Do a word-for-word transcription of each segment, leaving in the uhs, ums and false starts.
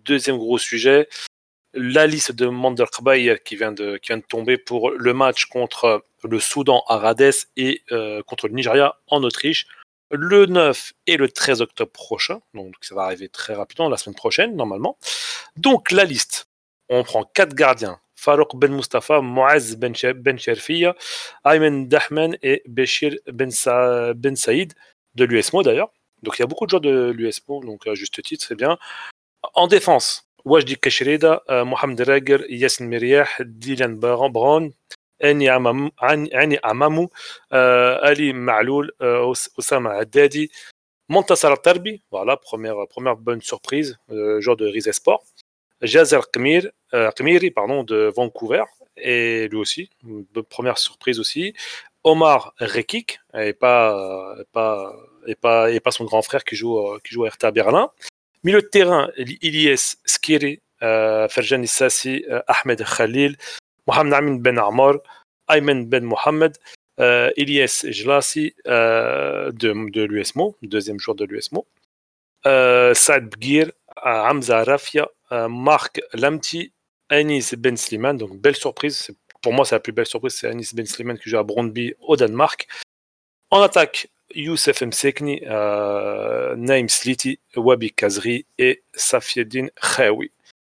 deuxième gros sujet, la liste de Mander Kbaïr qui vient de qui vient de tomber pour le match contre le Soudan à Rades et euh, contre le Nigeria en Autriche le neuf et le treize octobre prochain. Donc ça va arriver très rapidement la semaine prochaine normalement. Donc la liste, on prend quatre gardiens. Farouk Ben Mustafa, Moaz Ben, ben Cherfia, Ayman Dahmen et Béchir Ben, Sa- ben Saïd de l'U S M O d'ailleurs. Donc il y a beaucoup de joueurs de l'U S M O, donc à juste titre, c'est bien. En défense, Wajdi Kashreda, euh, Mohamed Rager, Yassine Meriah, Dylan Brown, Ani Amamou, Ani Amamou euh, Ali Ma'loul, euh, Os- Osama Haddadi, Montassar Tarbi, voilà, première, première bonne surprise, euh, joueur de Rize Sport. Jazer Kmir, euh, Kmiri, pardon, de Vancouver, et lui aussi, une première surprise aussi. Omar Rekik, et pas, et pas, et pas, et pas son grand frère qui joue, euh, qui joue à R T A Berlin. Milieu de terrain, Ilyes Skiri, euh, Ferjan Issassi, euh, Ahmed Khalil, Mohamed Amin Ben Amar, Ayman Ben Mohamed, euh, Ilyes Jlassi euh, de, de l'U S M O, deuxième joueur de l'U S M O. Euh, Saad Bgir, euh, Hamza Rafia, euh, Marc Lamti, Anis Ben Sliman, donc belle surprise. C'est, pour moi, c'est la plus belle surprise, c'est Anis Ben Sliman qui joue à Brøndby au Danemark. En attaque, Youssef Msekni, euh, Naïm Sliti, Wabi Kazri et Safieddine Khaoui.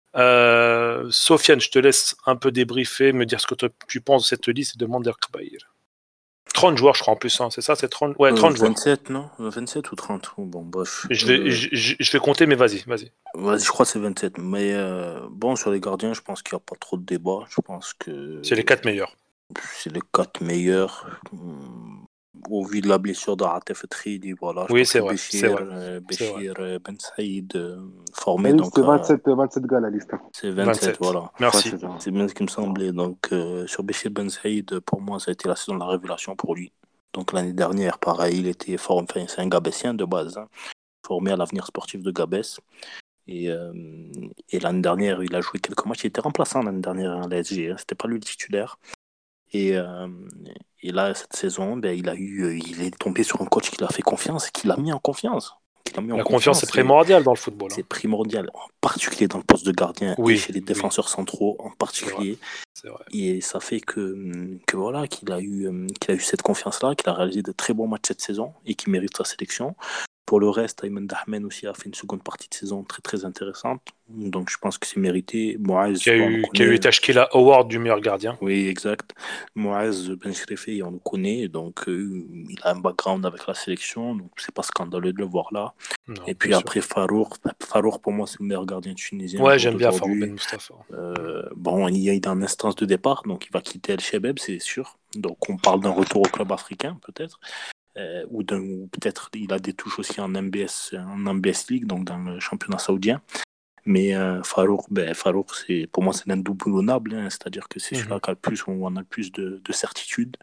Euh, Sofiane, je te laisse un peu débriefer, me dire ce que tu penses de cette liste et de Mander Kbaïr. trente joueurs, je crois, en plus, hein, c'est ça, c'est trente, ouais, trente Euh, joueurs. vingt-sept, non vingt-sept ou trente? Bon, bref. Je vais, Euh, je, je- je vais compter, mais vas-y, vas-y. Vas-y, je crois que c'est vingt-sept. Mais euh, bon, sur les gardiens, je pense qu'il n'y a pas trop de débat. Je pense C'est les que quatre meilleurs. c'est les quatre meilleurs. Hum, Au vu de la blessure d'Aratef Tridi, voilà, je Oui, pense c'est que vrai, c'est Béchir, vrai, euh, c'est vrai. Béchir euh, Ben Saïd euh, La formé, liste, donc c'est euh, vingt-sept, vingt-sept gars, la liste. c'est vingt-sept, vingt-sept. voilà. Merci. vingt-sept, hein. C'est bien ce qui me semblait. Donc euh, sur Béchir Ben Saïd, pour moi, ça a été la saison de la révélation pour lui. Donc l'année dernière, pareil, il était formé, enfin, c'est un Gabessien de base, hein, formé à l'avenir sportif de Gabès. Et, euh, et l'année dernière, il a joué quelques matchs. Il était remplaçant l'année dernière à l'A S G. Hein. C'était pas lui le titulaire. Et, euh, et là, cette saison, ben, il a eu, il est tombé sur un coach qui l'a fait confiance et qui l'a mis en confiance. Qui l'a mis en La confiance est confiance. Et primordiale dans le football. c'est Hein. primordial, en particulier dans le poste de gardien et Oui, chez les oui, défenseurs centraux en c'est vrai, particulier. c'est vrai. Et ça fait que, que voilà, qu'il a eu, euh, qu'il a eu cette confiance-là, qu'il a réalisé de très bons matchs cette saison et qu'il mérite sa sélection. Pour le reste, Ayman Dahmen aussi a fait une seconde partie de saison très très intéressante. Donc je pense que c'est mérité. Moaz, Qui a bon, on le eu, qui a eu connaît. Tashkila Award du meilleur gardien. Oui, exact. Moaz Ben Chrefi, on le connaît. Donc euh, il a un background avec la sélection. Donc c'est pas scandaleux de le voir là. Non, Et bien puis sûr. après Farouk. Farouk pour moi c'est le meilleur gardien tunisien au Ouais, jour j'aime bien Farouk Ben d'aujourd'hui. Mustafa. Euh, bon, il est en instance de départ, donc il va quitter El Shebab, c'est sûr. Donc on parle d'un retour au club africain, peut-être. Euh, ou, d'un, ou peut-être il a des touches aussi en M B S, en M B S League, donc dans le championnat saoudien. Mais euh, Farouk, ben, Farouk c'est, pour moi, c'est l'indoublonnable, hein, c'est-à-dire que c'est Mhm. celui-là qui a le plus, où on a le plus de, de certitude.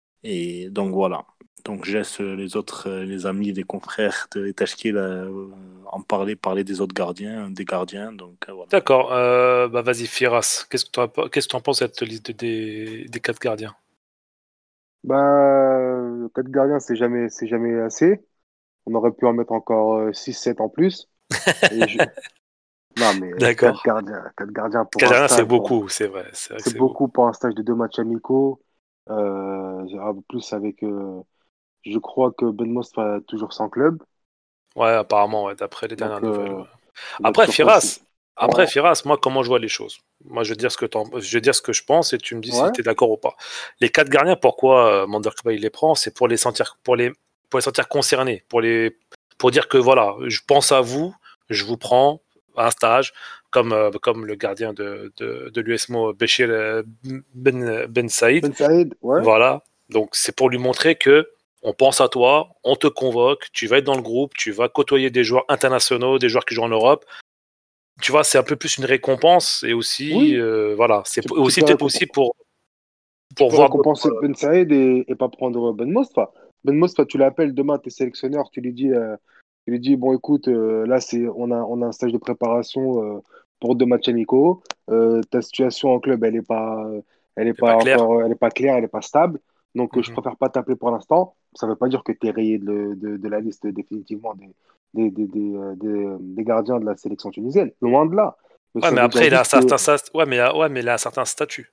Et donc voilà. Donc je laisse euh, les autres, euh, les amis, les confrères de Tashkil euh, en parler, parler des autres gardiens, des gardiens. Donc euh, voilà. D'accord, euh, bah vas-y Firas, qu'est-ce que tu en, qu'est-ce que tu en penses de cette liste des, des quatre gardiens? Bah, quatre gardiens, c'est jamais, c'est jamais assez. On aurait pu en mettre encore six sept en plus. Et je... Non, mais quatre D'accord. gardiens, quatre gardiens pour Quatre un gardiens, c'est stage, bon, beaucoup, c'est vrai, c'est vrai que c'est c'est beaucoup. beaucoup pour un stage de deux matchs amicaux. Euh, en plus, avec, euh, je crois que Ben Most va toujours sans club. Ouais, apparemment, ouais, d'après les dernières Donc, nouvelles. euh, Ouais. il va Après toujours pas. si- Firas, Ouais, après Firas, moi comment je vois les choses? Moi je vais dire ce que t'en- je vais dire ce que je pense et tu me dis si ouais, tu es d'accord ou pas. Les quatre gardiens, pourquoi euh, Manderkba il les prend? C'est pour les sentir, pour les, pour les sentir concernés, pour les, pour dire que voilà, je pense à vous, je vous prends à un stage comme euh, comme le gardien de de, de l'U S M O Béchir euh, Ben Ben Saïd. Ben Saïd, ouais. Voilà. Donc c'est pour lui montrer que on pense à toi, on te convoque, tu vas être dans le groupe, tu vas côtoyer des joueurs internationaux, des joueurs qui jouent en Europe. Tu vois, c'est un peu plus une récompense et aussi, Oui, euh, voilà, c'est tu, p- tu aussi peux, peut-être récom- aussi pour tu pour peux voir d'autres. récompenser Ben Saïd et, et pas prendre Ben Mosfa. Ben Mosfa, tu l'appelles demain, tu es sélectionneur, tu lui dis, euh, tu lui dis bon, écoute, euh, là, c'est, on a, on a un stage de préparation euh, pour deux matchs amicaux. Euh, ta situation en club, elle n'est pas, elle est C'est pas pas clair. encore, elle est pas claire, elle n'est pas stable. Donc, euh, je Mhm. préfère pas t'appeler pour l'instant. Ça ne veut pas dire que tu es rayé de, de, de la liste définitivement des, des, des, des, euh, des- des gardiens de la sélection tunisienne. Loin de là. Mais Ouais, ça mais veut dire après, il a un juste que. certain, ça- ouais, mais, ouais, mais il a un certain statut.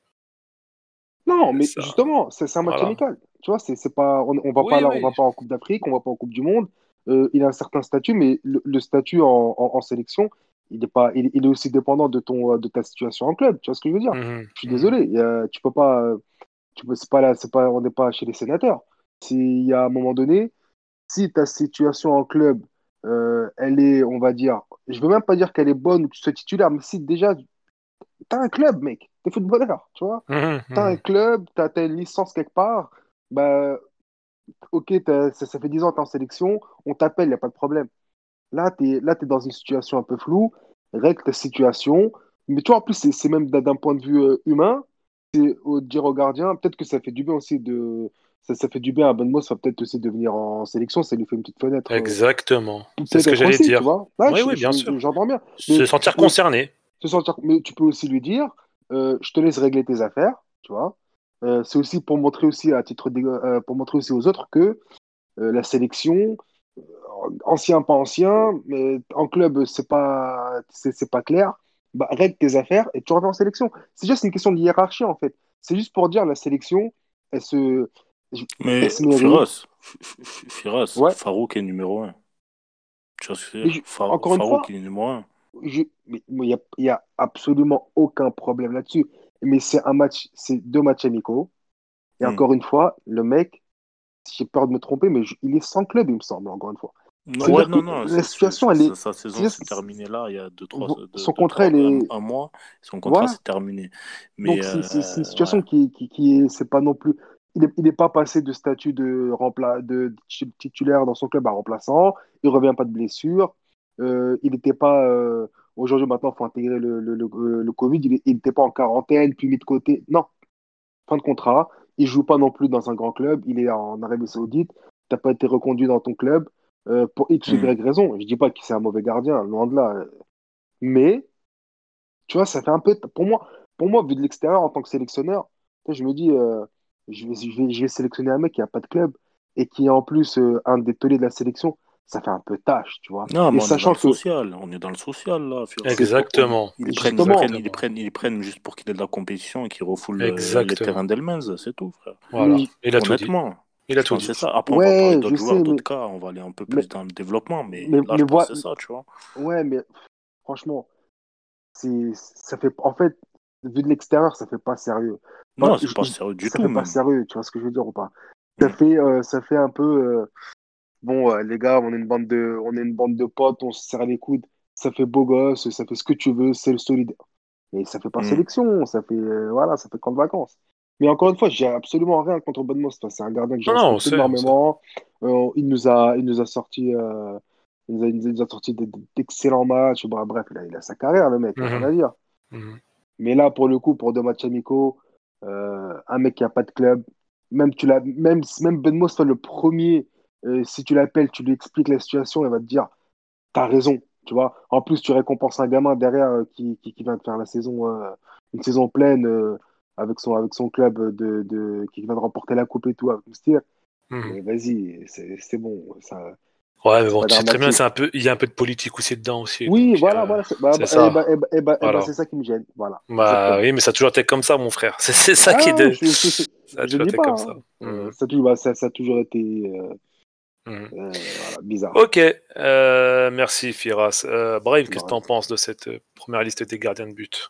Non, mais Ça, justement, c'est c'est un match voilà. amical. Tu vois, c'est c'est pas, on, on va pas Oui, là, on va oui. pas en Coupe d'Afrique, on va pas en Coupe du Monde. Euh, il a un certain statut, mais le, le statut en, en, en sélection, il est pas, il, il est aussi dépendant de ton, euh, de ta situation en club. Tu vois ce que je veux dire? Mhm, Je suis mhm. désolé. Euh, tu peux pas, euh, tu peux, c'est pas là, c'est pas, on n'est pas chez les sénateurs. S'il y a un moment donné, si ta situation en club, euh, elle est, on va dire, je veux même pas dire qu'elle est bonne ou que tu sois titulaire, mais si déjà, t'as un club, mec, t'es footballeur, tu vois. Mhm, T'as un mhm. club, t'as, t'as une licence quelque part, bah, ok, t'as- ça, ça fait dix ans que t'es en sélection, on t'appelle, y a pas de problème. Là, t'es, là, t'es dans une situation un peu floue, règle ta situation, mais tu vois, en plus, c'est c'est même d'un d'un point de vue euh, humain, c'est au dire au gardien, peut-être que ça fait du bien aussi de. Ça, ça fait du bien à Ben Moss, peut-être aussi de venir en sélection, ça lui fait une petite fenêtre. euh, Exactement. C'est ce que Peut-être j'allais aussi, tu dire. vois. Là, Oui, je- oui, bien je- je- sûr. j'entends bien. Se Mais tu sentir peux aussi concerné. te sentir, mais tu peux aussi lui dire, euh, je te laisse régler tes affaires, tu vois. Euh, c'est aussi pour montrer aussi à titre d'ég- euh, pour montrer aussi aux autres que euh, la sélection, euh, ancien pas ancien, mais en club c'est pas c'est c'est pas clair. Bah, règle tes affaires et tu reviens en sélection. C'est juste une question de hiérarchie en fait. C'est juste pour dire la sélection, elle se elle Mais se mérite. Firas, F- F- Firas, Ouais. Farouk est numéro un. Tu vois ce que je veux Mais dire? je- Fa- encore une Farouk fois, il est numéro un. je, mais il n'y a, y a absolument aucun problème là-dessus. Mais c'est un match, c'est deux matchs amicaux. Et Hmm. encore une fois, le mec, j'ai peur de me tromper, mais je- il est sans club, il me semble, encore une fois. Non, ouais, C'est-à-dire que non, non, la c'est- c'est- situation, c'est- elle sa est. sa saison c'est-à-dire s'est que c'est- terminée là, il y a deux, trois, vo- deux, son deux, contrat, trois, elle un, est. un mois, son contrat Voilà. s'est terminé. Mais Donc, c'est c'est- c'est une euh, ouais. situation qui, qui, qui est. C'est pas non plus. Il n'est il est pas passé de statut de, rempla, de titulaire dans son club à remplaçant. Il revient pas de blessure. Euh, il n'était pas. euh, Aujourd'hui, maintenant, il faut intégrer le, le, le, le Covid. Il n'était pas en quarantaine, puis mis de côté. Non, fin de contrat. Il joue pas non plus dans un grand club. Il est en Arabie Saoudite. Tu n'as pas été reconduit dans ton club euh, pour X ou Hmm. Y raison. Je dis pas que c'est un mauvais gardien, loin de là. Mais, tu vois, ça fait un peu. Pour moi, pour moi vu de l'extérieur, en tant que sélectionneur, tu sais, je me dis, euh, je vais, je vais, je vais sélectionner un mec qui n'a pas de club et qui est en plus euh, un des tauliers de la sélection. Ça fait un peu tâche, tu vois. Non, Et mais on est dans sachant le que social. On est dans le social, là, c'est Firas. Exactement. Ils les prennent, ils les prennent, justement, ils les Exactement. prennent, ils les prennent juste pour qu'il ait de la compétition et qu'ils refoulent euh, les terrains Exactement. d'Elmenz, c'est tout, frère. Voilà. mais Il a tout dit. Honnêtement, Il a je tout pense que dit. c'est ça. Après, on va parler ouais, je d'autres joueurs, sais, mais, d'autres cas, on va aller un peu mais, plus dans le développement, mais mais, là, mais je pense voilà, que c'est ça, tu vois. ouais, mais franchement, c'est, ça fait, en fait, vu de l'extérieur, ça fait pas sérieux. Enfin, Non, c'est je- pas je- sérieux du ça tout, fait pas même. sérieux, tu vois ce que je veux dire ou pas? Ça Hmm. fait, euh, ça fait un peu, euh, bon, euh, les gars, on est une bande de, on est une bande de potes, on se serre les coudes, ça fait beau gosse, ça fait ce que tu veux, c'est le solidaire. Mais ça fait pas Hmm. sélection, ça fait, euh, voilà, ça fait camp de vacances. Mais encore une fois, j'ai absolument rien contre Ben Moss. Enfin, c'est un gardien que je Non, non, on respecte sait, on sait. énormément. Euh, il nous a, il nous a sorti, euh, il nous a, il nous a sorti d- d'excellents matchs. Bah, bref, il a, il a sa carrière, le mec, il n'y a rien Mhm, à dire. mhm. Mais là, pour le coup, pour deux matchs amicaux, euh, un mec qui a pas de club, même, tu l'as, même, même Ben Moss, soit le premier, euh, si tu l'appelles, tu lui expliques la situation, il va te dire, t'as raison, tu vois. En plus, tu récompenses un gamin derrière euh, qui, qui, qui vient de faire la saison, euh, une saison pleine euh, avec son, avec son club de, de, qui vient de remporter la coupe et tout avec Moustir. Mhm. Mais vas-y, c'est c'est bon, ça, Ouais, mais c'est bon, pas tu sais très bien, dramatique. c'est un peu, il y a un peu de politique aussi dedans aussi, Oui, donc voilà, euh, voilà, c'est bah, c'est bah, eh ça. bah, eh bah, eh bah, eh bah, Voilà. c'est ça qui me gêne. Voilà, Bah exactement. oui, mais ça a toujours été comme ça, mon frère. C'est c'est ça qui est Ah, de... je, je, Ça a je toujours nie été pas, comme hein. ça. Euh, Mhm, ça, a toujours- bah, ça, ça a toujours été euh, mhm. euh, voilà, bizarre. Ok, euh, merci Firas. Euh, Brave, qu'est-ce que Ouais. t'en penses de cette euh, première liste des gardiens de but?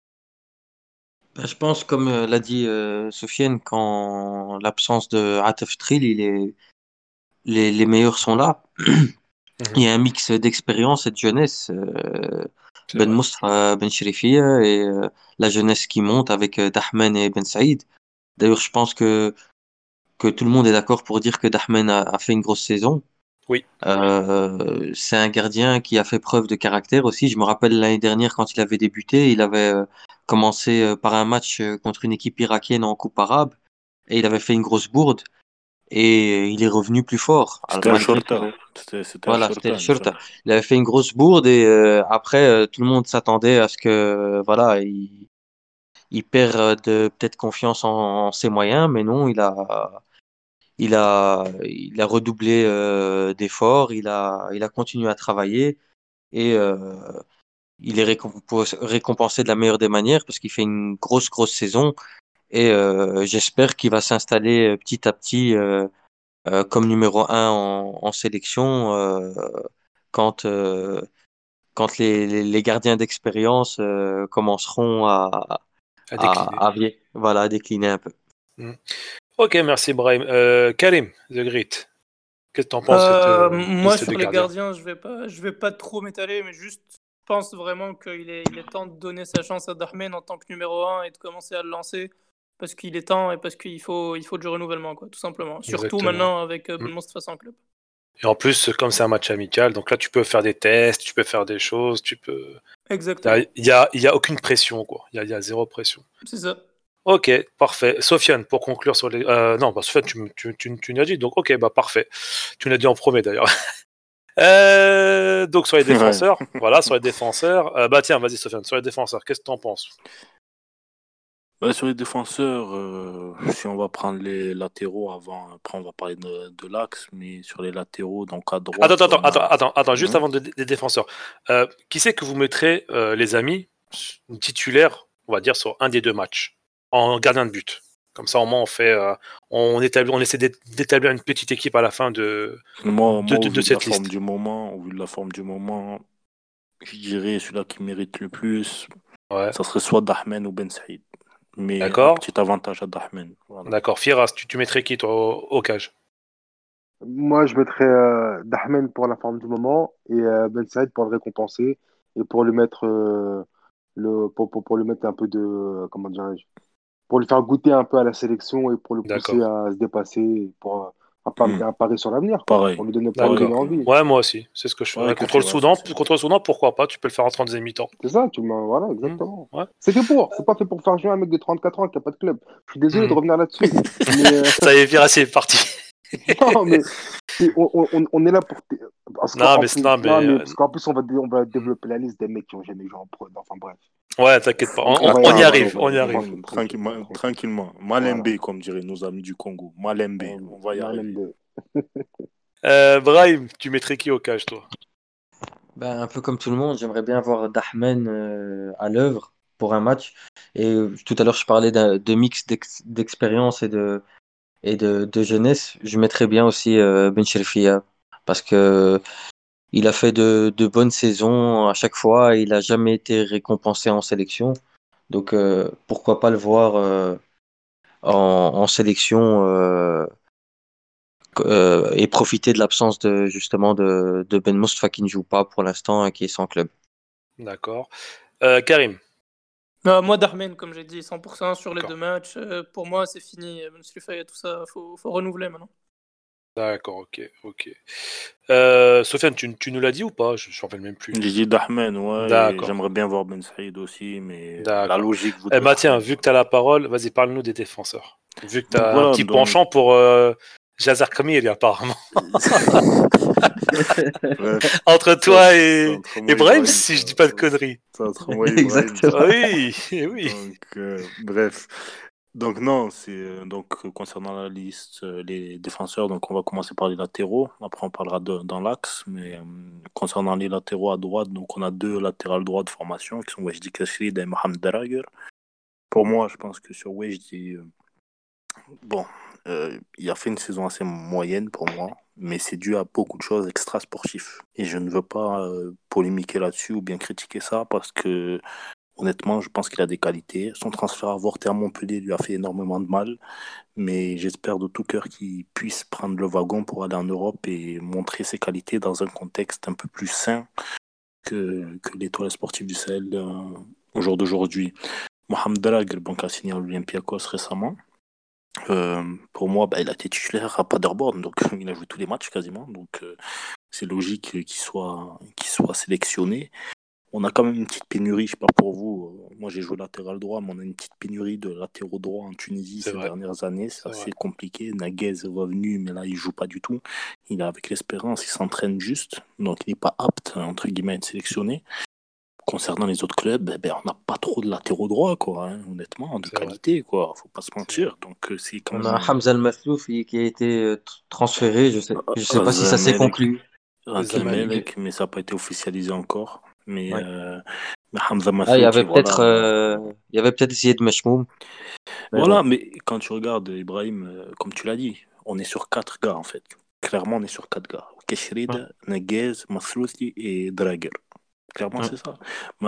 Ben, je pense, comme euh, l'a dit euh, Sofiane, quand l'absence de Atef Trill, il est, les, les meilleurs sont là. Il Mhm, y a un mix d'expérience et de jeunesse. euh, c'est Ben vrai. Moustra, Ben Chérifia et euh, la jeunesse qui monte avec euh, Dahmen et Ben Saïd. D'ailleurs, je pense que, que tout le monde est d'accord pour dire que Dahmen a, a fait une grosse saison. Oui. Euh, c'est un gardien qui a fait preuve de caractère aussi. Je me rappelle l'année dernière quand il avait débuté, il avait euh, commencé euh, par un match euh, contre une équipe irakienne en Coupe arabe et il avait fait une grosse bourde et il est revenu plus fort. Alors, C'était un malgré tout, shorta. C'était c'était un voilà, c'était le shorta, il me shirt. semble. Il avait fait une grosse bourde et euh, après euh, tout le monde s'attendait à ce que euh, voilà, il, il perd euh, de peut-être confiance en, en ses moyens, mais non, il a il a, il a redoublé euh, d'efforts, il a, il a continué à travailler et euh, il est récompos- récompensé de la meilleure des manières parce qu'il fait une grosse, grosse saison et euh, j'espère qu'il va s'installer euh, petit à petit euh, euh, comme numéro un en, en sélection euh, quand, euh, quand les, les, les gardiens d'expérience euh, commenceront à, À décliner. à, à, vie- voilà, à décliner un peu. Mm. Ok, merci Brahim. Euh, Karim, The Great, qu'est-ce que tu en penses de cette Euh, euh, moi, liste de sur les gardiens? gardiens, je vais pas, je vais pas trop m'étaler, mais juste, je pense vraiment qu'il est, il est temps de donner sa chance à Dahmen en tant que numéro un et de commencer à le lancer parce qu'il est temps et parce qu'il faut, il faut du renouvellement, quoi, tout simplement. Surtout Exactement. maintenant avec euh, Mm. Ben Mostafa en club. Et en plus, comme c'est un match amical, donc là, tu peux faire des tests, tu peux faire des choses, tu peux. Exactement, Il y a, il y a aucune pression, quoi. Il y a, il y a zéro pression. c'est ça. Ok, parfait. Sofiane, pour conclure sur les. Euh, non, bah, Sofiane, tu, m- tu, tu, tu nous as dit, donc ok, bah parfait. Tu nous l'as dit en premier d'ailleurs. Euh, donc sur les Ouais. défenseurs, voilà, sur les défenseurs. euh, bah tiens, vas-y Sofiane, sur les défenseurs, qu'est-ce que t'en penses? Bah, sur les défenseurs, euh, si on va prendre les latéraux avant, après on va parler de, de l'axe, mais sur les latéraux, donc à Attends, droite, attends, on attends, a. attends, attends, juste Mhm. avant de- des défenseurs. Euh, qui c'est que vous mettrez, euh, les amis, titulaire, on va dire, sur un des deux matchs, en gardien de but? Comme ça, au moins, on fait, euh, on établit, on essaie d'é- d'établir une petite équipe à la fin de, Moi, de, moi, de, au de vu de la cette forme liste. du moment, au vu de la forme du moment, je dirais celui-là qui mérite le plus, Ouais, ça serait soit Dahmen ou Ben Saïd. Mais un d'accord, petit avantage à Dahmen. Voilà. d'accord. Firas, tu, tu mettrais qui, toi, au, au cage? Moi, je mettrais euh, Dahmen pour la forme du moment et euh, Ben Saïd pour le récompenser et pour lui mettre euh, le pour, pour, pour lui mettre un peu de euh, comment dirais-je pour lui faire goûter un peu à la sélection et pour le pousser D'accord, à se dépasser pour euh, un, Hmm. pa- un pari sur l'avenir quoi pour Pareil. lui donner pour lui Pareil donner d'accord. que, envie. Ouais, moi aussi, c'est ce que je pareil ferais. que Contre le Firas Soudan, aussi. contre le Soudan, pourquoi pas? Tu peux le faire en trente-deux mi-temps. C'est ça, tu m'as voilà Hmm, exactement. ouais. C'est fait pour, c'est pas fait pour faire jouer un mec de trente-quatre ans qui a pas de club. Je suis désolé de Hmm. revenir là-dessus, mais euh, Ça y est, Firas, c'est parti. non mais c'est- on, on, on est là pour t- parce Non, qu'en mais, plus non, non mais, mais euh, parce qu'en plus on va dé- on va hmm. développer la liste des mecs qui ont jamais joué en pro. Enfin bref. Ouais, t'inquiète pas, On, on, on on- va y on y arriver, on arrive, va y on y arriver. arrive. Tranquille, tranquille, Tranquillement, tranquille. tranquillement. Voilà. Malembe, comme diraient nos amis du Congo. Malembe, Euh, on va y Marlon arriver. deux. Euh, Brahim, tu mettrais qui au cage, toi? Ben, un peu comme tout le monde, j'aimerais bien voir Dahmen euh, à l'œuvre pour un match. Et euh, tout à l'heure, je parlais d'un- de mix d'ex- d'expérience et de, et de, de jeunesse. Je mettrais bien aussi euh, Ben Chirifia parce que il a fait de, de bonnes saisons à chaque fois. Il n'a jamais été récompensé en sélection. Donc, euh, pourquoi pas le voir euh, en, en sélection euh, euh, et profiter de l'absence de justement de, de Ben Moustapha qui ne joue pas pour l'instant et qui est sans club. D'accord. Euh, Karim. Euh, moi, Dahmen, comme j'ai dit, cent pour cent sur les D'accord. deux matchs. Euh, pour moi, c'est fini. Ben Mostafa et tout ça, faut, faut renouveler maintenant. D'accord, ok, ok. Euh, Sofiane, tu, tu nous l'as dit ou pas? Je ne me rappelle même plus. J'ai dit Dahmen, ouais, et D'accord, j'aimerais bien voir Ben Saïd aussi, mais la d'accord. logique Eh voudrait ben tiens, Dahmen. vu que tu as la parole, vas-y, parle-nous des défenseurs. Vu que tu Donc as un voilà, petit donc. penchant pour euh, Jazar Kamiri, apparemment. Bref, Entre ça, toi c'est et entre moi et Ibrahim, Ibrahim, si ça. je dis pas de conneries. C'est entre moi et Ibrahim, ça. Exactement. Oui, oui. Donc, euh, bref. Donc, non, c'est euh, donc euh, concernant la liste, euh, les défenseurs, donc on va commencer par les latéraux. Après, on parlera de, dans l'axe. Mais euh, concernant les latéraux à droite, donc on a deux latérales droits de formation qui sont Wajdi Kasrid et Mohamed Darager. Pour moi, je pense que sur Wajdi, euh, bon, euh, il a fait une saison assez moyenne pour moi, mais c'est dû à beaucoup de choses extra-sportives. Et je ne veux pas euh, polémiquer là-dessus ou bien critiquer ça parce que, honnêtement, je pense qu'il a des qualités. Son transfert avorté à Montpellier lui a fait énormément de mal, mais j'espère de tout cœur qu'il puisse prendre le wagon pour aller en Europe et montrer ses qualités dans un contexte un peu plus sain que, que l'étoile sportive du Sahel euh, au jour d'aujourd'hui. Mohamed Darager, bon, qui a signé à l'Olympiakos récemment. Euh, pour moi, bah, il a été titulaire à Paderborn, donc il a joué tous les matchs quasiment. Donc euh, c'est logique qu'il soit, qu'il soit sélectionné. On a quand même une petite pénurie, je sais pas pour vous. euh, Moi, j'ai joué latéral droit, mais on a une petite pénurie de latéraux droits en Tunisie C'est ces vrai, dernières années. C'est c'est vrai. assez compliqué. Naguez est revenu, mais là, il joue pas du tout. Il est avec l'espérance, il s'entraîne juste, donc il n'est pas apte, entre guillemets, à être sélectionné. concernant les autres clubs, eh ben, on n'a pas trop de latéraux droits, quoi, hein, honnêtement, de C'est vrai. qualité, quoi. Faut pas se C'est mentir. Donc, euh, c'est quand On même. a Hamza Al-Maslouf qui qui a été euh, tr- transféré. Je sais, je sais pas si ça s'est Zamalek, conclu. Zamalek, mais ça n'a pas été officialisé encore. Mais, Ouais. euh, mais Hamza Ah, il y avait Maslouki, peut-être, voilà. euh, il y avait peut-être Ziyad Machmoum. Mais Voilà, bon. mais quand tu regardes Ibrahim, euh, comme tu l'as dit, on est sur quatre gars en fait. Clairement, on est sur quatre gars. Ouais. Keshrid, Neguez, Maslouti et Drager. Clairement, Ouais. c'est ça.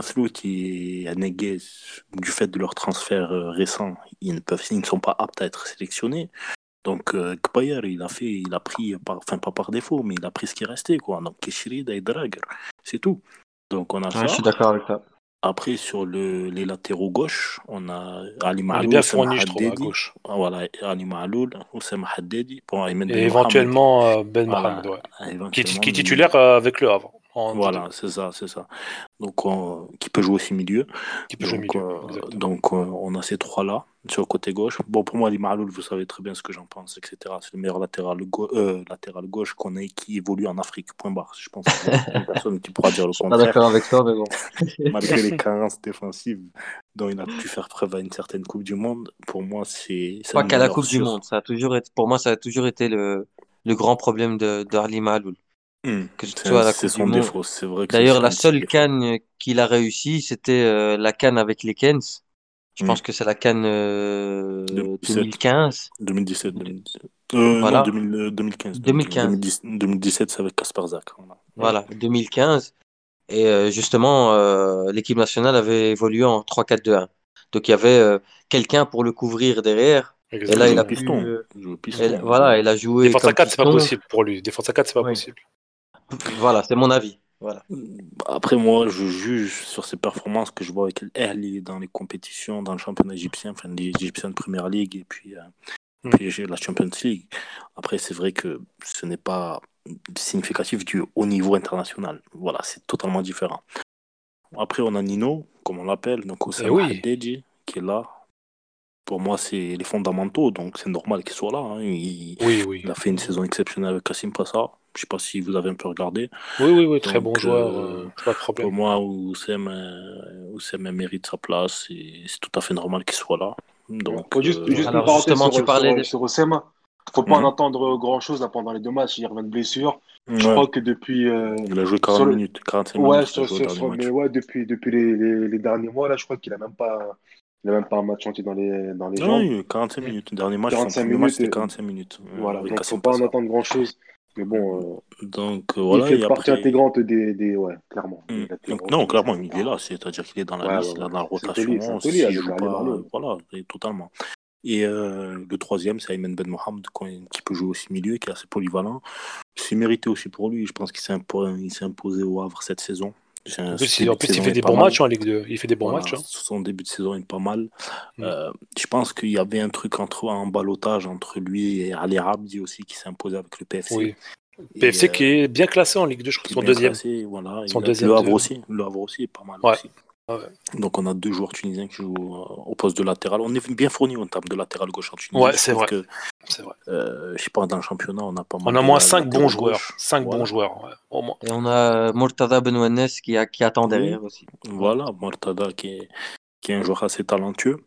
Maslouti et Neguez, du fait de leur transfert euh, récent, ils ne peuvent, ils ne sont pas aptes à être sélectionnés. Donc, euh, Kbayer, il a fait, il a pris, par, enfin pas par défaut, mais il a pris ce qui restait, quoi. Donc, Keshrid et Drager, c'est tout. Donc, on a Ouais, je ça. suis d'accord avec toi. Après, sur le, les latéraux gauche, on a Ali On est Ma'loul, bien Oussama fourni, je trouve, à Haddadi. gauche. Ah, Voilà, Ali Ma'loul, Oussama Haddadi. Bon, Ayman Et Ben Mohamed. éventuellement euh, Ben Voilà, Mohamed, ouais. Qui, est- éventuellement. qui est titulaire euh, avec le Havre, en D deux. Voilà, c'est ça, c'est ça. Donc, on- qui peut jouer aussi milieu. Qui peut jouer Donc, milieu, euh, exactement. donc euh, on a ces trois-là sur le côté gauche. Bon, pour moi, Ali Ma'loul, vous savez très bien ce que j'en pense, et cetera. C'est le meilleur latéral, gau- euh, latéral gauche qu'on ait qui évolue en Afrique. Point barre. Je pense qu'il n'y a aucune personne qui pourra dire le Je suis pas contraire. d'accord avec toi, mais bon. Malgré les carences défensives dont il a pu faire preuve à une certaine Coupe du Monde, pour moi, c'est c'est Pas le qu'à la meilleur Coupe du sur. Monde. Ça a toujours été, pour moi, ça a toujours été le, le grand problème de, de Ali Ma'loul. Hmm. Que ce C'est soit un- à la c'est Coupe du son Monde. défaut. C'est vrai que c'est D'ailleurs, c'est la un de ses seule défauts. CAN qu'il a réussi, c'était euh, la CAN avec les Kens. Je Hmm. pense que c'est la CAN euh, deux mille dix-sept, deux mille quinze. deux mille dix-sept, deux mille dix-sept. Euh, non, Voilà, deux mille, euh, deux mille quinze, deux mille quinze. deux mille quinze. deux mille dix, deux mille dix-sept, c'est avec Kasper Zak. Voilà. Voilà, deux mille quinze. Et euh, justement, euh, l'équipe nationale avait évolué en trois quatre deux un. Donc il y avait euh, quelqu'un pour le couvrir derrière. Et Il là, joue il Exactement. a au pu. piston. euh, Il joue au et- piston. voilà, Je- il a joué Défense à comme quatre, c'est pas piston. possible pour lui. Défense à quatre, c'est pas Oui. possible. Voilà, c'est mon avis. Voilà. Après, moi, je juge sur ses performances que je vois avec l'Ahli dans les compétitions, dans le championnat égyptien, enfin l'Egyptian Premier League et puis, euh, Mm. puis j'ai la Champions League. Après, c'est vrai que ce n'est pas significatif du haut niveau international. Voilà, c'est totalement différent. Après, on a Nino, comme on l'appelle, donc Eh Oussama oui, Haddadi, qui est là. Pour moi, c'est les fondamentaux, donc c'est normal qu'il soit là. hein. Il, oui, oui. il a fait une saison exceptionnelle avec Kassim Passa. Je sais pas si vous avez un peu regardé. Oui, oui, oui, très Donc, bon joueur, euh, euh, pas de pour problème. moi, Oussem, euh, Oussem mérite sa place et c'est tout à fait normal qu'il soit là. Donc, Faut juste, euh, juste une Alors parenthèse justement, tu sur, parlais sur, de... sur Osema. Faut pas en mhm. attendre grand chose pendant les deux matchs. Il revient de blessure. Je Ouais. crois que depuis. euh, Il a joué sur quarante le- minutes, quarante-cinq Ouais, minutes, il a sur, joué au sur, dernier sur- mais match. ouais, depuis, depuis les, les, les derniers mois, là, je crois qu'il a même pas, il a même pas un match entier dans les, dans les Ah jambes. oui, quarante-cinq Mm. minutes. Dernier match, son quarante-cinq premier match, minutes, c'était euh, quarante-cinq minutes euh, voilà. avec Donc, faut Kassim pas en Passa. attendre grand chose. Mais bon, euh, Donc, euh, il voilà, fait et partie après. intégrante des, des, ouais, clairement, Mm. des Donc, latéraux non, talismans, clairement, il est et cetera. là, c'est-à-dire qu'il est dans la Ouais, liste, ouais, il est ouais. dans la C'est un taulier, c'est un rotation. taulier S'il avec joue Ali pas, euh, Marlowe. voilà, et totalement. Et euh, le troisième, c'est Ayman Ben Mohamed, qu'on- qui peut jouer aussi milieu, qui est assez polyvalent. C'est mérité aussi pour lui. Je pense qu'il s'est impo- il s'est imposé au Havre cette saison. C'est un- En Ce plus, il, début en de plus, il saison fait est des pas bons mal. matchs en Ligue deux. Il fait des bons Voilà, matchs. Hein. son début de saison est pas mal. Mm. Euh, je pense qu'il y avait un truc entre un ballottage entre lui et Ali Abdi aussi qui s'est imposé avec le P F C. Oui. Et, P F C qui euh, est bien classé en Ligue deux, je crois, qui est son bien deuxième. classé, voilà. Son exact. deuxième Le Havre de- aussi, le Havre aussi est pas mal Ouais. aussi. Ouais. Donc on a deux joueurs tunisiens qui jouent euh, au poste de latéral. On est bien fourni en termes de latéral gauche en Tunisie. Ouais, Je c'est trouve vrai. que, C'est vrai. euh, je sais pas, dans le championnat, on a pas On mal a au de moins la- cinq latéraux bons joueurs. gauche. Cinq Voilà. bons joueurs, ouais, au moins. Et on a Murtada Benouanes qui, a- qui attend Oui, derrière aussi. voilà, Mortada qui est, qui est un joueur assez talentueux,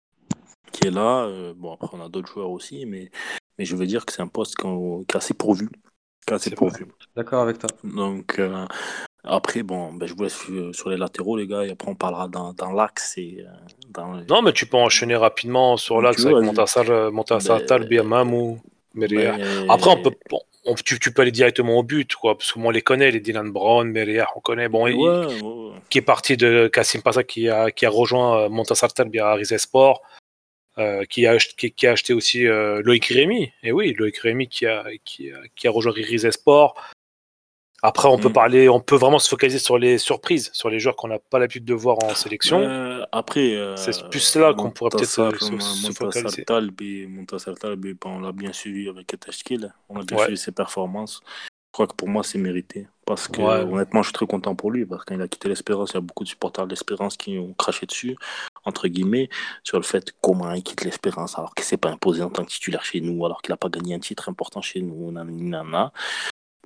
qui est là. Euh, bon, après, on a d'autres joueurs aussi, mais, mais je veux dire que c'est un poste qu'on- qui est assez pourvu. Qui est assez C'est vrai. pourvu. D'accord avec toi. Donc, euh, après, bon, ben, je vous laisse sur, sur les latéraux, les gars, et après, on parlera dans, dans l'axe et euh, dans les- Non, mais tu peux enchaîner rapidement sur Tu l'axe veux, avec vas-y. Montassar, Montassar, Ben, Talbi, Mamou, Merriah. ben, Après, on peut, bon, on- tu, tu peux aller directement au but, quoi, parce que moi, on les connaît, les Dylan Brown, Merriah, on connaît. Bon, ouais, il- ouais, ouais. qui est parti de Kassim Passa, qui a, qui a rejoint euh, Montassar Talbi à Rizesport, euh, qui, a, ach- qui, qui a acheté aussi euh, Loïc Rémy. Et oui, Loïc Rémy qui a, qui, a, qui a rejoint Rizesport. Après, on peut Mm. parler, on peut vraiment se focaliser sur les surprises, sur les joueurs qu'on n'a pas l'habitude de voir en sélection. Euh, après, euh, C'est plus là qu'on pourrait peut-être se, Montassar, se- se Montassar focaliser. Talbi, Montassar Talbi, ben, on l'a bien suivi avec Etashkil, on a bien Ouais. suivi ses performances. Je crois que pour moi, c'est mérité. Parce que, Ouais. honnêtement, je suis très content pour lui. Parce que quand il a quitté l'Espérance, il y a beaucoup de supporters de l'Espérance qui ont craché dessus, entre guillemets, sur le fait comment il quitte l'Espérance alors qu'il ne s'est pas imposé en tant que titulaire chez nous, alors qu'il n'a pas gagné un titre important chez nous. Nanana.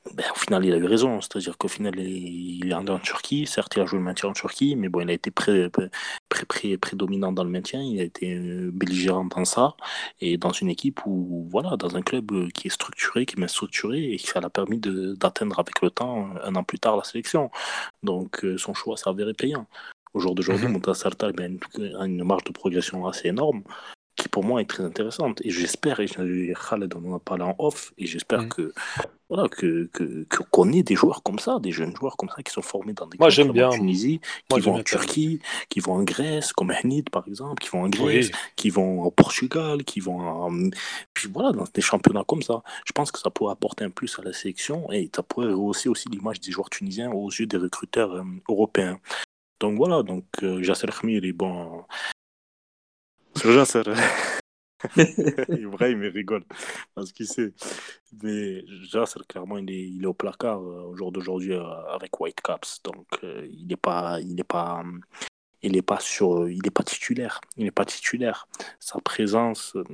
ben, au final, il a eu raison. C'est-à-dire qu'au final, il il est allé en Turquie. Certes, il a joué le maintien en Turquie, mais bon, il a été pré- pré- pré- pré- prédominant dans le maintien. Il a été euh, belligérant dans ça. Et dans une équipe où, voilà, dans un club euh, qui est structuré, qui est bien structuré et qui ça l'a permis de- d'atteindre avec le temps, un an plus tard, la sélection. Donc, euh, son choix s'est avéré payant. Au jour d'aujourd'hui, Mhm. Monta Sarta a une, a une marge de progression assez énorme qui pour moi est très intéressante. Et j'espère, et je- Khaled on en a parlé en off, et j'espère Mhm. que voilà, que, que, que- qu'on ait des joueurs comme ça, des jeunes joueurs comme ça qui sont formés dans des Moi, grands j'aime clubs en bien. Tunisie, Moi, qui j'aime vont en bien Taleb. Turquie, qui vont en Grèce, comme Hanid par exemple, qui vont en Grèce, Oui. qui vont au Portugal, qui vont en... Puis voilà, dans des championnats comme ça. Je pense que ça pourrait apporter un plus à la sélection et ça pourrait rehausser aussi l'image des joueurs tunisiens aux yeux des recruteurs euh, européens. Donc voilà, donc euh, Yasser Khmiri, bon... Sur Yasser, Ibrahim, il rigole parce qu'il sait. Mais Yasser, clairement, il est, il est au placard euh, au jour d'aujourd'hui euh, avec Whitecaps. Donc, euh, il n'est pas, il est pas, il est pas sur, il est pas titulaire. Il n'est pas titulaire. Sa présence, euh,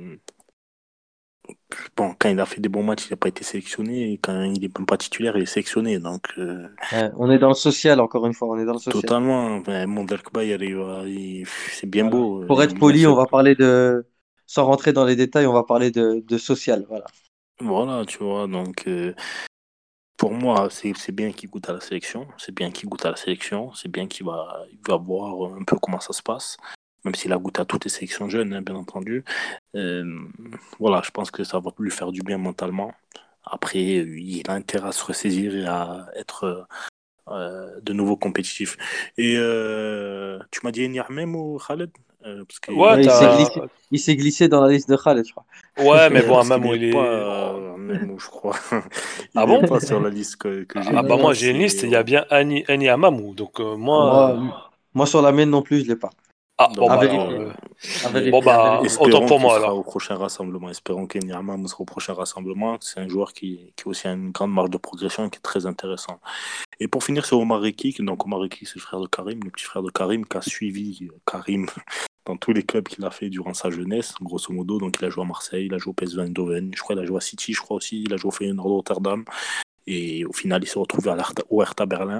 bon, quand il a fait des bons matchs, il n'a pas été sélectionné. Et quand il n'est même pas titulaire, il est sélectionné. Donc, euh, Ouais, on est dans le social, encore une fois, on est dans le social. totalement. Ben, Mondelk Bayer, il va- il- c'est bien Voilà. beau. Pour être Il vient poli, se, on va parler de, sans rentrer dans les détails, on va parler de, de social. Voilà. voilà, tu vois. Donc, euh, pour moi, c'est c'est bien qu'il goûte à la sélection. C'est bien qu'il goûte à la sélection. C'est bien qu'il va, il va voir un peu comment ça se passe. Même s'il a goûté à toutes les sélections jeunes, hein, bien entendu. Euh, voilà, je pense que ça va lui faire du bien mentalement. Après, il a intérêt à se ressaisir et à être euh, de nouveau compétitif. Et euh, tu m'as dit Niamem ou Khaled? Euh, parce que Ouais, Ouais, il s'est euh, t'as. glissé, il s'est glissé dans la liste de Khaled, je crois. Ouais, mais euh, bon, parce qu'il Mamou, n'est il pas est. Oh. euh, même, je crois. Ah Il n'est bon? pas sur la liste que, que j'ai, Ah mais bah Non, moi moi, non. j'ai une liste, c'est... il y a bien Annie, Annie Amamou. Donc euh, moi. Moi, moi, sur la mienne non plus, je l'ai pas. Ah bon Donc À bah voilà, alors. vérifier. euh, À mais Bon vérifier, à bah vérifier. autant espérons pour qu'il moi sera au alors. prochain rassemblement. Espérons qu'Enyama sera au prochain rassemblement. C'est un joueur qui, qui a aussi une grande marge de progression qui est très intéressant. Et pour finir sur Omar Rekik, donc Omar Rekik, c'est le frère de Karim, le petit frère de Karim qui a suivi Karim dans tous les clubs qu'il a fait durant sa jeunesse, grosso modo. Donc il a joué à Marseille, il a joué au P S V Eindhoven, je crois qu'il a joué à City, je crois aussi, il a joué au Feyenoord Rotterdam. Et au final, il s'est retrouvé à l'Hertha- au Hertha Berlin.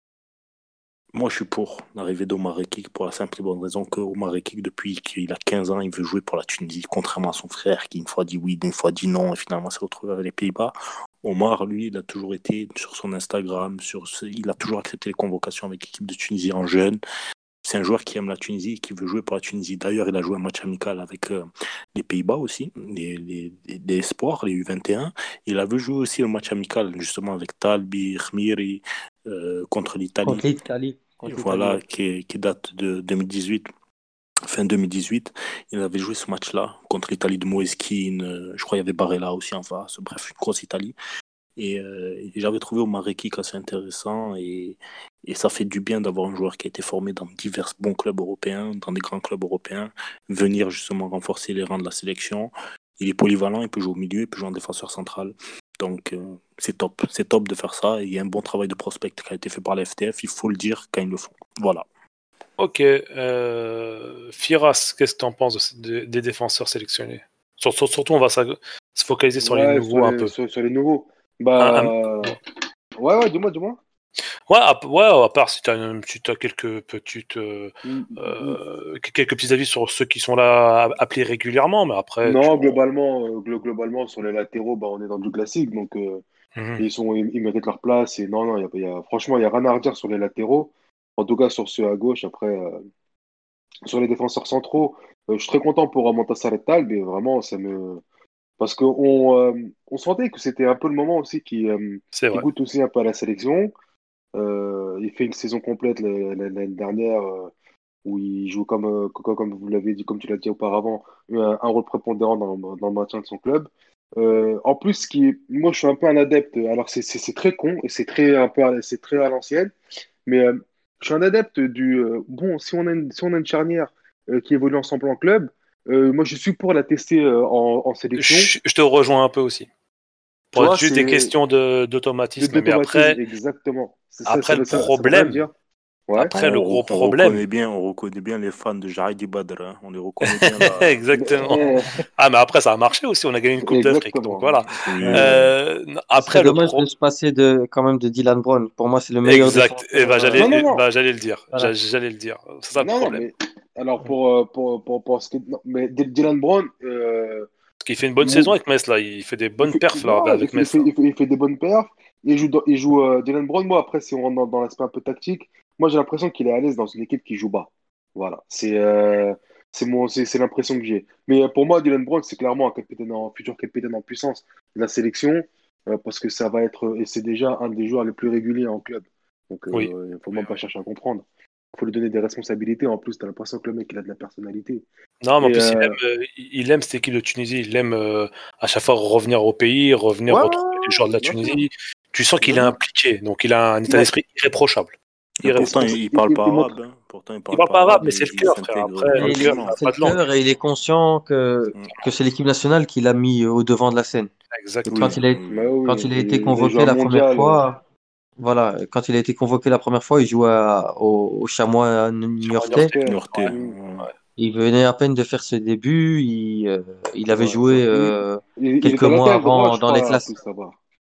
Moi, je suis pour l'arrivée d'Omar Rekik pour la simple et bonne raison que Omar Rekik, depuis qu'il a quinze ans, il veut jouer pour la Tunisie, contrairement à son frère qui une fois dit oui, une fois dit non, et finalement s'est retrouvé avec les Pays-Bas. Omar, lui, il a toujours été sur son Instagram, sur ce- il a toujours accepté les convocations avec l'équipe de Tunisie en jeune. C'est un joueur qui aime la Tunisie et qui veut jouer pour la Tunisie. D'ailleurs, il a joué un match amical avec euh, les Pays-Bas aussi, les, les, les, les Espoirs, les U vingt et un. Il avait joué aussi un match amical justement avec Talbi, Khmiri, euh, contre l'Italie. Contre l'Italie. Et Contre l'Italie, voilà, ouais. qui, qui date de deux mille dix-huit, fin deux mille dix-huit. Il avait joué ce match-là contre l'Italie de Moeskin. euh, je crois qu'il y avait Barella aussi en face. Bref, une grosse Italie. Et, euh, et j'avais trouvé Omar Rekik assez intéressant. Et, et ça fait du bien d'avoir un joueur qui a été formé dans divers bons clubs européens, dans des grands clubs européens, venir justement renforcer les rangs de la sélection. Il est polyvalent, il peut jouer au milieu, il peut jouer en défenseur central. Donc euh, c'est top, c'est top de faire ça. Et il y a un bon travail de prospect qui a été fait par la F T F, il faut le dire quand ils le font. Voilà. Ok. Euh... Firas, qu'est-ce que tu en penses de- de- des défenseurs sélectionnés? Sur- sur- Surtout, on va s'ag- se focaliser sur les Ouais, sur nouveaux un les, peu. sur, sur les nouveaux. Un- un- Bah, ouais, ouais, dis-moi, dis-moi. Ouais, à, ouais, à part si tu as, si t'as quelques petites, euh, Mm, mm. euh, quelques petits avis sur ceux qui sont là à- appelés régulièrement, mais après, tu Non, vois. globalement, euh, glo- globalement, sur les latéraux, bah, on est dans du classique, donc euh, Mhm. ils sont, ils, ils méritent leur place. Et non, non, il y a, il y a- franchement, il n'y a rien à redire sur les latéraux. En tout cas, sur ceux à gauche. Après, euh, sur les défenseurs centraux, euh, je suis très content pour Montassar et Tal, mais vraiment, ça me. Parce qu'on euh, on sentait que c'était un peu le moment aussi qui, euh, C'est qui vrai. goûte aussi un peu à la sélection. Euh, il fait une saison complète la- la- l'année dernière euh, où il joue comme, euh, co- comme vous l'avez dit, comme tu l'as dit auparavant, un, un rôle prépondérant dans, dans le maintien de son club. Euh, en plus, ce qui, moi, je suis un peu un adepte. Alors, c'est c'est- c'est très con et c'est très un peu, à- c'est très à l'ancienne, mais euh, je suis un adepte du. Euh, bon, si on a une, si on a une charnière euh, qui évolue ensemble en club, euh, moi, je suis pour la tester euh, en, en sélection. Je, je te rejoins un peu aussi. Tu Pour être vois, juste des c'est questions de, de d'automatisme. Mais d'automatisme, après, exactement. C'est ça, après ça, le veut- ça, ça veut rien problème, dire. Ouais. Après, le on, gros on problème. reconnaît bien, on reconnaît bien les fans de Jaïdi Badr. Hein. On les reconnaît bien là. Exactement. Eh, Ah, mais après, ça a marché aussi. On a gagné une Coupe d'Afrique. Donc Exactement. voilà. Oui. Euh, Ce après, serait le dommage pro. de se passer de, quand même de Dylan Brown. Pour moi, c'est le meilleur Exact. Et défenseur. bah, euh, j'allais, Non, non, eh non. bah, j'allais le dire. Voilà. J'a- J'allais le dire. C'est ça le Non, non, problème. mais alors pour, euh, pour, pour, pour ce qui non, mais D- Dylan Brown, euh, Parce qu'il fait une bonne mon- saison avec Metz, là. Il fait des il bonnes fait, perfs, là, voilà, il avec fait, il Metz, fait, là. il fait, il fait des bonnes perfs. Il joue, dans- il joue euh, Dylan Brown. Moi, après, si on rentre dans, dans l'aspect un peu tactique, moi, j'ai l'impression qu'il est à l'aise dans une équipe qui joue bas. Voilà, c'est euh, c'est mon, c'est, c'est l'impression que j'ai. Mais euh, pour moi, Dylan Brown, c'est clairement un capitaine en, futur capitaine en puissance de la sélection, euh, parce que ça va être, et c'est déjà un des joueurs les plus réguliers en club. Donc, Oui. euh, il ne faut même pas chercher à comprendre. Il faut lui donner des responsabilités. En plus, tu as l'impression que le mec, il a de la personnalité. Non, mais en Et plus, il euh, aime, euh, il aime cette équipe de Tunisie. Il aime euh, à chaque fois revenir au pays, revenir ouais, ouais, retrouver les joueurs de la bien sûr, Tunisie. Tu sens qu'il est bien sûr. impliqué. Donc, il a un état Moi, d'esprit irréprochable. Et et c'est pourtant, pour Irréprochable. ça il, il qu'il parle il, pas il arabe. montre. Hein. Pourtant, il Il parle parle pas pas arabe, arabe mais et c'est le il cœur, frère. s'intègre Après, Mais le il, cœur, tranquillement. ça n'a c'est pas le de langue. cœur et il est conscient que, Mm. que c'est l'équipe nationale qui l'a mis au devant de la scène. Et Exactement. quand Oui, il a, Oui, bah oui. quand oui, il a été il est convoqué joueur la première mondial. euh, fois, voilà, quand il a été convoqué la première fois, il jouait à- au, au Chamois Sur un Niortais. Niortais. Norté. Ouais. Mm, Ouais. Il venait à peine de faire ses débuts. Il, euh, il avait ouais. joué Il, euh, il, il quelques était mois latéral droit, avant je dans les crois, à classes. plus là-bas.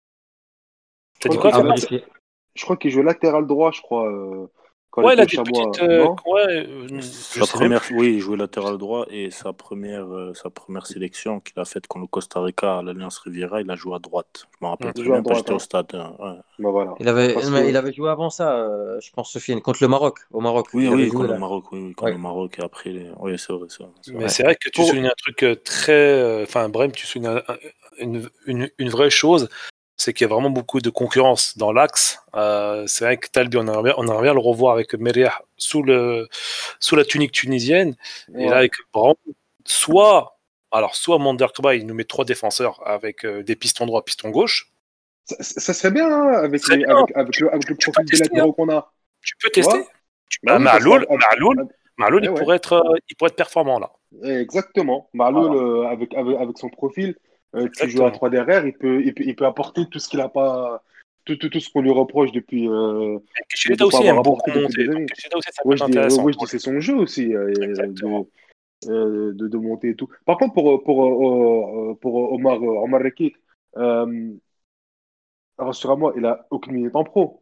Je T'as crois dit qu'il quoi, À jouait, Fabien? laté- vérifier. je crois qu'il jouait latéral droit, je crois, euh, quand il Ouais, il était a au des petites. Chamois. euh, Non? ouais, euh, je Sa sais même première, plus. oui, il jouait latéral droit et sa première, euh, sa première sélection qu'il a faite contre le Costa Rica à l'Alliance Riviera, il a joué à droite. Je m'en rappelle Mm. Il très joue à bien parce que droite, j'étais au hein. stade. Hein, ouais. Bah voilà. Il avait, Parce mais il que, avait joué avant ça, euh, je pense, Sofiane, contre le Maroc. Au Maroc, Oui, il avait oui, joué contre le là. Maroc, oui, oui, contre le Ouais, Maroc et après, les- oui, c'est vrai, c'est vrai. C'est vrai. Mais ouais. c'est vrai que tu pour, soulignes un truc euh, très. euh, Enfin, Brahim, tu soulignes un- un- une, une, une vraie chose, c'est qu'il y a vraiment beaucoup de concurrence dans l'axe. Euh, c'est vrai que Talbi, on aimerait bien, on aimerait bien le revoir avec Meriah sous, le, sous la tunique tunisienne. Et là, ouais. avec Brown, soit. Alors, soit Manderkba, il nous met trois défenseurs avec euh, des pistons droits, pistons gauche. Ça, ça serait bien, hein, avec Très les, bien. avec, avec Tu, le, avec le tu peux profil des tester, hein. latéraux qu'on a. Tu peux Tu tester. vois? Tu- Bah ah, oui, parce Mahloul, qu'avec, Mahloul, Mahloul, eh il ouais, pourrait être, euh, il pourrait être performant là. exactement. Marloul, Voilà, euh, avec, avec, avec son profil, euh, tu joues à exactement. trois derrière, il peut, il peut, il peut apporter tout ce qu'il a pas, tout, tout, tout ce qu'on lui reproche depuis, euh, Et de Kishida ne pas aussi avoir aime beaucoup apporté depuis monter. des Donc années. Kishida aussi, ça peut Ouais, être je dis, ouais, intéressant ouais, je pour dis lui. c'est son jeu aussi, euh, Exactement. de, euh, de, de monter et tout. Par contre, pour, pour, euh, euh, pour Omar, euh, Omar Rekik, euh, rassure-moi, il a aucune minute en pro.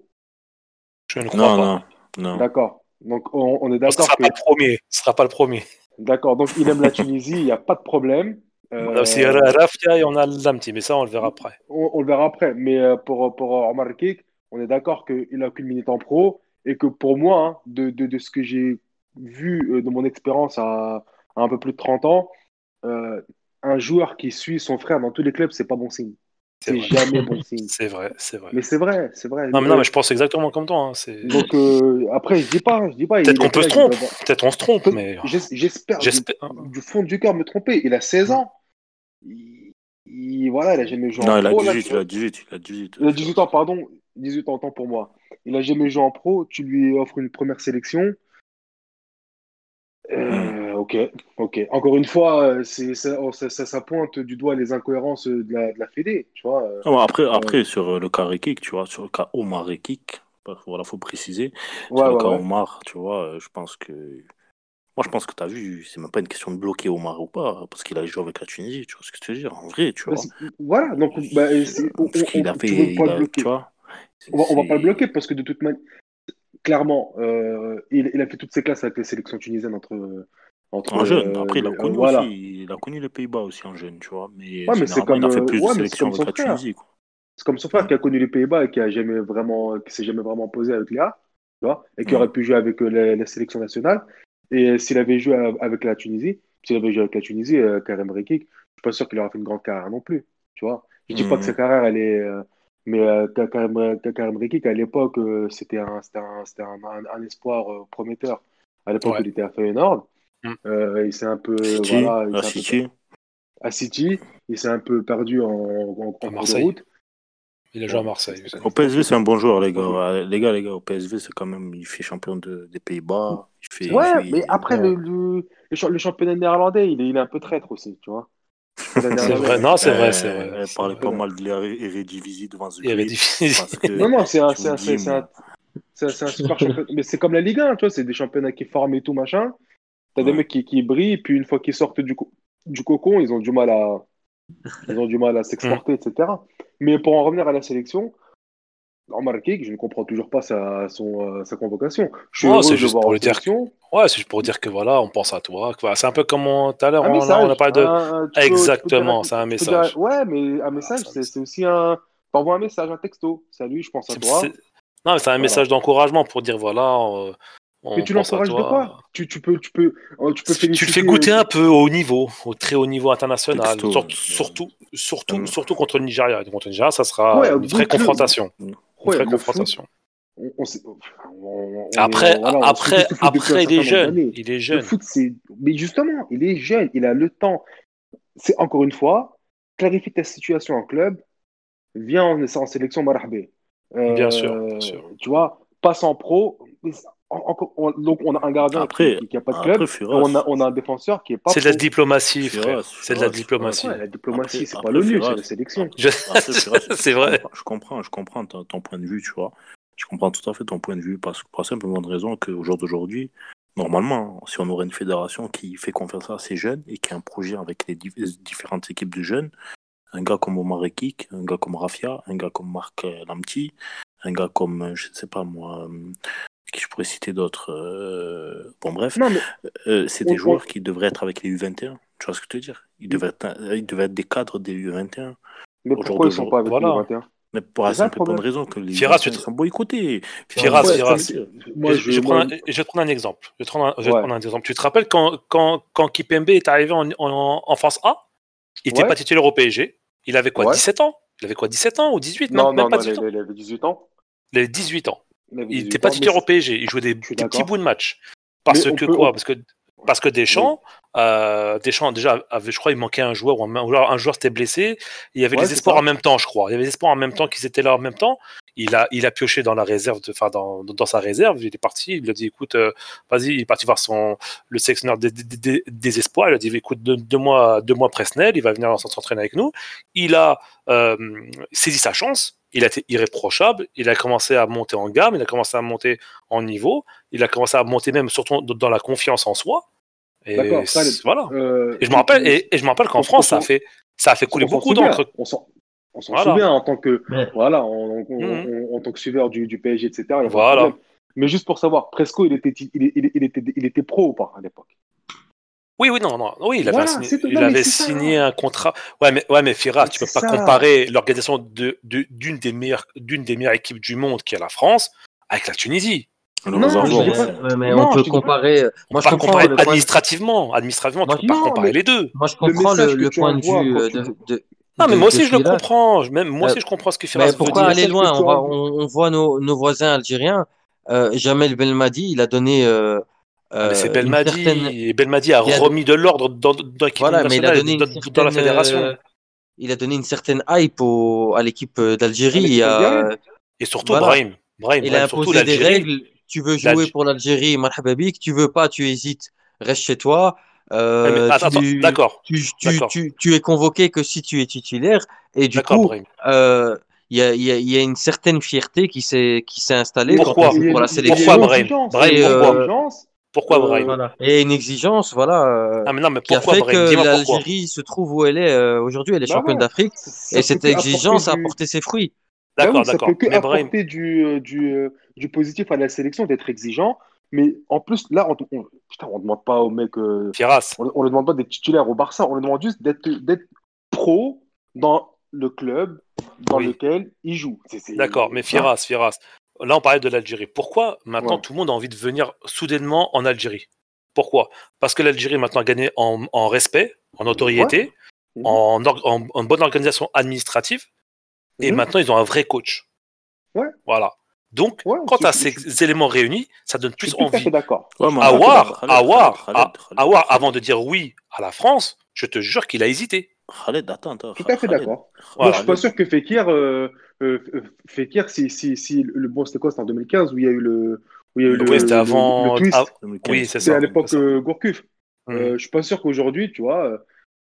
Je ne crois Non, pas. non, non. D'accord. Donc, on, on est Bon, ça d'accord sera pas que, le premier. Ce sera pas le premier. d'accord. Donc, il aime la Tunisie, il n'y a pas de problème. On a aussi Euh, Ra- Rafia et on a Lamti, mais ça, on le verra après. on, on le verra après. Mais euh, pour, pour Omar Rekik, on est d'accord qu'il n'a aucune minute en pro et que pour moi, hein, de, de, de ce que j'ai vu euh, de mon expérience à, à un peu plus de trente ans, euh, un joueur qui suit son frère dans tous les clubs, c'est pas bon signe. C'est C'est vrai. jamais bon signe. C'est vrai, c'est vrai. Mais c'est vrai, c'est vrai. Non, mais non, mais Euh, je pense exactement comme toi. Hein. C'est... donc euh, après, je dis pas, hein, je dis pas, Peut-être il a qu'on peut quel se âge? Il doit tromper. avoir- Peut-être on se trompe, Peut- mais j'es- J'espère du, j'espère. du fond du cœur me tromper. Il a seize ans. Il, il- voilà, il a jamais joué en Non, il a pro. Là, dix-huit, il a dix-huit, il a dix-huit. il a Tu vois, dix-huit ans, pardon. dix-huit ans, autant pour moi. Il a jamais joué en pro. Tu lui offres une première sélection. Hmm. Euh, ok, ok. Encore une fois, euh, c'est, ça, oh, ça, ça- ça pointe du doigt les incohérences de la, de la Fédé, tu vois. euh, Ah, bon, après, euh, après, sur euh, le cas Rekik, tu vois, sur le cas Omar Rekik, parce que voilà, faut préciser. Sur ouais, le ouais, cas ouais. Omar, tu vois, euh, je pense que. Moi, je pense que tu as vu, c'est même pas une question de bloquer Omar ou pas, parce qu'il a joué avec la Tunisie, tu vois ce que je veux dire, en vrai, tu Bah, vois. c'est- voilà, donc bah, c'est- on, Parce on- qu'il a on- tu veux fait, pas il le a, tu bloquer. vois, c'est. On va, on va pas le bloquer c'est- parce que de toute manière, clairement, euh, il, il a fait toutes ses classes avec les sélections tunisiennes entre, entre En jeune, euh, après, il a les- euh, connu voilà. aussi, il a connu les Pays-Bas aussi en jeune, tu vois, mais Ouais, mais c'est généralement, il comme, a fait euh, plus de ouais, mais c'est sélections comme avec son la frère. Tunisie, quoi. C'est comme son frère Hmm. qui a connu les Pays-Bas et qui a jamais vraiment, qui s'est jamais vraiment posé avec Léa, tu vois, et qui Hmm. aurait pu jouer avec euh, la, la sélection nationale. Et euh, s'il avait joué a- avec la Tunisie, s'il avait joué avec la Tunisie, euh, Karim Rekik, je suis pas sûr qu'il aurait fait une grande carrière non plus, tu vois. Je dis pas que sa Hmm. carrière, elle est, euh, mais euh, Ka- Karim, Ka- Karim Rekik, à l'époque, euh, c'était un, c'était un, c'était un, un- un espoir euh, prometteur. À l'époque, Ouais. il était à Feyenoord. Mm. Euh, il s'est un peu, City, voilà, il à s'est un peu per- City. à City, il s'est un peu perdu en, en, en À cours de Marseille. route. Il a joué à Bon, Marseille c'est- aussi. Au ok, P S V, c'est un bon joueur, les ok. gars. Ouais, Les gars, les gars, au P S V, c'est quand même, il fait champion de, des Pays-Bas. Il fait, il Ouais, fait- mais après, Ouais. le, le, le cha- le championnat néerlandais, il est, il est un peu traître aussi, tu vois. Le championnat C'est néerlandais, il vrai. est un peu Non, c'est traître. vrai, c'est vrai. Euh, C'est parlez vrai. pas Championnat. mal de l'Eredivisie devant The Il y avait Great, difficile. parce que Non, non, c'est un, je c'est vous un, c'est dis, c'est un, moi, C'est, c'est un super championnat. Mais c'est comme la Ligue un, tu vois, c'est des championnats qui forment et tout, machin. T'as des Ouais. mecs qui, qui brillent, puis une fois qu'ils sortent du, co- du cocon, ils ont du mal à, ils ont du mal à Mm. s'exporter, et cetera. Mais pour en revenir à la sélection, Omar Kik, je ne comprends toujours pas sa, son, euh, sa convocation. Je suis Non, c'est heureux de le juste voir pour en lui dire que, sélection. ouais, c'est juste pour dire que voilà, on pense à toi. que voilà, c'est un peu comme on- tout à l'heure, Un on a, on a message, parlé de. un- un- tu peux, tu peux dire, Exactement, c'est un tu peux dire, message. ouais, mais un Voilà, message, c'est un c'est message. c'est aussi un, t'envoies un message, un texto. Salut, je pense à C'est- c'est- toi. Non, mais c'est un Voilà. message d'encouragement pour dire voilà, euh, Mais on tu pense à l'encourages de quoi? toi. Tu, tu peux, tu peux, euh, tu peux Tu tu le fais féliciter. goûter euh, un peu au niveau, au très haut niveau international, Texto. Sur- euh, surtout, surtout, euh, surtout contre le Nigeria. Et contre le Nigeria, ça sera Ouais, une vraie goûte-le. confrontation. Une Ouais, vraie le foot, confrontation. on, on, s'est- on- on est, Après, on- voilà, on suit après, tous le foot depuis un après, il est certain nombre jeune. d'années. Il est Le jeune. foot, c'est, mais justement, il est jeune, il a le temps. C'est encore une fois, clarifie ta situation en club, viens en, en sélection marahbé. Bien sûr, bien Euh, sûr. tu vois, passe en pro. Mais en- encore- on- donc, on a un gardien qui, Après, qui, qui a pas de club après et on a, Firas, on a un défenseur qui est pas C'est de la pro. diplomatie, Firas, frère. C'est de la Firas, Firas. diplomatie. Ouais, la diplomatie, Après, c'est pas après l'ONU, c'est la Firas, sélection. Je- après Firas, C'est je vrai. comprends, je comprends, je comprends ton, ton point de vue, tu vois. Je comprends tout à fait ton point de vue parce, pour la simple et bonne raison qu'au jour d'aujourd'hui, normalement, si on aurait une fédération qui fait confiance à ces jeunes et qui a un projet avec les diff- différentes équipes de jeunes, un gars comme Omar Ekik, un gars comme Rafia, un gars comme Marc euh, Lamti, un gars comme, euh, je ne sais pas moi, euh, qui je pourrais citer d'autres. euh, Bon, bref, Non, mais euh, c'est des on, on- joueurs qui devraient être avec les U vingt et un. Tu vois ce que je veux dire? Ils devraient être, euh, ils devraient être des cadres des U vingt et un mais au jour pourquoi ils sont pas d'aujourd'hui. avec les Voilà. vingt et un? Mais pour C'est la ça le simple et bonne problème. raison que les Firas, tu U vingt et un te- ils sont boycottés. Tu vois, Firas, c'est- Ouais, ça, Firas. me- Je, moi, je, je vais moi, prendre un, je vais te prendre un exemple. Je vais te prendre un, je vais te ouais, prendre un exemple. Tu te rappelles quand, quand, quand Kipembe est arrivé en, en, en France A, il n'était ouais, pas titulaire au P S G. Il avait quoi, ouais. dix-sept ans? Il avait quoi, dix-sept ans ou dix-huit? Même, Non, même non, pas non, il, dix-huit ans. il avait dix-huit ans. Il avait dix-huit ans. Il avait Il n'était dix-huit pas ans, mais titulaire au c'est- P S G. Il jouait des, je suis des petits d'accord. bouts de match. Mais Parce on que peut, quoi? on- Parce que, parce que oui, Deschamps, euh, Deschamps déjà avait, je crois, il manquait un joueur, ou un, joueur- un joueur s'était blessé. Il y avait ouais, les c'est espoirs en ça. même temps, je crois. Il y avait les espoirs en même temps qu'ils étaient là en même temps. Il a, il a pioché dans la réserve, de- enfin dans, dans sa réserve. Il est parti. Il a dit, écoute, euh, vas-y. Il est parti voir son le sélectionneur des, des, des- des espoirs. Il a dit, écoute, deux, deux mois, deux mois Presnel. Il va venir s'entraîner avec nous. Il a euh, saisi sa chance. Il a été irréprochable. Il a commencé à monter en gamme. Il a commencé à monter en niveau. Il a commencé à monter même surtout dans la confiance en soi. Et D'accord, Khaled. voilà. Euh, Et je me tu, rappelle, tu, et, et je me rappelle qu'en qu'on, France, qu'on ça a s'en, fait, ça a fait couler on s'en beaucoup souvient. d'encre. On s'en, on s'en Voilà. souvient en tant que, Mais, voilà, en, en- Mhm. en- en tant que suiveur du, du P S G, et cetera. Il n'y a pas de Voilà. problème. Mais juste pour savoir, Presco, il était, il, il, il, il était, il était pro ou pas à l'époque? Oui, oui, non, non. Oui, il avait, Voilà, signé, c'est tout. il Non, mais avait c'est ça. signé un contrat. Ouais, mais, ouais, mais Firas, Mais tu c'est peux pas ça. comparer l'organisation de, de- d'une des meilleures, d'une des meilleures équipes du monde qui est la France avec la Tunisie. Le Non, je réservoir dis mais, pas. aussi. ouais, mais on Non, peut je te dis pas. comparer. On Moi, peut je pas comprends comparer le point de... administrativement. Administrativement, tu Moi, peux je, pas Non, comparer mais les deux. moi, je le comprends le, message que le tu point de envoies vue quand euh, tu. de, de, Non, mais de, moi de aussi, je le Firas. comprends. Même, moi Euh, aussi, je comprends ce que mais Firas veut pourquoi Le dire. aller message que loin? tu On va, envoies. on, on voit nos, nos voisins algériens. Euh, Jamel Belmadi, il a donné euh, Ah, mais c'est euh, une certaine. Belmadi. Et Belmadi a Il a, remis de l'ordre dans, dans l'équipe voilà, mais il a nationale et donné une dans, dans la certaine. fédération. euh, il a donné une certaine hype au, à l'équipe euh, À d'Algérie. Il l'équipe a, algérienne. Et surtout, voilà. Brahim. Brahim, Il a Brahim, surtout imposé des l'Algérie. règles. Tu veux jouer l'Alg- pour l'Algérie, marhaba bik. Tu veux pas, tu hésites, reste chez toi. Ouais, mais Euh, attends, attends, tu, d'accord. tu, tu, D'accord. tu, tu es convoqué que si tu es titulaire. Et du D'accord, coup, Brahim. euh, il y a, il y a, il y a une certaine fierté qui s'est, qui s'est installée Et quand on Pourquoi? et il joue y a pour une, la il y a Pourquoi, une sélection. Brahim? exigence. Il y a Brahim, une Et, pourquoi? euh, exigence. Pourquoi, Brahim? Euh, voilà. Et une exigence, voilà, euh, Ah, mais non, mais qui a pourquoi, fait Brahim? que Dis-moi pourquoi. l'Algérie se trouve où elle est euh, aujourd'hui. Elle est bah championne ouais, d'Afrique. ça, ça Et peut cette que apporter exigence a du. porté ses fruits. Bah oui, D'accord, ça peut d'accord. que Mais Brahim, apporter du, euh, du, euh, du positif à la sélection d'être exigeant. Mais en plus, là, on, on, putain, on demande pas au mec, euh, Firas. on, on ne demande pas d'être titulaire au Barça, on lui demande juste d'être d'être pro dans le club dans Oui, lequel il joue. C'est, c'est, d'accord. Mais hein? Firas, Firas. Là, on parlait de l'Algérie. Pourquoi maintenant Ouais. tout le monde a envie de venir soudainement en Algérie? Pourquoi? Parce que l'Algérie maintenant a gagné en, en respect, en Ouais. notoriété, Mhm. en, or- en- en bonne organisation administrative, et Mhm. maintenant ils ont un vrai coach. Ouais. Voilà. Donc, Ouais, quand je, tu as je- ces je- éléments réunis, ça donne je suis plus tout à fait envie. d'accord. Ouais, Je mais suis tout à fait Khaled, d'accord. Awar, Khaled, Awar, Khaled, Khaled, Khaled, Awar, Khaled, avant de dire oui à la France, je te jure qu'il a hésité. Khaled, attends, attends, Tout à fait Khaled, d'accord. Moi, je Voilà. suis pas Khaled. sûr que Fekir, euh, euh, euh, Fekir, si, si, si le bon, c'était quoi, c'était en deux mille quinze où il y a eu le, où il y a eu Oui, c'était le, le, le- le avant. ah, twist. oui, deux mille quinze. c'est C'était à ça. C'est l'époque ça. euh, Gourcuff. Mhm. Euh, je suis pas sûr qu'aujourd'hui, tu vois,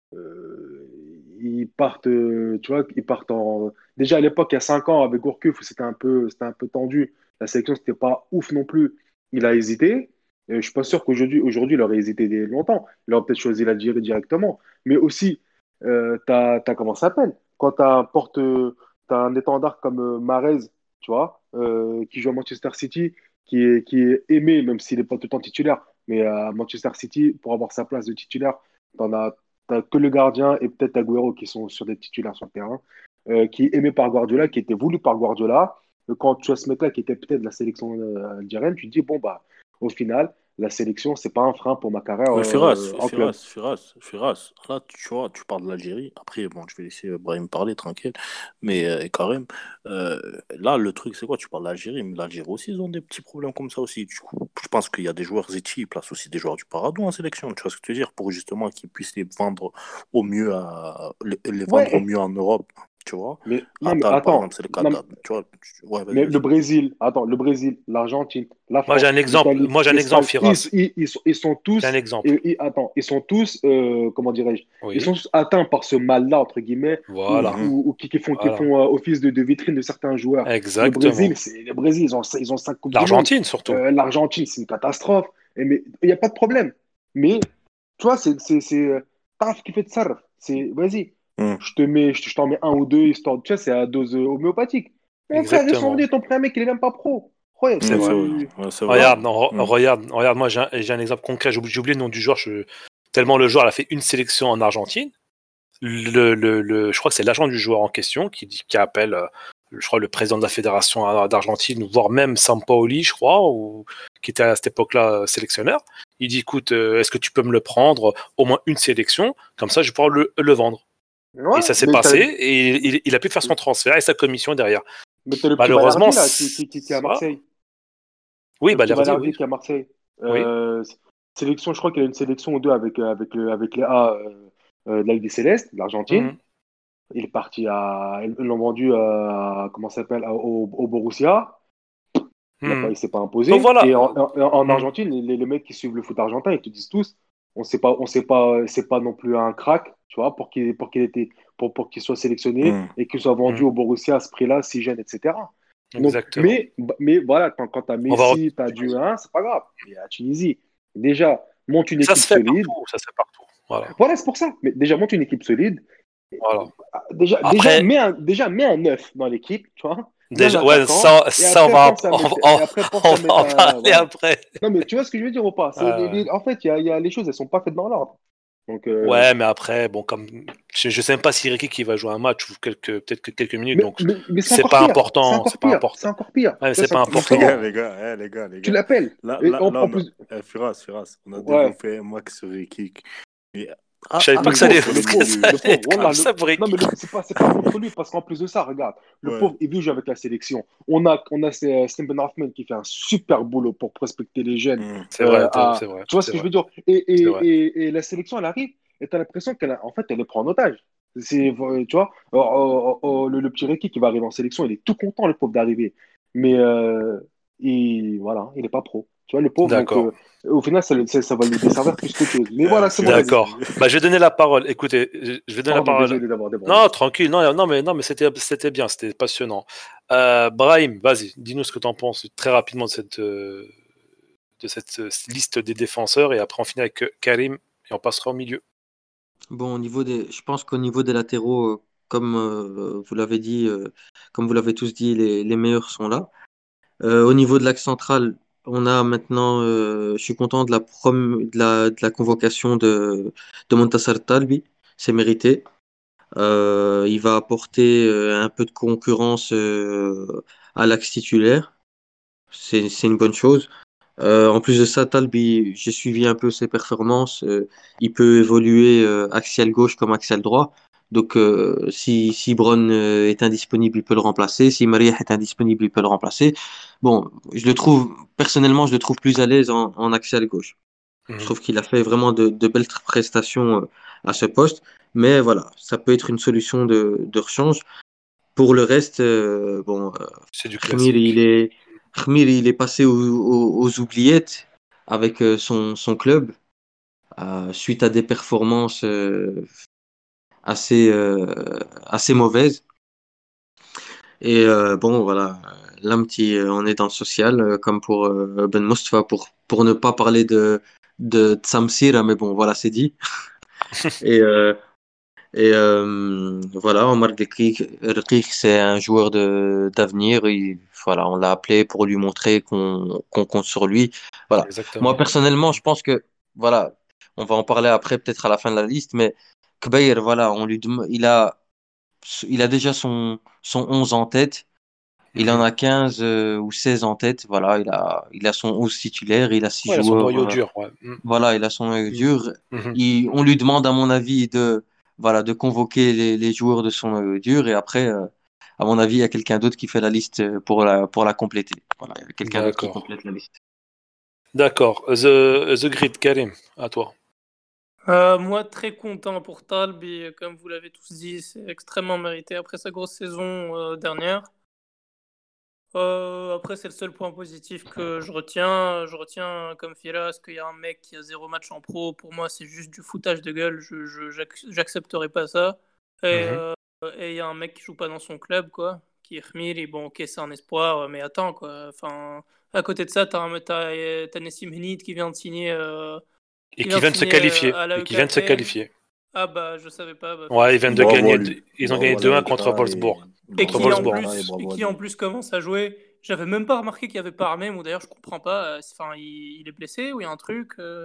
euh, ils partent, euh, tu vois, ils partent en. Déjà à l'époque, il y a cinq ans avec Gourcuff, c'était un peu, c'était un peu tendu. La sélection, c'était pas ouf non plus. Il a hésité. Euh, je suis pas sûr qu'aujourd'hui, aujourd'hui, il aurait hésité dès longtemps. Il aurait peut-être choisi l'Algérie directement. Mais aussi, euh, t'as, t'as comment ça s'appelle? Quand t'as un porte, t'as un étendard comme euh, Mahrez, tu vois, euh, qui joue à Manchester City, qui est, qui est aimé, même s'il n'est pas tout le temps titulaire. Mais à Manchester City, pour avoir sa place de titulaire, t'en as, t'as que le gardien et peut-être Agüero qui sont sur des titulaires sur le terrain, euh, qui est aimé par Guardiola, qui était voulu par Guardiola. Euh, Quand tu as ce mec-là qui était peut-être de la sélection euh, algérienne, tu te dis, bon, bah, au final, la sélection, c'est pas un frein pour ma carrière Ouais, Firas, euh, en club. Firas, Firas, Firas. Là, tu vois, tu parles de l'Algérie. Après, bon, je vais laisser euh, Brahim parler tranquille. Mais euh, et Karim, euh, là, le truc, c'est quoi? Tu parles de l'Algérie, mais l'Algérie aussi, ils ont des petits problèmes comme ça aussi. Du coup, je pense qu'il y a des joueurs Zetchi, ils placent aussi des joueurs du Paradou en sélection. Tu vois ce que je veux dire? Pour justement qu'ils puissent les vendre au mieux à, les, les vendre au Ouais, mieux en Europe. Tu vois? mais non, mais Atal, par exemple, attends. c'est le cas Non, d'Ab. Tu vois? tu- Ouais, vas-y, mais le vas-y. Brésil, attends, le Brésil, l'Argentine, la Moi, j'ai un France, exemple. l'Italie, Moi, j'ai un exemple, l'Espagne, ils, Firas. ils, ils sont, ils sont J'ai un tous, exemple. et, et- attends, ils sont tous, euh, comment dirais-je, ils sont Oui. tous atteints par ce mal-là, entre guillemets, ou, Voilà. Mhm. ou, ou qui, qui font, qui Voilà. font euh, office de, de vitrine de certains joueurs. Le Brésil, Exactement. c'est, le Brésil, ils ont, ils ont cinq Coupes du Monde. L'Argentine, surtout. Euh, L'Argentine, c'est une catastrophe. Et mais il n'y a pas de problème. Mais, tu vois, c'est, c'est, c'est, euh, taf qui fait de ça. C'est, vas-y, Mhm. je te mets, je t'en mets un ou deux, histoire, tu vois, c'est à dose euh, homéopathique. Mon frère, ils sont Exactement. venus, ton premier mec, il est même pas pro. Ouais, C'est Ouais, c'est vrai. vrai. tu, Ouais, c'est tu vrai. vois? Regarde, non, re- Mhm. regarde, regarde, moi, j'ai un, j'ai un exemple concret. J'ai oublié, j'ai oublié le nom du joueur. Je... Tellement le joueur a fait une sélection en Argentine. Le, le, le- je crois que c'est l'agent du joueur en question qui, dit, qui appelle, euh, je crois, le président de la fédération euh, d'Argentine, voire même Sampaoli, je crois, ou, qui était à cette époque-là euh, sélectionneur. Il dit, écoute, euh, est-ce que tu peux me le prendre euh, au moins une sélection, comme ça je vais pouvoir le, le vendre. Et Ouais, ça s'est mais t'as, passé, et il, il a pu faire son transfert et sa commission derrière. mais t'as le petit Malheureusement, Balerdi, là, qui, c'est- qui, qui, qui est à voilà. Marseille. Oui, Le petit Balerdi, oui. Balerdi qui est à Marseille. Oui. Euh, sélection, je crois qu'il y a une sélection ou deux avec, euh, avec, le, avec les A euh, euh, de l'Albi Céleste, de l'Argentine. Mhm. Il est parti à. Ils l'ont vendu à. Comment ça s'appelle? à- Au, au Borussia. Il a pas, Mhm. il s'est pas Donc imposé. voilà. Et en, en, en Mhm. Argentine, les, les mecs qui suivent le foot argentin, ils te disent tous, on sait pas, on sait pas, c'est pas non plus un crack, tu vois, pour qu'il pour qu'il était, pour, pour qu'il soit sélectionné Mhm. et qu'il soit vendu Mhm. au Borussia à ce prix-là, si jeune, et cetera. Donc, Exactement. mais, mais voilà, quand, quand tu as On va re- Messi, tu as du un, c'est pas grave. Mais à Tunisie, déjà, monte une Ça se équipe fait solide. partout. Ça se fait partout. Voilà. Voilà, c'est pour ça. Mais déjà, monte une équipe solide. Voilà. Déjà, déjà, Après, mets un, déjà, mets un neuf dans l'équipe, tu vois. Mets un déjà, ouais, attaquant. ça, Et ça on après, va, pense à on mettre, va, et après, pense on à va mettre en un. parler Voilà. après. Non, mais tu vois ce que je veux dire ou pas? C'est les- Euh, les- En fait, il y a, il y a, les choses, elles sont pas faites dans l'ordre. Donc, euh, ouais, mais après, bon, comme je, je sais même pas si Ricky qui va jouer un match ou quelques, peut-être que quelques minutes, mais, donc mais, mais c'est c'est encore pas pire. C'est important, encore c'est pas pire. C'est important. encore pire. Ouais, mais Tu vois, c'est c'est pas encore- Les gars, important. justement, les gars, eh, les gars, les tu gars. l'appelles. Là, Et là, en, là, en on a... plus, eh, Firas, Firas, on a déjà ouais. fait un max sur Rikik. Mais Je a- savais Ah, pas mais que le ça appuie allait, pauvre, sur le les que pauvre, ça milieux. le allait pauvre. être comme Wallah, le... ça pour Non, mais le- Ricky. c'est pas, c'est pas contre lui, parce qu'en plus de ça, regarde, le Ouais, pauvre, il veut jouer avec la sélection. On a, on a euh, Slim Ben Arthman qui fait un super boulot pour prospecter les jeunes. hum, C'est euh, vrai, à... c'est vrai, Tu vois ce c'est que je vrai, veux dire? Et, c'est et, vrai. et, et la sélection, elle arrive, et tu as l'impression qu'elle a- en fait, elle les prend en otage. C'est, euh, tu vois, oh, oh, oh, le, le petit Reiki qui va arriver en sélection, il est tout content, le pauvre, d'arriver. Mais euh, il, voilà, il n'est pas pro. Tu vois, le pauvre, donc D'accord, euh, au final, ça, le- ça, ça va le desservir plus qu'autre chose. Mais euh, voilà, c'est mon Firas. avis. d'accord. Bah, je vais donner la parole. Écoutez, je je vais donner la Pardon, parole. désolé d'avoir débordé. Non, tranquille. Non, non, mais non, mais c'était, c'était bien, c'était passionnant. Euh, Brahim, vas-y, dis-nous ce que tu en penses très rapidement de cette, euh, de cette euh, liste des défenseurs et après on finit avec euh, Karim et on passera au milieu. Bon, au niveau des, je pense qu'au niveau des latéraux, euh, comme euh, vous l'avez dit, euh, comme vous l'avez tous dit, les, les meilleurs sont là. Euh, au niveau de l'axe central, on a maintenant, euh, je suis content de la, prom de la, de la convocation de, de Montassar Talbi, c'est mérité. Euh, il va apporter euh, un peu de concurrence euh, à l'axe titulaire, c'est, c'est une bonne chose. Euh, en plus de ça, Talbi, j'ai suivi un peu ses performances. Euh, il peut évoluer euh, axial gauche comme axial droit. Donc, euh, si, si Bron euh, est indisponible, il peut le remplacer. Si Mariah est indisponible, il peut le remplacer. Bon, je le trouve, personnellement, je le trouve plus à l'aise en, en axial gauche. Je Mhm. trouve qu'il a fait vraiment de, de belles prestations euh, à ce poste. Mais voilà, ça peut être une solution de, de rechange. Pour le reste, euh, bon, euh, C'est du Khmir, il classique. est, Khmir, il est passé aux, aux- aux oubliettes avec euh, son, son club euh, suite à des performances euh, assez, euh, assez mauvaises. Et euh, bon, voilà, là, un petit, euh, on est dans le social, euh, comme pour euh, Ben Moustapha, pour, pour ne pas parler de, de Tsamsir, mais bon, voilà, c'est dit. Et, euh, et euh, voilà, Omar Rekik, Rekik, c'est un joueur de, d'avenir. Il- voilà, on l'a appelé pour lui montrer qu'on qu'on compte sur lui. Voilà. Moi, Exactement. personnellement, je pense que, voilà, on va en parler après, peut-être à la fin de la liste, mais Kbeir, voilà, on lui, dem- il a, il a déjà son, son onze en tête. Il en Mhm. a quinze euh, ou seize en tête. Voilà, il a, il a son onze titulaire, il a six Ouais, il a son joueurs. noyau euh, dur. Ouais. Mhm. voilà, il a son noyau Mhm. dur. Mhm. Il- on lui demande, à mon avis, de, voilà, de convoquer les, les joueurs de son noyau dur. Et après, euh, à mon avis, il y a quelqu'un d'autre qui fait la liste euh, pour la, pour la compléter. Voilà, il y a quelqu'un d'autre qui D'accord. complète la liste. D'accord. The, The Grid, Karim, à toi. Euh, moi, très content pour Talbi, comme vous l'avez tous dit, c'est extrêmement mérité après sa grosse saison euh, dernière. Euh, après, c'est le seul point positif que je retiens. Je retiens, comme Firas, qu'il y a un mec qui a zéro match en pro. Pour moi, c'est juste du foutage de gueule. Je, je- j'ac- j'accepterai pas ça. Et Mhm. euh, et il y a un mec qui joue pas dans son club, quoi, qui est Khmir. Et bon, ok, c'est un espoir, mais attends, quoi. Enfin, à côté de ça, t'as, un- t'as, t'as Nessim Henid qui vient de signer, euh, Et qui qui vient de viennent de se signer euh, qualifier. à Et qui viennent de se l'A E K F. qualifier. Ah bah, je savais pas. Bah, Ouais, ils viennent de félicitations. Bravo à gagner. lui. deux- Ils ont Bravo gagné à deux un l'A E K contre et Wolfsburg. Et Contre bravo qui à en Wolfsburg. l'A E K et plus, et bravo à qui en lui. plus commence à jouer. J'avais même pas remarqué qu'il y avait Parmem, ou d'ailleurs je comprends pas. euh, Enfin, il, il est blessé ou il y a un truc. euh,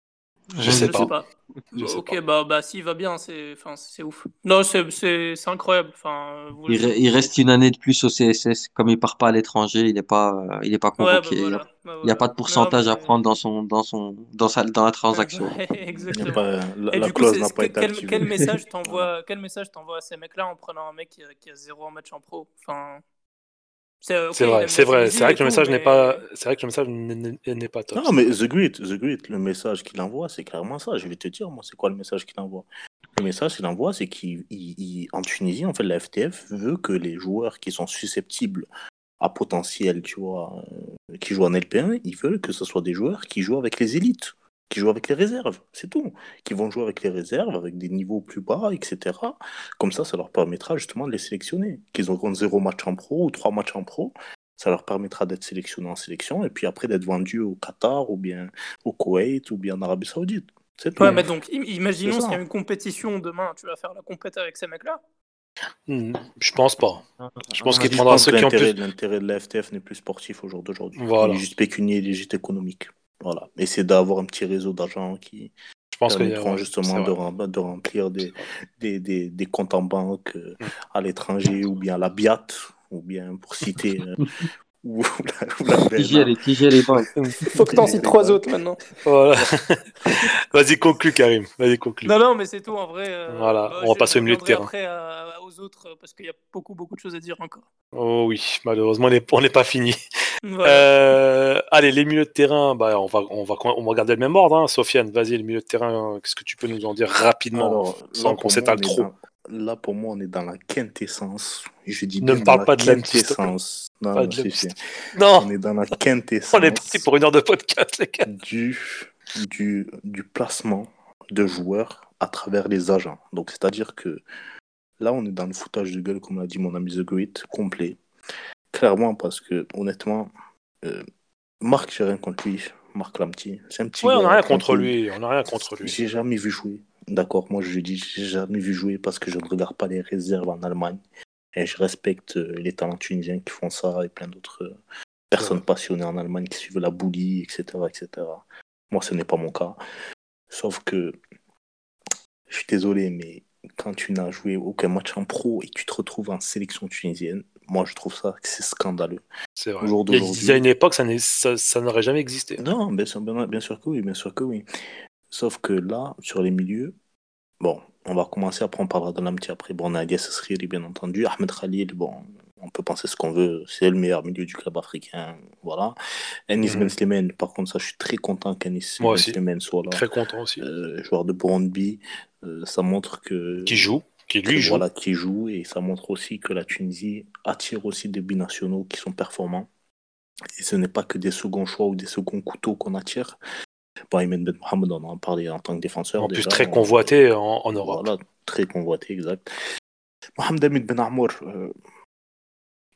Je Je ne sais Je sais sais. pas. pas. Je Bah, sais ok, pas. bah, bah s'il va bien, c'est, enfin, c'est ouf. Non, c'est, c'est, c'est incroyable. Enfin, vous, Il, re- il reste une année de plus au C S S. Comme il part pas à l'étranger, il n'est pas, euh, il est pas ouais, bah convoqué. Il n'y a, voilà, bah il y a pas voilà. de Non, pourcentage à prendre mais dans son, dans son, dans sa, dans la transaction. Donc, euh, Il n'y a exactement. pas, la, Et la du coup, clause c'est, n'a c'est- pas que- été quel, quel activée. message Voilà. t'envoies, quel message t'envoies à ces mecs-là en prenant un mec qui a, qui a zéro match en pro? Enfin, c'est ok, C'est il vrai, aime c'est la vrai. C'est Tunisie vrai et que le tout, message n'est pas. mais C'est vrai que le message n'est n'est pas top. Non, C'est mais vrai. The Grit, The Grit, le message qu'il envoie, c'est clairement ça. Je vais te dire, moi, c'est quoi le message qu'il envoie? Le message qu'il envoie, c'est qu'en Tunisie, en fait, la F T F veut que les joueurs qui sont susceptibles à potentiel, tu vois, euh, qui jouent en L P un, ils veulent que ce soit des joueurs qui jouent avec les élites, qui jouent avec les réserves, c'est tout. Qui vont jouer avec les réserves, avec des niveaux plus bas, et cetera. Comme ça, ça leur permettra justement de les sélectionner. Qu'ils auront zéro match en pro ou trois matchs en pro, ça leur permettra d'être sélectionnés en sélection et puis après d'être vendus au Qatar ou bien au Koweït ou bien en Arabie Saoudite. C'est ouais, tout. mais donc, im- C'est imaginons s'il y a ça. une compétition demain, tu vas faire la compète avec ces mecs-là? Hmm, Je pense pas. à Je mon pense qu'il avis, Je prendra pense ceux que qui ont l'intérêt plus. l'intérêt de la F T F n'est plus sportif au jour d'aujourd'hui. Il est Voilà. juste pécunier, il est juste économique. Voilà. Et c'est d'avoir un petit réseau d'argent qui Je pense que permettront ouais, c'est justement de, vrai. rem- de remplir des, des, des, des comptes en banque euh, Hmm. à l'étranger ou bien à la B I A T ou bien pour citer euh, ou, la, ou la qui gère B N A. les, qui gère les banques. Hmm. Faut que Qui t'en gère cites les trois banques. autres maintenant. Voilà. Vas-y, conclue, Karim. Vas-y, conclue. Non, non, mais c'est tout en vrai. euh, Voilà. bah, On va je, passer je au milieu de reviendrai terrain. après à- aux autres euh, parce qu'il y a beaucoup, beaucoup de choses à dire encore. Oh oui, malheureusement, on n'est on n'est pas fini. Voilà. Euh, allez, les milieux de terrain, bah, on, va, on, va, on va garder le même ordre. Hein. Sofiane, vas-y, le milieu de terrain, qu'est-ce que tu peux nous en dire rapidement, Alors là sans qu'on pour moi on s'étale est trop? dans là pour moi on est dans la quintessence. Je dis Ne bien me dans parle la pas de l'Empty, s'il te plaît. quintessence. Non, Pas non, de c'est l'Empty. fait. Non, On est dans la on est parti quintessence pour une heure de podcast, les gars. du, du, du placement de joueurs à travers les agents. Donc, c'est-à-dire que là, on est dans le foutage de gueule, comme l'a dit mon ami The Great, complet. Clairement, parce que, honnêtement, euh, Marc, j'ai rien contre lui. Marc Lamptey, c'est un petit Ouais, on n'a gars rien contre tranquille. lui. On n'a rien contre lui. J'ai jamais vu jouer. D'accord, moi je dis, j'ai jamais vu jouer parce que je ne regarde pas les réserves en Allemagne. Et je respecte euh, les talents tunisiens qui font ça et plein d'autres euh, personnes passionnées en Allemagne qui suivent la boulie, et cetera, et cetera. Moi, ce n'est pas mon cas. Sauf que, je suis désolé, mais quand tu n'as joué aucun match en pro et que tu te retrouves en sélection tunisienne, moi, je trouve ça que c'est scandaleux. C'est vrai. Au jour Il y, a, il y a d'aujourd'hui. une époque, ça, n'est- ça, ça n'aurait jamais existé. Non, bien sûr, bien, bien sûr que oui, bien sûr que oui. Sauf que là, sur les milieux, bon, on va commencer, après on parlera de l'amitié. Après, bon, on a Elias Sriri, bien entendu. Ahmed Khalil, bon, on peut penser ce qu'on veut, c'est le meilleur milieu du club africain, voilà. Enis Ben Mhm. Slimane, par contre, ça, je suis très content qu'Enis Moi Ben aussi. Slimane soit là. Très content aussi. Euh, joueur de Brøndby, euh, ça montre que, Qui joue, qui que lui joue. voilà, qui joue, et ça montre aussi que la Tunisie attire aussi des binationaux qui sont performants. Et ce n'est pas que des seconds choix ou des seconds couteaux qu'on attire. Bon, Aymen Ben Mohamed, on en a parlé en tant que défenseur En plus, déjà. très on- convoité en, en Europe. Voilà, très convoité, exact. Mohamed Hamid Ben Amour, euh,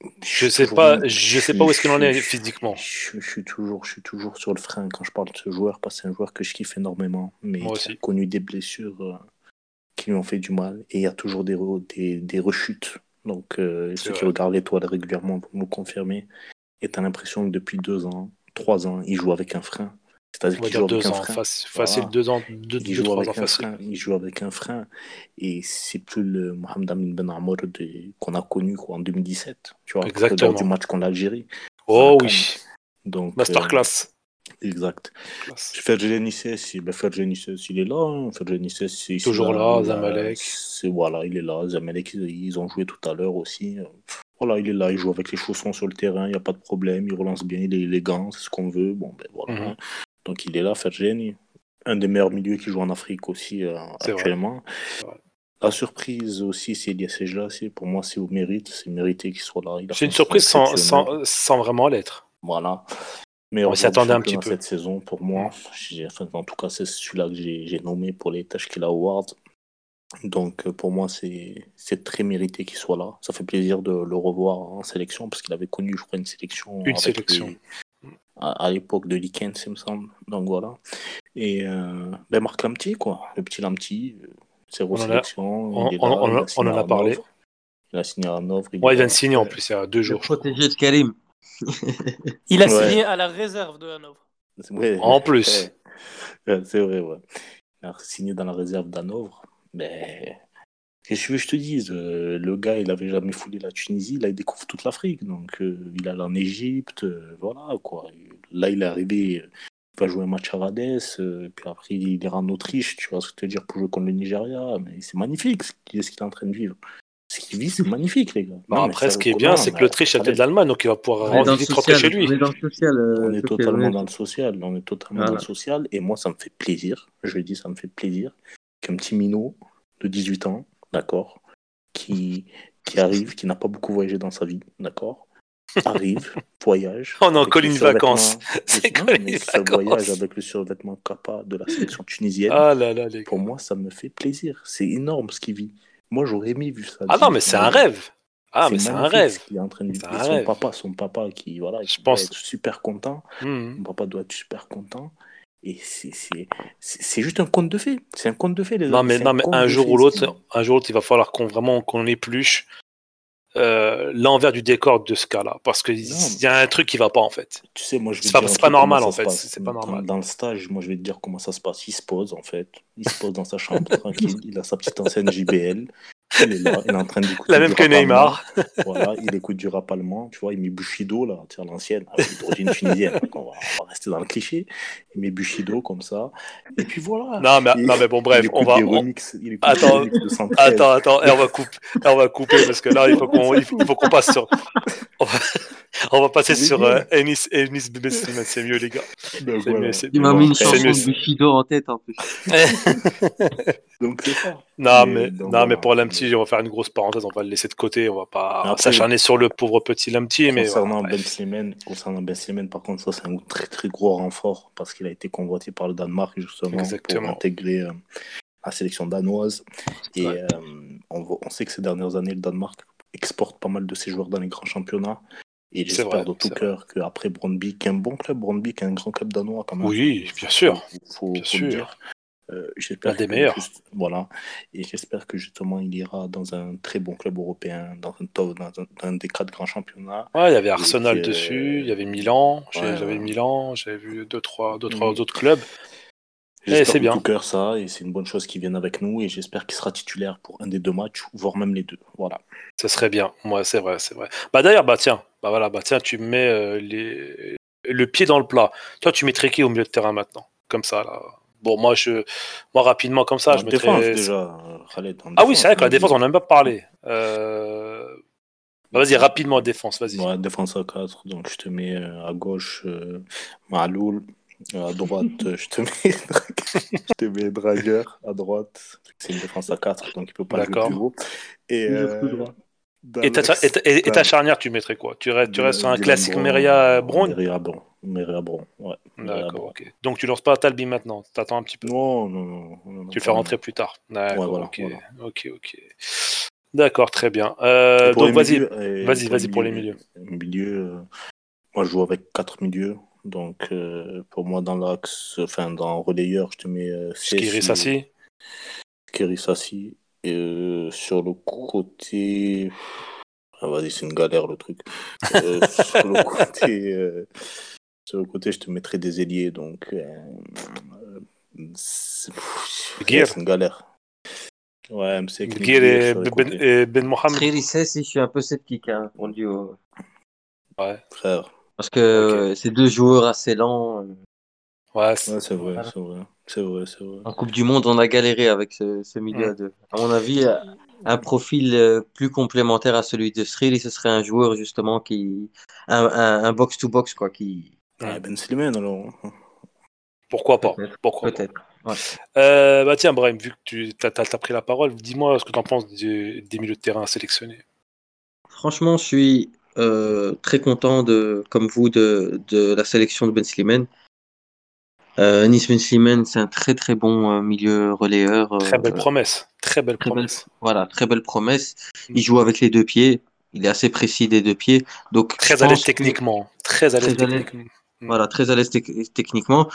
Je sais pas, je sais pas où est-ce qu'il en est physiquement. Je, je suis toujours, je suis toujours sur le frein quand je parle de ce joueur, parce que c'est un joueur que je kiffe énormément, mais Moi qui a aussi. connu des blessures euh, qui lui ont fait du mal, et il y a toujours des, re- des, des rechutes. Donc, euh, C'est ceux qui vrai. regardent l'étoile régulièrement vont nous confirmer. Et t'as l'impression que depuis deux ans, trois ans, il joue avec un frein. C'est-à-dire On va qu'il dire joue avec deux un ans, frein. Faci- facile Voilà. deux ans, deux, Il deux, joue trois ans avec un facile. frein. Il joue avec un frein. Et c'est plus le Mohamed Amin Ben Amour de- qu'on a connu quoi, en deux mille dix-sept. Tu vois, lors du Exactement. match contre l'Algérie. à la Oh CAN. oui, Donc, euh, masterclass. exact. Classe. Fergie Nices, ben Fergie Nices, il est là. Hein. Fergie Nices, c'est ici, Toujours là, il a- Zamalek. c'est- voilà, il est là. Zamalek, ils, ils ont joué tout à l'heure aussi. Voilà, il est là, il joue avec les chaussons sur le terrain, il n'y a pas de problème, il relance bien, il est élégant, c'est ce qu'on veut. Bon, ben voilà. Mhm. Hein. Donc il est là, Fergie, un des meilleurs milieux qui joue en Afrique aussi euh, C'est vrai. actuellement. C'est vrai. La surprise aussi, c'est Elias Sejla. C'est pour moi, c'est au mérite, c'est mérité qu'il soit là. Il a C'est fait une saison surprise sans, exceptionnelle. sans, sans vraiment l'être. Voilà. On Meilleur s'y joueur du attendait un petit championnat peu. cette saison pour moi. J'ai- enfin, en tout cas, c'est celui-là que j'ai j'ai nommé pour les Tashkila Awards. Donc euh, pour moi, c'est c'est très mérité qu'il soit là. Ça fait plaisir de le revoir en sélection parce qu'il avait connu, je crois, une sélection Une avec sélection. les- à, à l'époque de Likens, il me semble. Donc voilà. Et euh, ben Marc Lamti, quoi. Le petit Lamti, euh, zéro On en a, sélection, on, il est on- là, on- il a on signé en à a parlé. Hanovre. Il a signé à Hanovre, il Ouais, est il vient là. de signer en Ouais. plus, il y a deux Le jours, je crois. protégé de Karim. Il a Ouais. signé à la réserve de Hanovre. Ouais. En plus. Ouais, c'est vrai, ouais. Il a signé dans la réserve d'Hanovre. Mais qu'est-ce que tu veux que je te dise? euh, Le gars, il avait jamais foulé la Tunisie, là, il découvre toute l'Afrique. Donc, euh, il allait en Égypte, euh, voilà, quoi. Là, il est arrivé, euh, il va jouer un match à Rades, euh, puis après, il ira en Autriche, tu vois ce que je veux dire, pour jouer contre le Nigeria. Mais c'est magnifique ce qu'il ce qu'il est en train de vivre. Ce qu'il vit, c'est magnifique, les gars. Bah, Non, mais après, ce sérieux, qui est bien, non, c'est que mais l'Autriche est à côté Khaled, de l'Allemagne, donc il va pouvoir On est rendre dans le visite, rentrer social. chez lui. On est dans le social. euh, on est Sofiane, totalement oui. dans le social, on est totalement dans Voilà. le social, et moi, ça me fait plaisir, je le dis, ça me fait plaisir qu'un petit minot de dix-huit ans, d'accord, qui, qui arrive, qui n'a pas beaucoup voyagé dans sa vie, d'accord, arrive, voyage, On est en avec le colonie vacances. survêtement, C'est le- non, colonie mais ce voyage vacances. avec le survêtement Kappa de la sélection tunisienne, Ah là là, les pour gars. moi, ça me fait plaisir, c'est énorme ce qu'il vit. Moi, j'aurais aimé vivre ça à Ah non, mais dix-huit c'est ans, un les gars. rêve. Ah, mais C'est c'est un magnifique ce rêve. qu'il est en train de vivre. C'est Et un son rêve. papa, son papa qui, voilà, Je qui doit pense. être super content. Mhm. Mon papa doit être super content. Et c'est, c'est, c'est, c'est juste un conte de fées. C'est un conte de fées, les Non, amis. mais, C'est non, un mais conte un de jour fées, ou ce qu'il l'autre, vit. un jour ou l'autre, il va falloir qu'on vraiment qu'on épluche euh, l'envers du décor de ce cas-là, parce qu'il Non, y a un truc qui va pas en fait. tu sais, moi, je vais C'est te pas, dire un c'est pas truc, comment normal ça en se fait. passe. C'est c'est pas Dans, normal. dans le stage, moi, je vais te dire comment ça se passe. Il se pose, en fait. Il se pose dans sa chambre, tranquille. Il a sa petite enseigne J B L. Il est là, il est en train d'écouter La du même que rap allemand. Neymar. Voilà, il écoute du rap allemand. Tu vois, il met Bushido, là, tu sais, l'ancienne, il est d'origine tunisienne. Donc, on va, on va rester dans le cliché. Il met Bushido comme ça. Et puis voilà. Non, mais, Et non, mais bon, il bref, on écoute va. des on- remixes. Il écoute des Attends, remixes de cent treize. attends, attends, et on va couper, et on va couper parce que là, il faut qu'on, il faut, il faut qu'on passe sur. On va, on va passer C'est sur bien. euh, Enis, Enis Bébé Slimane, c'est mieux, les gars. Donc C'est voilà. mieux, c'est Il mieux. m'a Bon, mis une après, C'est chanson mieux. de Bushido en tête en plus. donc c'est ça. Non, Mais mais, donc, non, mais voilà. pour Lamti, on va faire une grosse parenthèse, on va le laisser de côté, on va pas Après, s'acharner sur le pauvre petit Lamti, mais voilà, Concernant Ben bref. Slimane, concernant Ben Slimane, par contre, ça c'est un très très gros renfort parce qu'il a été convoité par le Danemark justement pour Exactement. intégrer euh, la sélection danoise. Et Ouais. euh, on, voit- on sait que ces dernières années, le Danemark exporte pas mal de ses joueurs dans les grands championnats. Et C'est j'espère vrai, de tout c'est cœur qu'après Brøndby, qui est un bon club, Brøndby, qui est un grand club danois quand même, Oui, faut, bien sûr, faut, faut- bien faut le sûr. dire. Euh, L'un j'espère des que meilleurs. juste, voilà, et j'espère que justement il ira dans un très bon club européen, dans un top, dans un, dans un des quatre grands championnats. Ouais, il y avait Et Arsenal que, dessus, il y avait Milan, j'ai- ouais, j'avais ouais. Milan, j'avais vu deux, trois, deux, trois Mm. autres clubs. Et J'espère c'est de bien. tout cœur ça, et c'est une bonne chose qu'il vienne avec nous, et j'espère qu'il sera titulaire pour un des deux matchs, voire même les deux. Voilà. Ça serait bien. Ouais, c'est vrai, c'est vrai. Bah d'ailleurs, bah tiens, bah voilà, bah tiens, tu mets euh, les... le pied dans le plat. Toi, tu mettrais qui au milieu de terrain maintenant? Comme ça, là. Bon, moi, je, moi rapidement, comme ça, En je défense mettrais. déjà, Khaled, en Ah oui, c'est vrai défense, que la moi, je défense, dis. on n'a même pas parlé. Euh... Bah, vas-y, rapidement, défense, vas-y. Ouais, défense à quatre, donc je te mets euh, à gauche euh, Maloul, à droite euh, je te mets je te mets Dragueur à droite, c'est une défense à quatre, donc il peut pas jouer D'accord. plus haut. Et, Toujours euh, tout droit. dans Et ta, l'axe, et, ta- et- et ta t'as charnière, tu mettrais quoi? Tu restes, tu restes sur un Dylan classique Brown, Meria Brown? Meria Brown, Meria Brown, ouais, Meria D'accord, Brown. ok. Donc tu lances pas Talbi maintenant, t'attends un petit peu. Non, non, non, non, non, Tu le pas fais rentrer maintenant. plus tard. Ouais, D'accord, voilà, ok. voilà. Ok, ok. D'accord, très bien. Et Euh, pour donc les vas-y, milieux, et vas-y, pour les vas-y pour les milieux, milieux. milieux, euh, moi je joue avec quatre milieux. Donc euh, pour moi dans l'axe, enfin dans relayeur, je te mets euh, Skiri Sessi et Sassi. Keri Sassi. Et euh, sur le côté, ah, vas-y, c'est une galère le truc. Euh, sur le côté, euh, sur le côté, je te mettrai des ailiers. Donc euh, euh, c'est... pff, yeah, Gir. c'est une galère. Ouais, c'est avec les Gir Gir et sur les Ben, côtés. et Ben Mohamed. Sriri Sessi, je suis un peu sceptique hein, pour le duo. Ouais, Frère. Parce que ok. euh, c'est deux joueurs assez lents. euh, Ouais, c'est- Ouais, c'est vrai, voilà. c'est vrai. C'est vrai, c'est vrai. En Coupe du Monde, on a galéré avec ce, ce milieu Hmm. à deux. À mon avis, euh, un profil euh, plus complémentaire à celui de Sriri, ce serait un joueur justement qui. Un, un, un box-to-box, quoi, qui. Ah, Hmm. Ben Slimane alors. Pourquoi pas? Peut-être. Pourquoi pas? Peut-être. Ouais. Euh, bah tiens, Brahim, vu que tu as, pris la parole, dis-moi ce que tu en penses des, des milieux de terrain sélectionnés. Franchement, je suis euh, très content de, comme vous, de, de la sélection de Ben Slimane. Euh, Anis Ben Slimane, c'est un très très bon euh, milieu relayeur. Très belle euh, promesse. Très belle très belle, promesse. voilà, très belle promesse. Hmm. Il joue avec les deux pieds. Il est assez précis des deux pieds. Donc, je Très à l'aise pense que techniquement. Très à l'aise très à l'aise, techniquement. Hmm. voilà, très à l'aise tec- techniquement.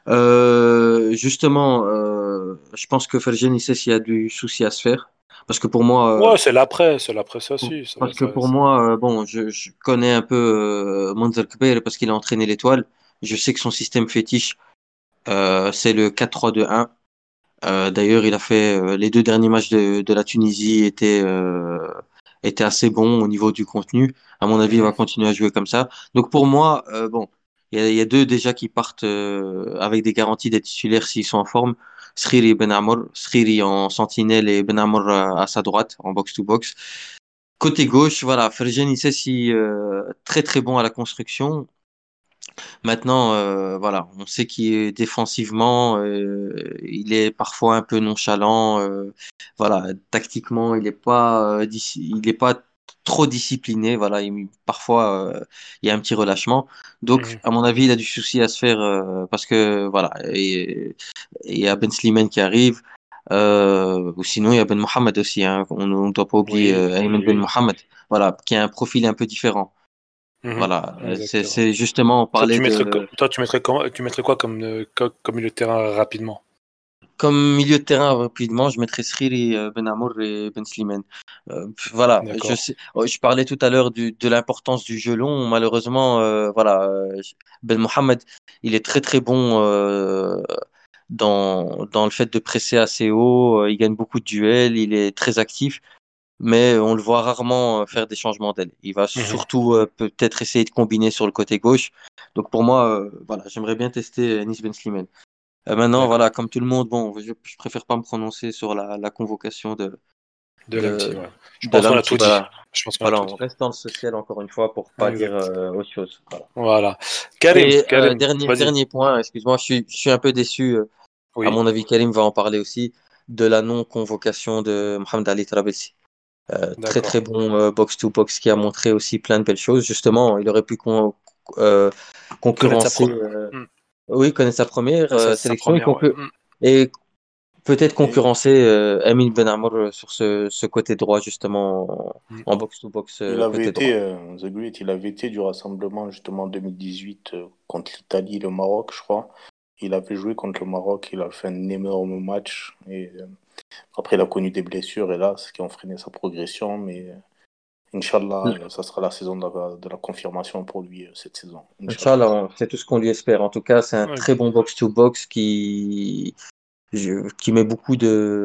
Euh, justement, euh, je pense que Fergen, il sait s'il y a du souci à se faire. Parce que pour moi, euh, Ouais, c'est l'après, c'est l'après ça pour- aussi. Ça, parce que ça, pour ça- moi, euh, bon, je, je connais un peu euh, Monzer Kbeir parce qu'il a entraîné l'Étoile. Je sais que son système fétiche, euh, c'est le quatre trois deux un. Euh, d'ailleurs, il a fait euh, les deux derniers matchs de, de la Tunisie étaient euh, étaient assez bons au niveau du contenu. À mon avis, il va Mhm. continuer à jouer comme ça. Donc pour moi, euh, bon, il y a, il y a deux déjà qui partent euh, avec des garanties d'être titulaires s'ils sont en forme. Sriri et Ben Amor, Sriri en sentinelle et Ben Amor à, à sa droite en box to box. Côté gauche, voilà, Fergen, il sait si euh, très très bon à la construction. Maintenant, euh, voilà, on sait qu'il est défensivement, euh, il est parfois un peu nonchalant. Euh, voilà, tactiquement, il n'est pas, euh, dis- il est pas trop discipliné. Voilà, il- parfois euh, il y a un petit relâchement. Donc, Mhm. à mon avis, il a du souci à se faire euh, parce que voilà, et et il y a Ben Slimane qui arrive. Euh, ou sinon, il y a Ben Mohamed aussi. Hein, on ne doit pas oublier Oui, euh, oui, Ayman Ben oui. Mohamed. Voilà, qui a un profil un peu différent. Mhm. Voilà, euh, c'est Exactement. c'est justement on Toi, tu parlait mettrais, co- de toi, tu mettrais, comment- tu mettrais quoi comme, euh, co- comme milieu de terrain rapidement? comme milieu de terrain rapidement, je mettrais Sriri, euh, Ben Amour et Ben Slimane. Euh, pff, voilà, je D'accord. sais, oh, je parlais tout à l'heure du- de l'importance du jeu long. Malheureusement, euh, voilà, euh, Ben Mohamed, il est très très bon euh, dans dans le fait de presser assez haut. Euh, Il gagne beaucoup de duels, il est très actif, mais on le voit rarement euh, faire des changements d'aile. Il va Mhm. surtout euh, peut-être essayer de combiner sur le côté gauche. Donc pour moi, euh, voilà, j'aimerais bien tester Anis Ben Slimane. Euh, maintenant, D'accord. voilà, comme tout le monde, bon, je, je préfère pas me prononcer sur la, la convocation de, De l'Amti, de, ouais. Je de pense qu'on a l'Amti. tout dit. Voilà, Je pense qu'on a voilà, tout on dit. reste dans le social encore une fois pour pas dire Exact. euh, autre chose. Voilà. Voilà. Karim, Et euh, Karim, dernier, vas-y. dernier point, excuse-moi, je suis, je suis un peu déçu. euh, À Oui, mon avis, Karim va en parler aussi de la non-convocation de Mohamed Ali Trabelsi. Euh, très d'accord. très bon euh, box-to-box qui a montré aussi plein de belles choses. Justement, il aurait pu con- euh, Connaître sa concurrencer, pro. euh, Hmm. oui, connaître sa première Sa, euh, sa sélection et, première, ouais. concur- Hmm. et peut-être Et, concurrencer euh, Emile Benamor euh, sur ce, ce côté droit, justement, Hmm. en en box-to-box il euh, avait côté été, droit. euh, The Great, il avait été du rassemblement justement en deux mille dix-huit euh, contre l'Italie et le Maroc, je crois. Il avait joué contre le Maroc, il a fait un énorme match. Et euh, après, il a connu des blessures, et là, ce qui a freiné sa progression. Mais euh, Inch'Allah, euh, ça sera la saison de la, de la confirmation pour lui euh, cette saison. Inch'Allah. Inch'Allah, on- c'est tout ce qu'on lui espère. En tout cas, c'est un Ouais. très bon box-to-box qui, je- qui met beaucoup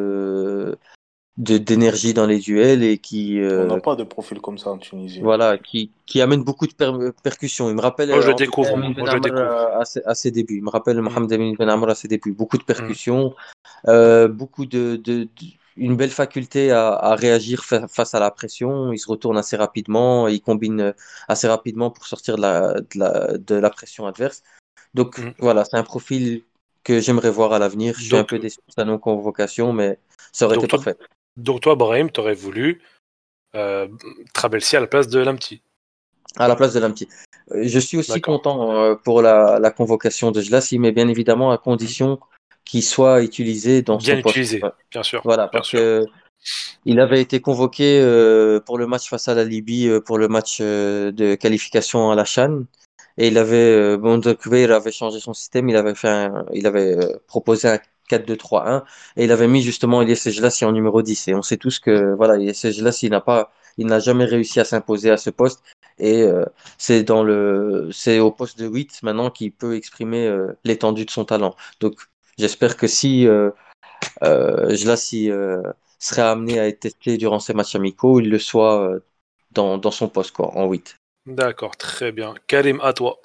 de, de- d'énergie dans les duels et qui, On n'a euh, pas de profil comme ça en Tunisie. voilà, qui, qui amène beaucoup de per- percussions. Il me rappelle Moi, je euh, le en tout cas découvre, moi. Amin Ben Moi, je le Amr découvre. euh, à, ses, à ses débuts. Il me rappelle Hmm. Mohamed Amin Ben Amr à ses débuts. Beaucoup de Hmm. percussions, euh, beaucoup de, de, de- une belle faculté à, à réagir fa- face à la pression. Il se retourne assez rapidement, il combine euh, assez rapidement pour sortir de la, de la, de la pression adverse. Donc Hmm. voilà, c'est un profil que j'aimerais voir à l'avenir. Je suis un Donc, peu déçu de sa non-convocation, mais ça aurait été donc, toi, parfait. donc, toi, Brahim, t'aurais voulu euh, Trabelsi à la place de l'Amti. À la place de l'Amti. Euh, Je suis aussi D'accord. content euh, pour la, la convocation de Jlassi, mais bien évidemment à Hmm. condition qu'il soit utilisé dans Bien son poste. utilisé, bien sûr. Voilà, Bien parce sûr. que Il avait été convoqué euh, pour le match face à la Libye, euh, pour le match euh, de qualification à la CHAN. Et il avait, euh, Bondakhver avait changé son système. Il avait fait un- il avait euh, proposé un quatre deux trois un et il avait mis justement Ilyes Gelasi en numéro dix. Et on sait tous que voilà, Ilyes Gelasi, il n'a pas, il n'a jamais réussi à s'imposer à ce poste. Et euh, c'est dans le, c'est au poste de huit maintenant qu'il peut exprimer euh, l'étendue de son talent. Donc j'espère que si euh, euh, Gelasi euh, serait amené à être testé durant ces matchs amicaux, il le soit euh, dans, dans son poste, quoi, en huit. D'accord, très bien. Karim, à toi.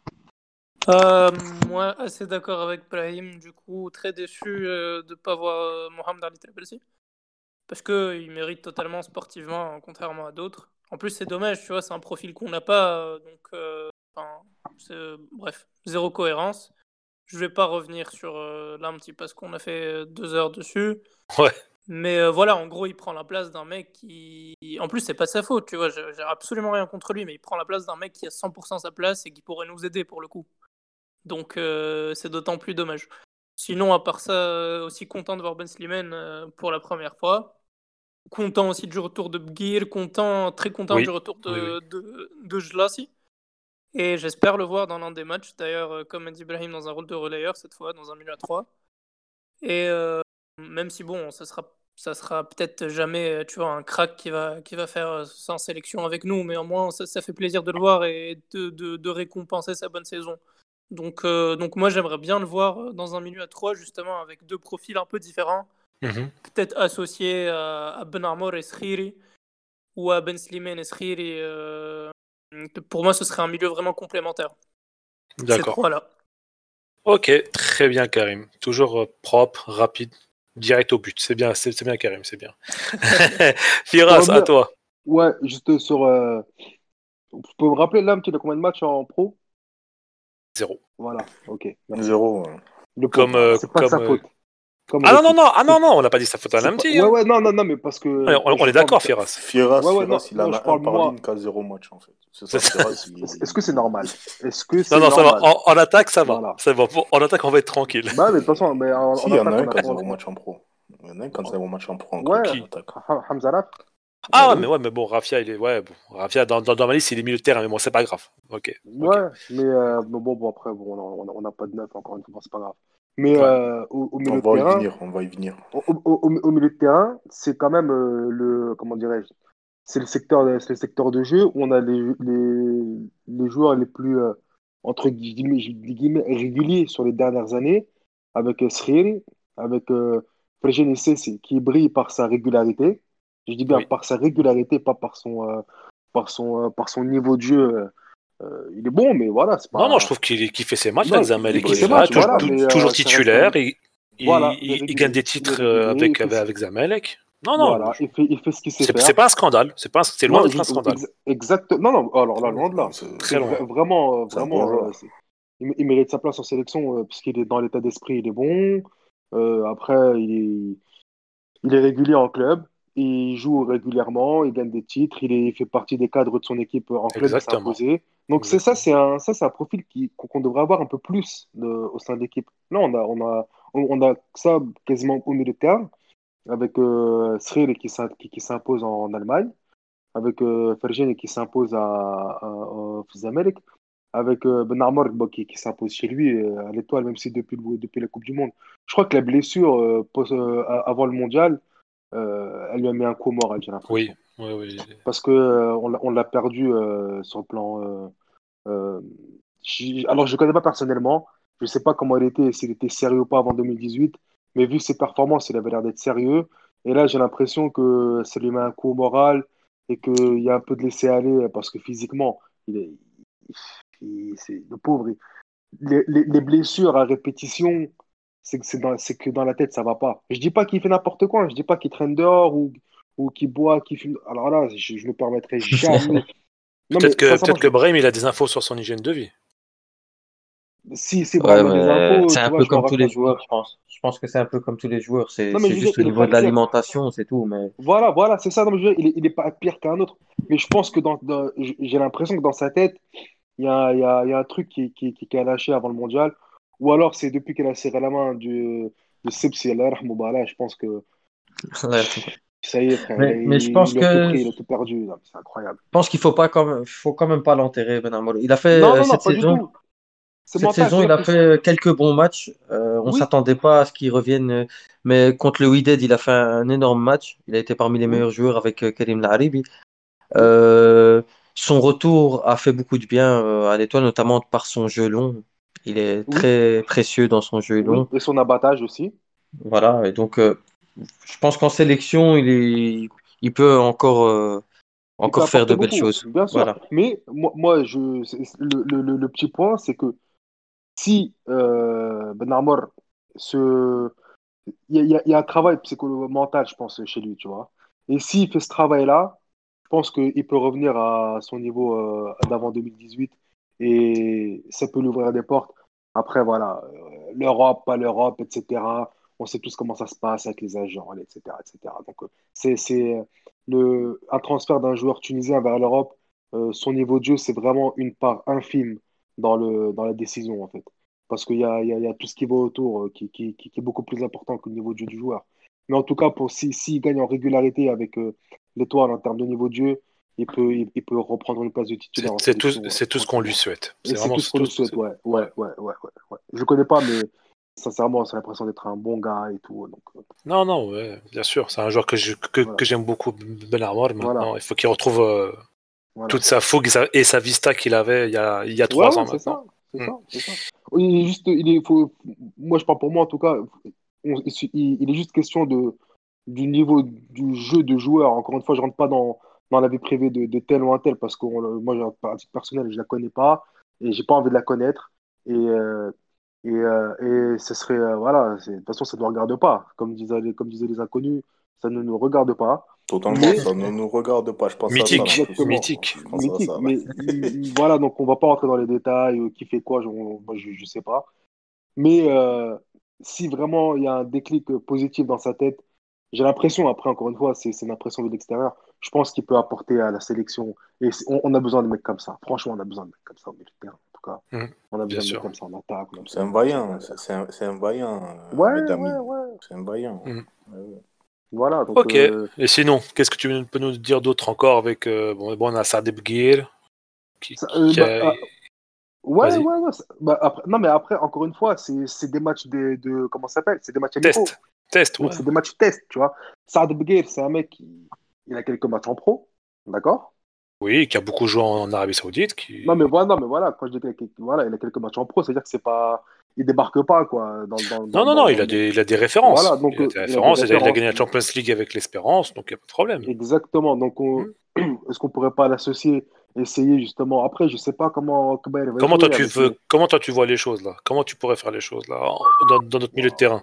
Euh, moi, assez d'accord avec Brahim, du coup, très déçu euh, de ne pas voir euh, Mohamed Ali Trabelsi. Parce qu'il mérite totalement sportivement, hein, contrairement à d'autres. En plus, c'est dommage, tu vois, c'est un profil qu'on n'a pas. euh, donc, euh, enfin, c'est- bref, zéro cohérence. Je vais pas revenir sur euh, là un petit parce qu'on a fait euh, deux heures dessus. Ouais. Mais euh, voilà, en gros, il prend la place d'un mec qui. En plus, c'est pas de sa faute, tu vois, j'ai j'ai absolument rien contre lui, mais il prend la place d'un mec qui a cent pour cent sa place et qui pourrait nous aider pour le coup. Donc, euh, c'est d'autant plus dommage. Sinon, à part ça, euh, aussi content de voir Ben Slimane euh, pour la première fois. Content aussi du retour de Bgir, content, très content du Oui, retour oui, oui. de, de, de Jlassi. Et j'espère le voir dans l'un des matchs, d'ailleurs, euh, comme a dit Ibrahim, dans un rôle de relayeur cette fois, dans un milieu à trois. Et euh, même si, bon, ça sera, ça sera peut-être jamais, tu vois, un crack qui va, qui va faire euh, sans sélection avec nous, mais au moins, ça, ça fait plaisir de le voir et de, de, de récompenser sa bonne saison. Donc, euh, donc moi, j'aimerais bien le voir euh, dans un milieu à trois, justement, avec deux profils un peu différents, Mhm. peut-être associés à, à Ben Armour et Skhiri, ou à Ben Slimane et Skhiri. euh, pour moi, ce serait un milieu vraiment complémentaire. Ces D'accord. trois-là. Ok, très bien, Karim. Toujours euh, propre, rapide, direct au but. C'est bien, c'est c'est bien, Karim, c'est bien. Pour Firas, à revenir, toi. ouais, juste sur. Euh, tu peux me rappeler là, il a combien de matchs en pro? Zéro. Voilà, ok, merci. Zéro. euh, Le Comme, pauvre, euh, Voilà. c'est pas de comme. sa euh, faute, comme Ah non, non, Reti. non, ah C'est non, non, on n'a pas dit ça faute à c'est pas... l'Amdi. Ouais, Hein. ouais, non, non, non, mais parce Ouais, que On, on je est parle. d'accord, Firas. Firas, Ouais, ouais, non, Firas, il non, en je a un parle par moi. ligne qui a zéro match en fait. C'est C'est ça, ça. Firas, il, Est-ce est-ce que c'est il- normal? Est-ce que Non, c'est non, ça va. normal? En, en attaque, ça va. Voilà. C'est bon. En attaque, on va être tranquille. Bah, mais de toute façon, mais en, Si, en il y en a attaque, un on a. qui a On, zéro match en pro. Il y en a un qui a on- zéro match en pro encore ouais, en Qui? attaque. Ha- Hamza Raf. Eh Ah, mais oui. ouais, mais bon, Rafia, il est. Ouais, bon. Rafia, dans, dans, dans ma liste, il est milieu de terrain, mais bon, c'est pas grave. Ok, ok. Ouais, mais, euh, mais bon, bon, après, bon, on n'a on a pas de neuf, encore une fois, c'est pas grave. Mais Ouais. euh, au, au On milieu de va y terrain, venir, on va y venir. au, au- au- au milieu de terrain, c'est quand même euh, le, comment dirais-je, c'est le secteur, de- c'est le secteur de jeu où on a les, les, les joueurs les plus, euh, entre guillemets, des guillemets, réguliers sur les dernières années, avec euh, Skhiri, avec euh, Ferjani Sessi, qui brille par sa régularité. Je dis bien Oui. par sa régularité, pas par son, euh, par son, euh, par son niveau de jeu. euh, euh, il est bon, mais voilà, c'est Non, non, je pas. trouve qu'il qu'il fait ses matchs Non, avec il, il Zamalek. fait Il brille est ses là, matchs, tou- voilà, tou- mais toujours euh, ça reste un. titulaire. Il, Voilà, il, il est il- il gagne régulier. des Il est titres euh, régulier, il avec, fait, avec, avec Zamalek. Non, non, voilà, je- il fait, il fait ce qu'il sait c'est c'est faire. pas un scandale. C'est pas un- c'est loin Non, d'être je- un scandale. ex- exact. Non, non, alors là, Non, loin de là. c'est C'est Très vra- loin. vraiment, euh, c'est un bon vraiment, euh, joueur. c'est- il, il mérite sa place en sélection euh, parce qu'il est dans l'état d'esprit, il est bon. Euh, après, il est, il est régulier en club, il joue régulièrement, il gagne des titres, il, est- il fait partie des cadres de son équipe en club, il s'est Exactement. imposé. Donc c'est ça, Exactement. c'est un, ça, c'est un profil qui, qu'on devrait avoir un peu plus de- au sein de l'équipe. Là, on a, on a, on, on a ça quasiment au milieu de terrain, avec euh, Sril qui, s'im- qui, qui s'impose en, en Allemagne, avec euh, Ferjani qui s'impose à, à, à Zamalek, avec euh, Ben Armour bon, qui, qui s'impose chez lui euh, à l'étoile, même si depuis, le- depuis la Coupe du Monde. Je crois que la blessure euh, pos- euh, avant le mondial, euh, elle lui a mis un coup au moral, j'ai Oui, l'impression. oui, oui. Parce que euh, on l'a on l'a perdu euh, sur le plan. euh, euh, j'y- alors, je ne connais pas personnellement. Je ne sais pas comment il était, s'il était sérieux ou pas avant deux mille dix-huit. Mais vu ses performances, il avait l'air d'être sérieux. Et là, j'ai l'impression que ça lui met un coup au moral et qu'il y a un peu de laisser-aller parce que physiquement, il est, il- c'est, le pauvre. il- les, les- les blessures à répétition, c'est que, c'est dans, c'est que dans la tête, ça va pas. Je dis pas qu'il fait n'importe quoi. Je dis pas qu'il traîne dehors ou, ou qu'il boit, qu'il fume. Alors là, je, je me permettrai jamais. Non, Peut-être mais que, sincèrement, peut-être que je- Brahim, il a des infos sur son hygiène de vie. si, si Ouais, Brahim a des mais infos, c'est tu un vois, peu je me comme tous les raccroche. joueurs, je pense. Je pense que c'est un peu comme tous les joueurs. C'est, Non, mais c'est je veux dire, juste au il est niveau pas de pire. l'alimentation, c'est tout. Mais Voilà, voilà, c'est ça. Non, mais je veux dire, il est, il est pas pire qu'un autre. Mais je pense que dans, dans- j'ai l'impression que dans sa tête, il y a, il y a, il y a un truc qui, qui, qui, qui a lâché avant le mondial. Ou alors, c'est depuis qu'elle a serré la main du, de Sebsi, Allah yarhamou, bah là, je pense que Ça y est, frère, il a, Mais, mais je pense il a tout que pris, je il a tout perdu. Non, c'est incroyable. pense qu'il faut pas quand même, faut quand même pas l'enterrer, Ben Arfa. Il a Non, fait euh, non, non, cette pas du saison. tout. C'est Cette mental, saison, il c'est-à-dire a que fait quelques bons matchs. Euh, on oui, s'attendait pas à ce qu'il revienne, euh, mais contre le Wydad, il a fait un énorme match. Il a été parmi les oui, meilleurs joueurs avec euh, Karim Laribi. oui, Euh, son retour a fait beaucoup de bien euh, à l'Étoile, notamment par son jeu long. Il est oui, très précieux dans son jeu oui. long. Et son abattage aussi. Voilà. Et donc, euh, je pense qu'en sélection, il est, il peut encore, euh, Il peut encore faire apporter de belles beaucoup, choses. bien sûr. Voilà. Mais moi, moi je, c'est- c'est- le, le, le- le petit point, c'est que si euh, Ben Armor se... Il y a, il y a- il y a un travail psycho-mental, je pense, chez lui, tu vois. Et s'il fait ce travail-là, je pense qu'il peut revenir à son niveau euh, d'avant deux mille dix-huit et ça peut lui ouvrir des portes. Après, voilà, euh, l'Europe, pas l'Europe, et cetera. On sait tous comment ça se passe avec les agents, et cetera, et cetera. Donc, euh, c'est, c'est euh, le, un transfert d'un joueur tunisien vers l'Europe. Euh, son niveau de jeu, c'est vraiment une part infime dans le, dans la décision, en fait. Parce qu'il y a, il y a, il y a tout ce qui va autour euh, qui, qui, qui, qui est beaucoup plus important que le niveau de jeu du joueur. Mais en tout cas, pour si, s'il gagne en régularité avec euh, l'étoile en termes de niveau de jeu, il peut, il, il peut reprendre une place de titulaire en C'est c'est tout, sélection euh, c'est tout ce qu'on lui tranquillement. souhaite. Et C'est c'est vraiment tout ce c'est qu'on tout. lui souhaite, c'est- ouais, ouais, Ouais. ouais, ouais, ouais, ouais. Je le connais pas, mais sincèrement, j'ai l'impression d'être un bon gars et tout. Donc, euh, Non, non, ouais, bien sûr. C'est un joueur que je- que, voilà, que j'aime beaucoup, Ben Armour. voilà, Maintenant, il faut qu'il retrouve euh, voilà. toute sa fougue et sa, et sa vista qu'il avait il y a, il y a Ouais, trois ouais, ans c'est maintenant. ça, c'est Hmm. ça, c'est ça. Oui, Il est juste, il est, faut, moi, je parle pour moi en tout cas. on- il, il est juste question de, du niveau du jeu de joueur. Encore une fois, je rentre pas dans, dans la vie privée de, de tel ou un tel parce que on- moi, j'ai- à titre personnel, je la connais pas et j'ai pas envie de la connaître. Et, euh, et, euh, et ce serait, euh, voilà, c'est- de toute façon, ça ne nous regarde pas. Comme disaient, les- comme disaient les inconnus, ça ne nous regarde pas. Totalement, Mais ça ne nous regarde pas. Je pense à ça là, plus exactement, souvent. Mythique. Je pense à mythique. ça là. Mais mm, voilà, donc on va pas rentrer dans les détails, euh, qui fait quoi, je, moi, je, je sais pas. Mais euh, si vraiment il y a un déclic euh, positif dans sa tête, j'ai l'impression, après, encore une fois, c'est c'est une impression de l'extérieur, je pense qu'il peut apporter à la sélection. Et c'est- on, on a besoin de mecs comme ça. Franchement, on a besoin de mecs comme ça au milieu de terrain. En tout cas, Hmm. on a Bien besoin de mecs sûr. comme ça en attaque, on a C'est besoin de un mecs comme ça vaillant, c'est derrière. c'est un, c'est un vaillant, euh, Ouais, Ahmed ouais, Amine. ouais. C'est un vaillant. Hmm. Ouais, ouais. Voilà, donc. Ok. euh, Et sinon, qu'est-ce que tu peux nous dire d'autre encore avec euh, bon, bon, on a Saad Bguir qui, ça- qui, euh, qui bah, a... ah, ouais, Vas-y. ouais, ouais. ça- bah, après, non, mais après, encore une fois, c'est c'est des matchs de, de. Comment ça s'appelle? C'est des matchs amicaux. Test. Test, Donc, ouais. c'est des matchs test, tu vois. Saad Bguir, c'est un mec qui il a quelques matchs en pro, d'accord? Oui, qui a beaucoup joué en Arabie Saoudite. Non, mais Qui... voilà, non, mais voilà, quand je dis qu'il voilà, il a quelques matchs en pro, c'est-à-dire que c'est pas. Il débarque pas, quoi, dans, dans, Non, dans, non, dans, non, dans il le a monde. des, il a des Voilà, références. donc Il a euh, des il a des références. Il a, il a références. gagné la Champions League avec l'Espérance, donc il n'y a pas de problème. Exactement. Donc, on- Hmm. est-ce qu'on pourrait pas l'associer, essayer justement. Après, je sais pas comment Kaba il va Comment toi jouer tu avec veux, les. comment toi tu vois les choses là? Comment tu pourrais faire les choses là en- dans, dans notre milieu de terrain?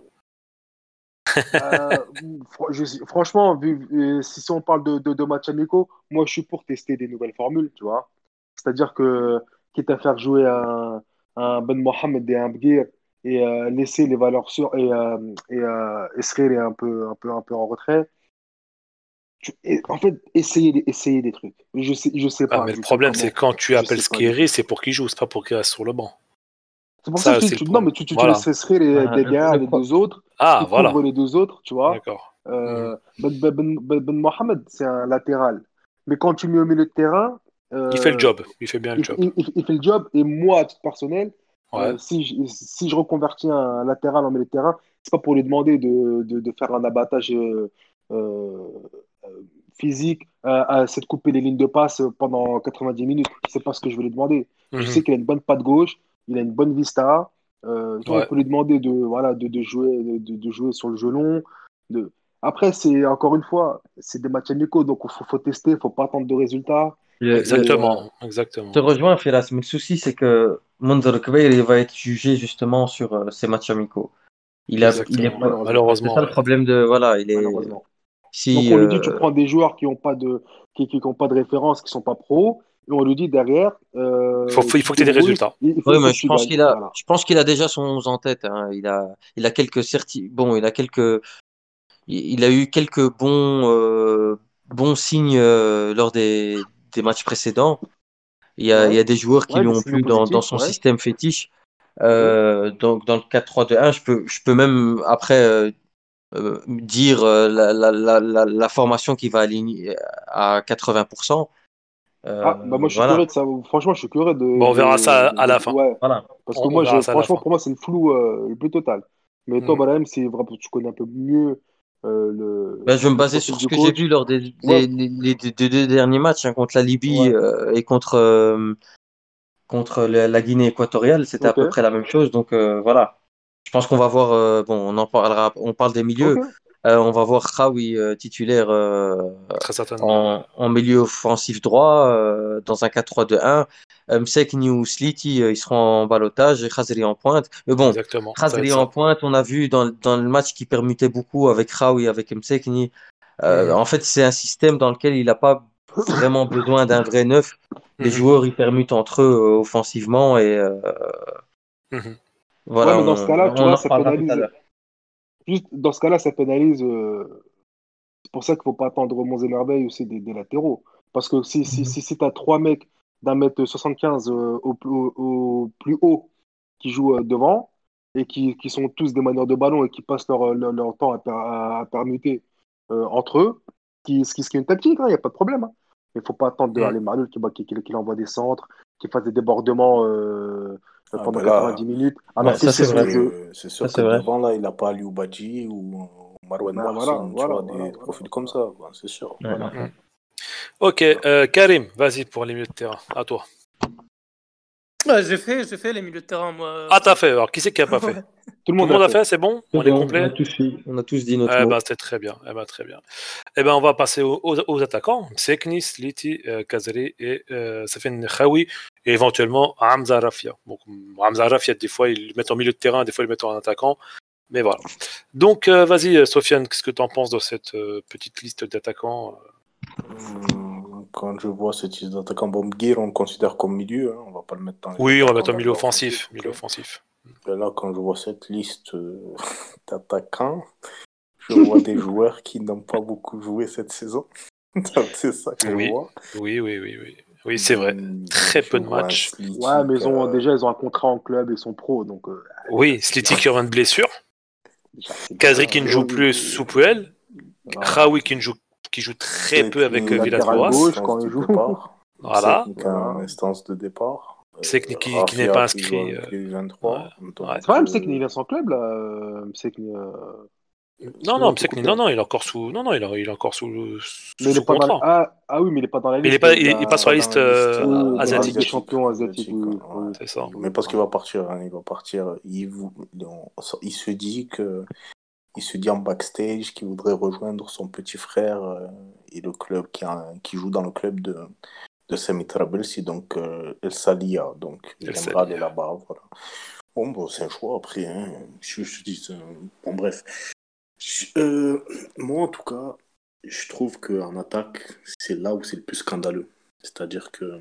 Euh, fr- je- franchement, vu, euh, si, si on parle de, de, de matchs amicaux, moi je suis pour tester des nouvelles formules, tu vois. C'est-à-dire que, quitte à faire jouer un, un Ben Mohamed et un Bguir et euh, laisser les valeurs sûres et, euh, et euh, Esrel est un peu, un peu, un peu en retrait. Tu- et, en fait, essayer, des- essayer des trucs. Je sais, je sais Ah, pas mais le du tout problème c'est comment. quand tu Je appelles sais pas du tout. Skiri, c'est pour qu'il joue, c'est pas pour qu'il reste sur le banc. C'est pour ça que Ça, je te dis, c'est le tu- non, problème. mais tu, tu, tu Voilà. laisses Esrel et Euh, le, derrière le les pro- deux autres Ah, qui voilà. couvrent les deux autres, tu vois. D'accord. Mhm. Euh, ben, ben, ben, ben- Ben Mohamed, c'est un latéral. Mais quand tu mets au milieu de terrain, Il fait le euh, job. Il fait bien le il, job. il- il- il fait le job. Et moi, à titre personnel, Ouais. euh, si, je, si je reconvertis un latéral en milieu de terrain, c'est pas pour lui demander de, de, de faire un abattage euh, euh, euh, physique, euh, à- c'est de couper les lignes de passe pendant quatre-vingt-dix minutes. C'est pas ce que je vais lui demander. Je sais Mhm. qu'il a une bonne patte gauche, il a une bonne vista. Euh, tu vois, on Ouais. peut lui demander de, voilà, de, de jouer, de, de jouer sur le jeu long. De... Après, c'est encore une fois, c'est des matchs amicaux, donc il faut, faut tester, il faut pas attendre de résultats. le- Et, le- euh, Exactement. je te Exactement. rejoins, Firas, mais le souci, c'est que Monzer Kbeir, il va être jugé justement sur euh, ses matchs amicaux. Il a, il est Exactement. malheureusement, pas... malheureusement, C'est ça Malheureusement, le ouais. problème de. Voilà, il est. malheureusement. Donc Si. on lui dit, tu euh, prends des joueurs qui n'ont pas de, qui, qui, qui ont pas de référence, qui sont pas pros, et on lui dit derrière, Il faut, euh, il tu faut te que tu aies des débrouilles, résultats. il il faut, Oui, il faut mais que je tu pense gagnes. qu'il a, Voilà. je pense qu'il a déjà son onze en tête, hein. Il a, il a quelques certi... bon, il a quelques, il il a eu quelques bons, euh, bons signes euh, lors des, des matchs précédents. Il y a, il Ouais, y a des joueurs qui ouais, lui des ont signaux plu dans, dans positifs, son ouais. système fétiche. Oui, Euh, donc dans le quatre trois deux un, je peux, je peux même après euh, euh, dire euh, la, la, la, la, la formation qui va aligner à quatre-vingts pour cent. Euh, Ah, bah moi je suis voilà. curieux de ça. Franchement, je suis curieux de. Bon, on verra ça de, à de- la fin. Ouais. Voilà. Parce On, que on moi, verra je, ça à la franchement, fin. pour moi, c'est le flou euh, le plus total. Mais toi, Mhm. Barham, c'est vrai, tu connais un peu mieux euh, le, Ben, je vais me le baser profil sur ce du que j'ai coach. vu lors des Ouais, les, les, les deux, deux derniers matchs hein, contre la Libye ouais, euh, et contre, euh, contre la, la Guinée équatoriale. C'était à peu ok, près la même chose. Donc euh, voilà. Je pense qu'on va voir. euh, bon, on en parlera. On parle des milieux. ok. Euh, on va voir Khawi euh, titulaire euh, Très certainement. en, en milieu offensif droit euh, dans un quatre trois deux un. Euh, Msekni ou Sliti, euh, ils seront en balotage et Khazri en pointe. Mais bon, Exactement. Ça va être Khazri en ça. pointe, on a vu dans, dans le match qui permutait beaucoup avec Khawi, avec Msekni. Euh, Mhm. en fait, c'est un système dans lequel il n'a pas vraiment besoin d'un vrai neuf. Les Mhm. joueurs, ils permutent entre eux euh, offensivement et euh, Mhm. Ouais, voilà, mais dans ce on, cas-là, tu on vois, en ça reparlera tout à pénalise. l'heure. Juste dans ce cas-là, ça pénalise. euh, C'est pour ça qu'il ne faut pas attendre Monts et Merveilles aussi des, des latéraux. Parce que si, si, si, si tu as trois mecs d'un mètre soixante-quinze euh, au, plus- au, au plus haut qui jouent euh, devant et qui, qui sont tous des meneurs de ballon et qui passent leur, leur, leur temps à, per- à, à permuter euh, entre eux, qui, ce, qui, ce qui est une tactique, il n'y a pas de problème. Hein. Il ne faut pas attendre de Mhm. aller Manuel qui, qui, qui, qui envoie des centres, qui fasse des débordements euh, Ah pendant ben là, quatre-vingt-dix minutes, Ouais, alors que c'est ça c'est c'est sûr son vrai. jeu. que c'est Ça sûr que c'est vrai. devant là, il n'a pas Aliou Badji ou Marwan Ben voilà, Mohsen, tu voilà, vois, voilà, des voilà, profils comme voilà. ça, quoi, c'est sûr. Ouais, voilà. ouais, ouais. Mhm. Ok, euh, Karim, vas-y pour les milieux de terrain. À toi. Ouais, j'ai fait, j'ai fait les milieux de terrain, moi. Ah, t'as fait. Alors, qui c'est qui a pas fait? Ouais. Tout le Tout le monde a monde a fait. fait, c'est bon? C'est On est bon, on a complet? tous dit, on a tous dit notre Eh ben, mot. c'est très bien. Eh ben, très bien. Eh ben, on va passer aux, aux- aux attaquants. Sekni, Sliti, euh, Kazri et euh, Safen Khawi et éventuellement Hamza Rafia. Donc, Hamza Rafia, des fois, ils le mettent en milieu de terrain, des fois, ils le mettent en attaquant. Mais voilà. Donc, euh, vas-y, euh, Sofiane, qu'est-ce que tu en penses de cette euh, petite liste d'attaquants? Hum, Quand je vois ce type d'attaquant, bon, Guire, on le considère comme milieu, hein, on va pas le mettre dans les Oui, on va attaquants mettre en dans milieu l'offensif, offensif. ok. Milieu offensif. Et là, quand je vois cette liste euh, d'attaquants, je vois des joueurs qui n'ont pas beaucoup joué cette saison. Donc, c'est ça que je Oui, vois. oui, oui, oui, oui. Oui, c'est vrai. Donc, Très je peu de vois un matchs. Ouais, Sliti. mais ils ont, euh, déjà, ils ont un contrat en club, ils sont pros, donc euh, déjà, Oui, c'est Sliti bien. qui revient de blessure. Déjà, c'est bien. Kazri qui ne joue plus euh, sous Puel. voilà. Khawi qui ne joue, qui joue très peu avec euh, Sekni est Latéral en Villas-Boas. gauche, instance quand de il joue. départ. Voilà. Sekni qui est en Voilà. instance de départ. Sekni Euh, qui, qui n'est Rafia pas qui joue inscrit. euh, avec les ouais, vingt-trois. ouais. C'est Donc, vrai, Msekni, il euh, vient sans club, là. euh, Msekni, euh, Non, excuse-moi non, de te Sekni, couper. non, Hein. non, il est encore sous, non, non, il est, il est encore sous, sous, Mais il est sous pas dans la... contrat. ah, ah oui, mais il est pas dans la Mais il est liste pas, de il, est il est pas la... sur pas la dans liste la liste euh, Oui, euh, oui, de la Ligue des asiatique. asiatique. champions asiatiques, asiatique, oui, ouais. oui, oui. C'est ça. Mais parce qu'il va partir, hein, il va partir. Il, vou- on- il se dit que il se dit en backstage qu'il voudrait rejoindre son petit frère euh, et le club qui, a- qui joue dans le club de, de Semi Trabelsi, donc euh, El Salia. Donc il Elle aimerait aller s'allie. là-bas. Voilà. Bon, bon, c'est un choix après. Hein. Je, je dis, euh, bon, bref. Je- euh, moi, en tout cas, je trouve qu'en attaque, c'est là où c'est le plus scandaleux. C'est-à-dire que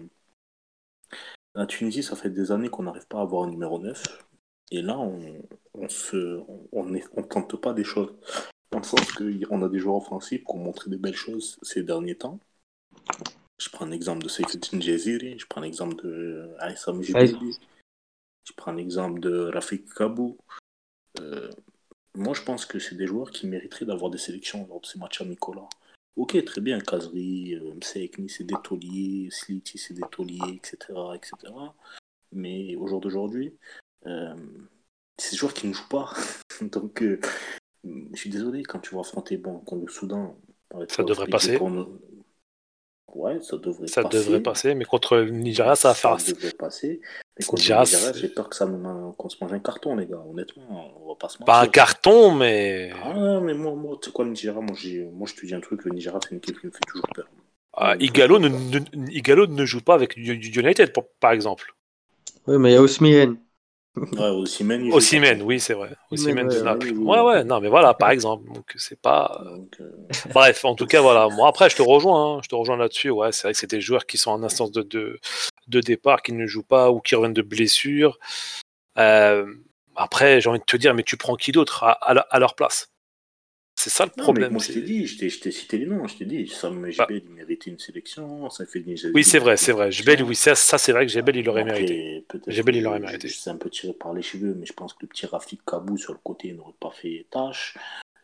la Tunisie, ça fait des années qu'on n'arrive pas à avoir un numéro neuf. Et là, on on se, on est, on tente pas des choses. Dans le sens qu'on a des joueurs offensifs qui ont montré des belles choses ces derniers temps. Je prends l'exemple de Seyfettin Jaziri, je prends l'exemple de Aïssam Ouais, Jibeli, je prends l'exemple de Rafik Kabou. Euh, moi, je pense que c'est des joueurs qui mériteraient d'avoir des sélections lors de ces matchs amicaux-là. Ok, très bien, Kazri, euh, Msekni, c'est des tauliers, Sliti, c'est des tauliers, et cetera, et cetera. Mais au jour d'aujourd'hui, euh, c'est des joueurs qui ne jouent pas. Donc, euh, je suis désolé, quand tu vas affronter bon, contre le Soudan, on va Ça pas devrait expliquer passer. pour nous. Ouais, ça devrait Ça devrait passer. passer, mais contre le Nigeria, ça va Ça faire. devrait passer. Mais contre le Nigeria, Nigeria, c'est j'ai peur que ça me- qu'on se mange un carton, les gars. Honnêtement, on va pas se pas un mentir. carton, mais Ah non, mais moi, moi tu sais quoi, le Nigeria, moi, j'ai- moi, je te dis un truc, le Nigeria, c'est une équipe qui me fait toujours peur. ah, Moi, il me fait Igalo, toujours ne, peur. ne- Igalo ne joue pas avec U- U- United, pour- par exemple. ouais, mais il y a Ousmane. Ouais, Osimhen, il joue par Osimhen, contre. oui, c'est vrai. Osimhen, Osimhen ouais, de ouais. Osimhen, Naples. il joue, Ouais, ouais. ouais, non, mais voilà, par exemple. Donc, c'est pas. Donc, euh, Bref, en tout cas, voilà. Moi, après, je te rejoins. Hein, je te rejoins là-dessus. Ouais, c'est vrai que c'est des joueurs qui sont en instance de, de, de départ, qui ne jouent pas ou qui reviennent de blessures. Euh, après, j'ai envie de te dire, mais tu prends qui d'autre à, à, à leur place? C'est ça le non, mais problème. moi, je t'ai C'est... dit, je t'ai, je t'ai cité les noms, je t'ai dit, Sam Bah, Jbel, il méritait une sélection, Saifeddin Jaziri, oui, il c'est vrai, méritait c'est une vrai. Jebel, sélection. oui, ça, ça c'est vrai que Jebel, il Bon, aurait mérité. après, peut-être Jebel, il aurait je, je, mérité. je sais un peu tiré par les cheveux, mais je pense que le petit Rafik Kabou sur le côté n'aurait pas fait tâche.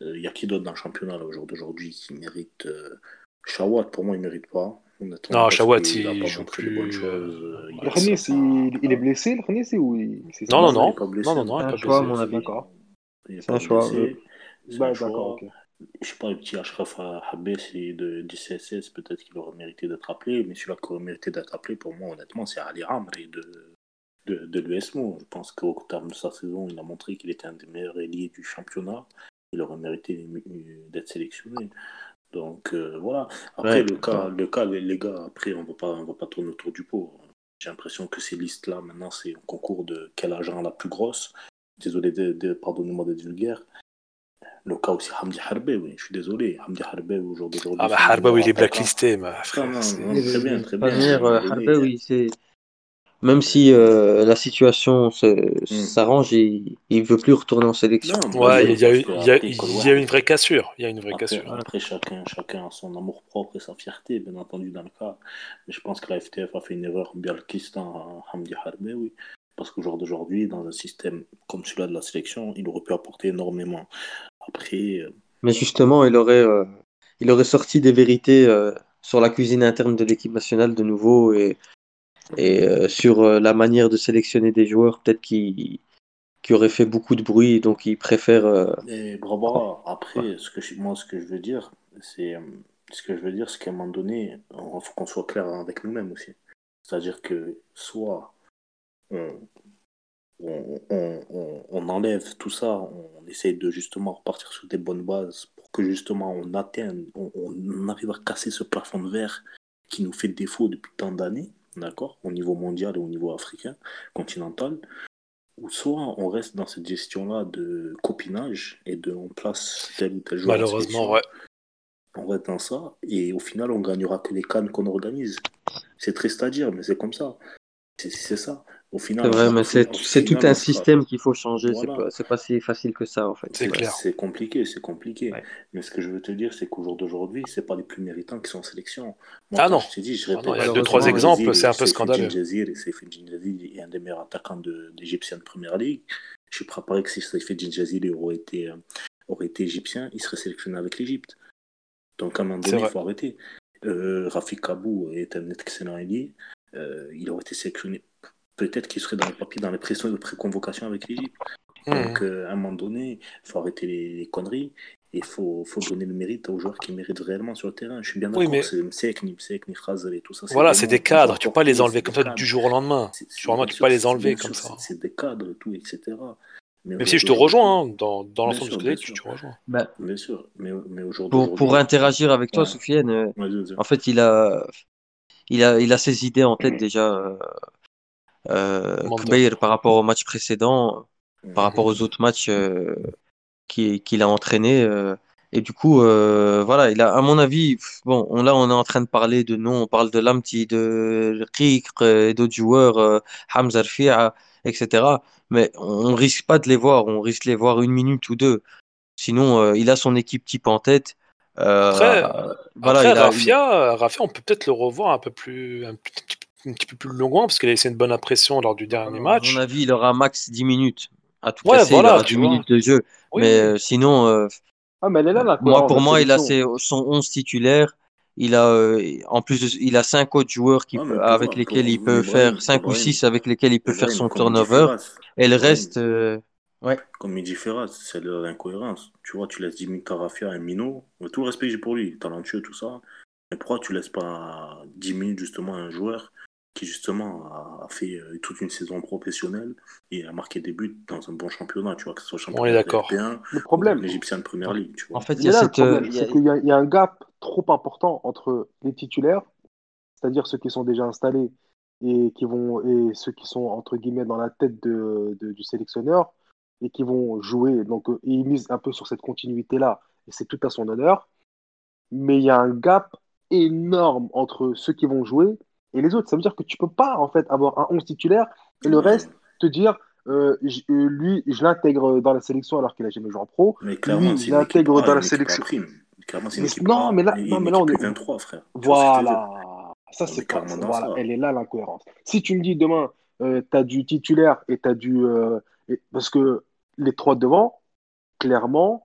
Il y a qui d'autre dans le championnat là, au jour d'aujourd'hui qui mérite euh... Chawat, pour moi, il ne mérite pas. Honnêtement, Non, parce Chawat, qu'il n'a il pas joue montré de bonnes plus. choses. euh, Il Le ouais. commence Khanis, à... il, il est blessé, le Khanis, ou il... c'est Non, non, ça? Non, il n'est non. pas blessé. Non, non, non, il C'est est un pas choix, à blessé. mon avis. D'accord. Il n'est C'est pas un choix. blessé. euh, C'est Bah, un d'accord, choix. ok. Je sais pas, le petit Ashraf Habib, c'est de, du C S S, peut-être qu'il aurait mérité d'être appelé, mais celui-là qui aurait mérité d'être appelé, pour moi, honnêtement, c'est Ali Amri de, de, de l'U S M O. Je pense qu'au terme de sa saison, il a montré qu'il était un des meilleurs ailiers du championnat. Il aurait mérité d'être sélectionné. Donc euh, voilà. Après, Ouais. le cas, le cas, les, les gars, après, on va pas, on va pas tourner autour du pot. J'ai l'impression que ces listes-là, maintenant, c'est un concours de quel agent la plus grosse. Désolé, de, de, pardonnez-moi d'être vulgaire. Le cas aussi, Hamdi Harbi, oui, je suis désolé. Hamdi Harbi, au jour d'aujourd'hui, Ah, bah, c'est un des Harbaoui, meilleurs il est attaquants. blacklisté, ma Non, frère. non, c'est- non, Mais très de, bien, de très toute bien. manière, Mais euh, il Harbe, est. oui, c'est même si euh, la situation se- Hmm. s'arrange, il il veut plus retourner en sélection. Non, bien Ouais, sûr, il y a, parce eu- que il y a, après, كل il y a une واحد- vraie cassure. Il y a une vraie Après, cassure. après chacun, chacun a son amour propre et sa fierté, bien entendu, dans le cas. Mais je pense que la F T F a fait une erreur bien le kistan à Hamdi Harbi, oui. Parce qu'au jour d'aujourd'hui, dans un système comme celui-là de la sélection, il aurait pu apporter énormément. Après, euh, Mais justement, il aurait, euh, il aurait sorti des vérités euh, sur la cuisine interne de l'équipe nationale de nouveau et, et euh, sur euh, la manière de sélectionner des joueurs, peut-être qui, qui auraient fait beaucoup de bruit, donc il préfère. euh, et Barbara, après, ce que je- moi, ce que je veux dire, c'est, euh, ce que je veux dire, c'est qu'à un moment donné, il faut qu'on soit clair avec nous-mêmes aussi. C'est-à-dire que soit on, on, on- on- on enlève tout ça, on essaye de justement repartir sur des bonnes bases pour que justement on atteigne, on, on arrive à casser ce plafond de verre qui nous fait défaut depuis tant d'années, d'accord, au niveau mondial et au niveau africain, continental, ou soit on reste dans cette gestion-là de copinage et de on place tel ou tel joueur en Malheureusement, sélection, ouais. on reste dans ça et au final on gagnera que les cannes qu'on organise. C'est triste à dire, mais c'est comme ça. C'est c'est ça. Au C'est final, on vrai, va, mais au, fi- c'est au c'est tout final, un on sera. système qu'il faut changer. C'est Voilà. pas, c'est pas si facile que ça, en fait. C'est Bah, clair. c'est compliqué, c'est compliqué. Ouais. Mais ce que je veux te dire, c'est qu'au jour d'aujourd'hui, c'est pas les plus méritants qui sont en sélection. Moi, Ah quand non. je t'ai dit, je Ah non, répète, il y a deux, Seyfin trois Malheureusement, oui. exemples, Djinjazir c'est et un peu Seyfin scandaleux. Djinjazir et Seyfin Djinjazir est un des meilleurs attaquants de, d'Égyptienne Première League. Je suis prêt à parier que si Seyfin Djinjazir aurait été, euh, aurait été égyptien, il serait sélectionné avec l'Égypte. Donc à un moment C'est donné, il vrai. faut arrêter. Euh, Rafik Kabou est un excellent ailier. Euh, il aurait été sélectionné. Peut-être qu'il serait dans les papiers, dans les pressions de pré-convocation avec l'Égypte. Donc, Mhm. euh, à un moment donné, il faut arrêter les, les conneries et il faut, faut donner le mérite aux joueurs qui méritent réellement sur le terrain. Je suis bien Oui, d'accord, mais c'est Msekni, Msekni, Khazri et tout ça, c'est voilà, des c'est noms des qu'on peut cadres. Tu peux pas apporter, les c'est enlever des comme ça cadres. du jour au lendemain. C'est, Du c'est- jour au lendemain, bien tu peux sûr, pas les c'est, enlever bien comme sûr, ça. c'est, c'est des cadres et tout, et cetera. Mais au Même jour si je te rejoins, d'aujourd'hui, hein, dans, dans bien l'ensemble de ce sûr, que tu as bien dit, tu sûr, te rejoins. Ben, bien sûr, mais, mais au jour pour, pour d'aujourd'hui, interagir avec toi, ouais, Soufiane, euh, vas-y, vas-y. en fait, il a, il a, il a ses idées en tête déjà. euh, euh, Mandel. Kbeir par rapport au match précédent, par rapport Mhm. aux autres matchs euh, qui- qu'il a entraînés. euh, et du coup, euh, voilà, il a, à mon avis, pff, bon, on, là, on est en train de parler de noms, on parle de Lamti, de Rikr et d'autres joueurs, euh, Hamza Rfia, et cetera. Mais on risque pas de les voir, on risque de les voir une minute ou deux. Sinon, euh, il a son équipe type en tête. Euh, Après, voilà, après il a, il- Rafia, Rafia, on peut peut-être le revoir un peu plus, un petit, petit- un petit peu plus loin parce qu'il a laissé une bonne impression lors du dernier à mon match. avis, il aura max dix minutes. À tout Ouais, casser, il voilà, aura tu dix vois. minutes de jeu. Oui, Mais oui. euh, sinon, euh, Ah, mais elle est là, la moi, cohérence de pour la moi, il a sélection. ses, son onze titulaire. Il a, euh, en plus, de- il a cinq autres joueurs qui, Ouais, mais peut- pour, avec lesquels pour il peut Ibrahim, faire, cinq ou Ibrahim, six avec lesquels il peut faire Ibrahim, son comme il dit turnover. Ferraz, Et le Ibrahim, reste, euh, ouais. comme il dit Ferraz, c'est de l'incohérence. Tu vois, tu laisses dix minutes à Rafia et Mino. Tout le respect que j'ai pour lui, talentueux, tout ça. Mais pourquoi tu laisses pas dix minutes justement à un joueur qui justement a fait euh, toute une saison professionnelle et a marqué des buts dans un bon championnat, tu vois, que ce soit On est championnat d'accord. européen Le ou bien problème, l'Égyptienne Première Ligue, tu En vois. fait, il il y est a là le cette, euh, problème, il y c'est a- qu'il y a, il y a un gap trop important entre les titulaires, c'est-à-dire ceux qui sont déjà installés et qui vont et ceux qui sont entre guillemets dans la tête de, de- du sélectionneur et qui vont jouer. Donc, euh, il mise un peu sur cette continuité-là et c'est tout à son honneur. Mais il y a un gap énorme entre ceux qui vont jouer et les autres. Ça veut dire que tu peux pas en fait avoir un onze titulaire et le Ouais, reste te dire euh, j- euh, lui je l'intègre dans la sélection alors qu'il a jamais joué en pro. mais clairement, Lui c'est je une équipe l'intègre A dans et la une équipe A sélection. prime. Clairement, c'est une Mais équipe non, mais A là, et non, une mais là on équipe est U vingt-trois, frère. Tu vois ce que je veux dire? voilà. Ça On c'est est pas clairement dans voilà, ça. elle est là l'incohérence. Si tu me dis demain euh, tu as du titulaire et tu as du euh, et- parce que les trois devant clairement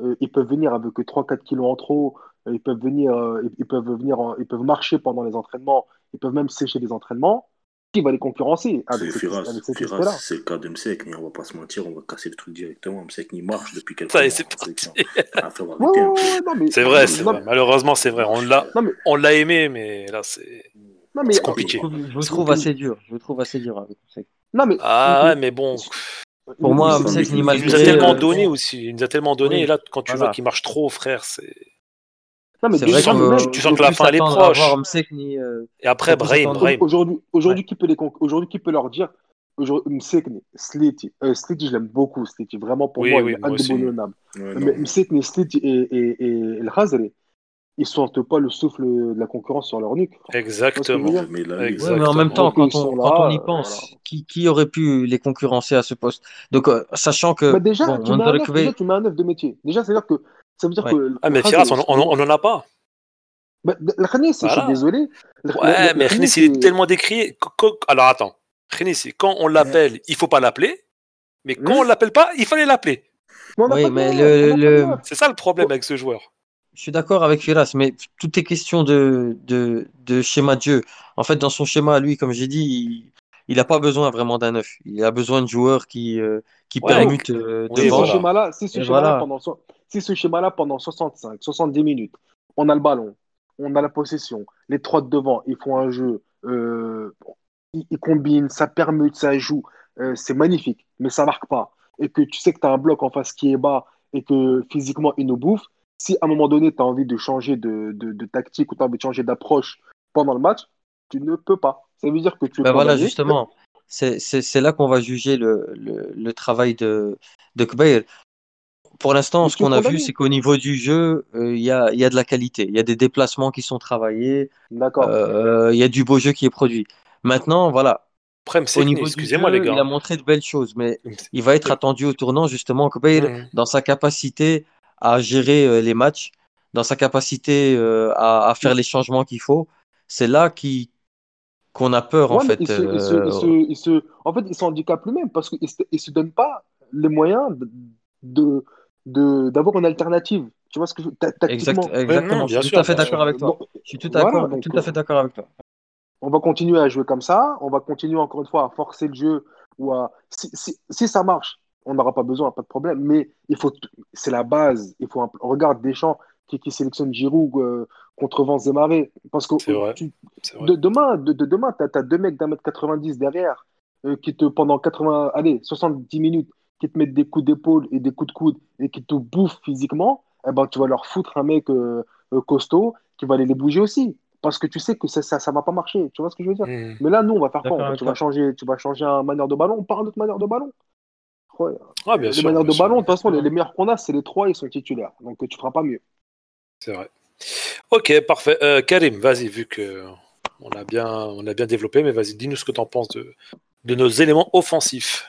euh, ils peuvent venir avec trois quatre kilos en trop, euh, ils peuvent venir, euh, ils, ils peuvent venir, en- ils peuvent marcher pendant les entraînements, ils peuvent même sécher les entraînements. Qui va les concurrencer C'est avec, cet, Firas, avec cet Firas, aspect-là? c'est le cas de Msek, on va pas se mentir, on va casser le truc directement. Msek n'y marche depuis quelques Ça y est, mois c'est en parti. sélection. Ah, faut Ouais, arrêter ouais, un peu. ouais, ouais, non, mais, C'est vrai, c'est non, vrai. Malheureusement, c'est Il vrai. On marche, l'a, euh, non, mais, on l'a aimé, mais là, c'est, non, mais, c'est Je euh, compliqué. trouve, je vous c'est- trouve assez dur. Je vous trouve assez dur avec Msek. non, mais, Ah ouais, mais bon, Pour mais- moi, mais- Enfin, Msek, mais- ni mais- il nous a malgré. tellement euh, donné bon, aussi. Il nous a tellement donné. oui, Et là, quand tu vois voilà. qu'il marche trop, frère, c'est. non, mais C'est Tu vrai déjà, sens, mais tu, même, tu qu'il sens faut que la plus fin, elle est s'attendre à voir proche. Msek ni. euh, Et après, faut plus Brahim, s'attendre. au- Brahim. aujourd'hui, Ouais. aujourd'hui, qui peut les, con- aujourd'hui, qui peut leur dire, aujourd'hui, Msekni, Sliti, euh, Sliti, je l'aime beaucoup, Sliti, vraiment, pour Oui, moi, il oui, est moi aussi. indéboulonnable. Ouais, Mais non. Msekni, Sliti et, et, et El Khazri, ils sentent pas le souffle de la concurrence sur leur nuque. Tu vois ce que je veux Exactement. dire? Jamais la vie. Ouais, mais en même Exactement. temps, Donc, ils quand on, sont quand on là, y euh, voilà. pense, qui, qui aurait pu les concurrencer à ce poste? Donc, euh, sachant Bah que, déjà, bon, tu mets un Wonder neuf, déjà, Kwe, tu mets un neuf de métier. Déjà, ça veut dire que, ça veut dire ouais. que Ah, El mais Firas, Khazri, on on- on excuse-moi, n'en a pas. bah, le Khanis, je suis Voilà. désolé, le, le, Ouais, le- le mais Khanis, Khenis, il est c'est. tellement décrié. que- que- Alors attends. Khenis, quand on l'appelle, il faut pas l'appeler. Mais quand on Hmm. l'appelle pas, il fallait l'appeler. Mais on n'a Oui, pas de mais neuf, on le, n'a pas de le, neuf. C'est ça le problème Oh, avec ce joueur. je suis d'accord avec Firas, mais tout est question de, de, de schéma de jeu. En fait, dans son schéma, lui, comme j'ai dit, il, il n'a pas besoin vraiment d'un neuf. Il a besoin de joueurs qui, euh, qui Ouais, Donc, permutent euh, oui, si ce devant. voilà. schéma-là, si ce Et schéma-là voilà. pendant, so- si ce schéma-là pendant soixante-cinq, soixante-dix minutes, on a le ballon, on a la possession, les trois de devant, ils font un jeu, euh, ils, ils combinent, ça permute, ça joue, euh, c'est magnifique, mais ça marque pas. Et que tu sais que tu as un bloc en face qui est bas et que physiquement il nous bouffe, si à un moment donné tu as envie de changer de, de, de tactique ou tu as envie de changer d'approche pendant le match, tu ne peux pas. Ça veut dire que tu es Ben voilà, condamné. justement, c'est c'est- c'est là qu'on va juger le, le, le travail de, de Kbair. Pour l'instant, Mais ce tu es qu'on a vu, condamné. c'est qu'au niveau du jeu, euh, il y a, il y a de la qualité. Il y a des déplacements qui sont travaillés. D'accord. euh, Il y a du beau jeu qui est produit. Maintenant, voilà, Après, au Msekni, niveau du excusez-moi les jeu, il gars. a montré de belles choses, mais Ms- il va être attendu au tournant, justement, Kbair, Mhm. dans sa capacité à gérer euh, les matchs, dans sa capacité euh, à, à faire les changements qu'il faut. C'est là qui, qu'on a peur, en Ouais, mais il fait. se, il se, il se, Euh, il se, en fait, il s'handicape lui-même parce qu'il ne se, il se donne pas les moyens de, de, de- d'avoir une alternative. Tu vois ce que je, ta- exact, tactiquement. Oui, non, exactement. Je bien suis tout à sûr, fait bien d'accord sûr. avec Euh, toi. bon, Je suis tout voilà, d'accord, donc tout à euh, fait d'accord avec toi. on va continuer à jouer comme ça. On va continuer encore une fois à forcer le jeu ou à, si, si, si ça marche, on n'aura pas besoin, pas de problème. Mais il faut, c'est la base. Il faut un, regarde Deschamps qui, qui sélectionne Giroud euh, contre Vents et Marées parce que C'est euh, vrai. tu, C'est vrai. de demain, de, de demain, t'as, t'as deux mecs d'un mètre quatre-vingt-dix derrière euh, qui te pendant quatre-vingts, allez, soixante-dix minutes, qui te mettent des coups d'épaule et des coups de coude et qui te bouffent physiquement. Eh ben, tu vas leur foutre un mec euh, euh, costaud qui va aller les bouger aussi parce que tu sais que ça, ça, ça va pas marcher. Tu vois ce que je veux dire? Mhm. Mais là, nous, on va faire quoi? D'accord On va- avec tu vas toi. changer, tu vas changer un manière de ballon. On parle d'autre manière de ballon. Ouais. Ah, bien Les sûr, manières bien de sûr. ballon, de toute façon, les, les Exactement. meilleurs qu'on a, c'est les trois, ils sont titulaires. Donc, tu feras pas mieux. C'est vrai. Ok, parfait. Euh, Karim, vas-y, vu que on a bien, on a bien développé, mais vas-y, dis-nous ce que tu en penses de, de nos éléments offensifs.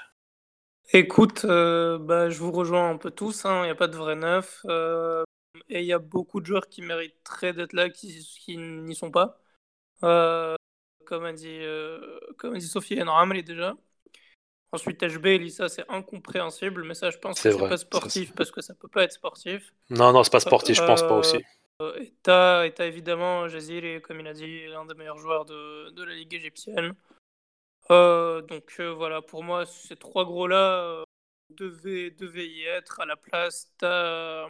Écoute, euh, bah, je vous rejoins un peu tous, hein, il n'y a pas de vrai neuf. euh, et il y a beaucoup de joueurs qui mériteraient d'être là, qui, qui n'y sont pas. Euh, comme a dit, euh, comme a dit Sophie El Amri déjà. Ensuite, H B, Lisa, c'est incompréhensible, mais ça, je pense que C'est c'est vrai. pas Ça, c'est- sportif parce que ça peut pas être sportif. non, non, c'est pas Euh, sportif, je pense pas euh, aussi. et t'as, et t'as évidemment Jazir, comme il a dit, l'un des meilleurs joueurs de, de la Ligue égyptienne. Euh, donc euh, voilà, pour moi, ces trois gros-là euh, devaient, devaient y être à la place. T'as,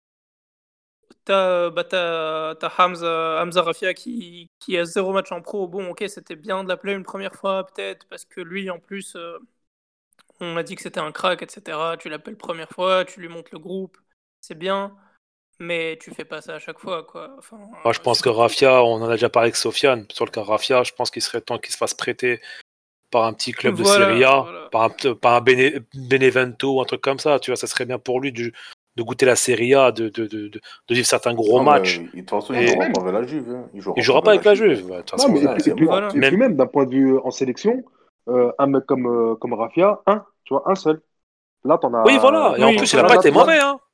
t'as, bah, t'as, t'as Hamza, Hamza Rafia qui, qui a zéro match en pro. Bon, ok, c'était bien de l'appeler une première fois, peut-être, parce que lui, en plus, euh, on m'a dit que c'était un crack, et cetera. Tu l'appelles première fois, tu lui montres le groupe, c'est bien, mais tu fais pas ça à chaque fois, quoi. Enfin, Moi, je euh, pense que surtout. Rafia, on en a déjà parlé avec Sofiane. Sur le cas Rafia, je pense qu'il serait temps qu'il se fasse prêter par un petit club de Serie Voilà, A, voilà. par un, par un Bene- Benevento ou un truc comme ça. Tu vois, ça serait bien pour lui de, de goûter la Serie A, de, de, de, de, de vivre certains gros Non, matchs. mais de toute façon, il Non, mais Et jouera même, pas avec la Juve. Hein. Il il jouera pas jouera pas avec avec la la Juve. Juve. De toute non, façon, mais, et Ça, puis, là, et c'est puis, mort. Voilà. et puis même. même d'un point de vue euh, en sélection, euh, un mec comme, euh, comme Rafia, un, tu vois, un seul. Là, t'en Oui, as. voilà. Et en Oui, plus, il a Là, pas voilà. là, été là, mauvais. Hein.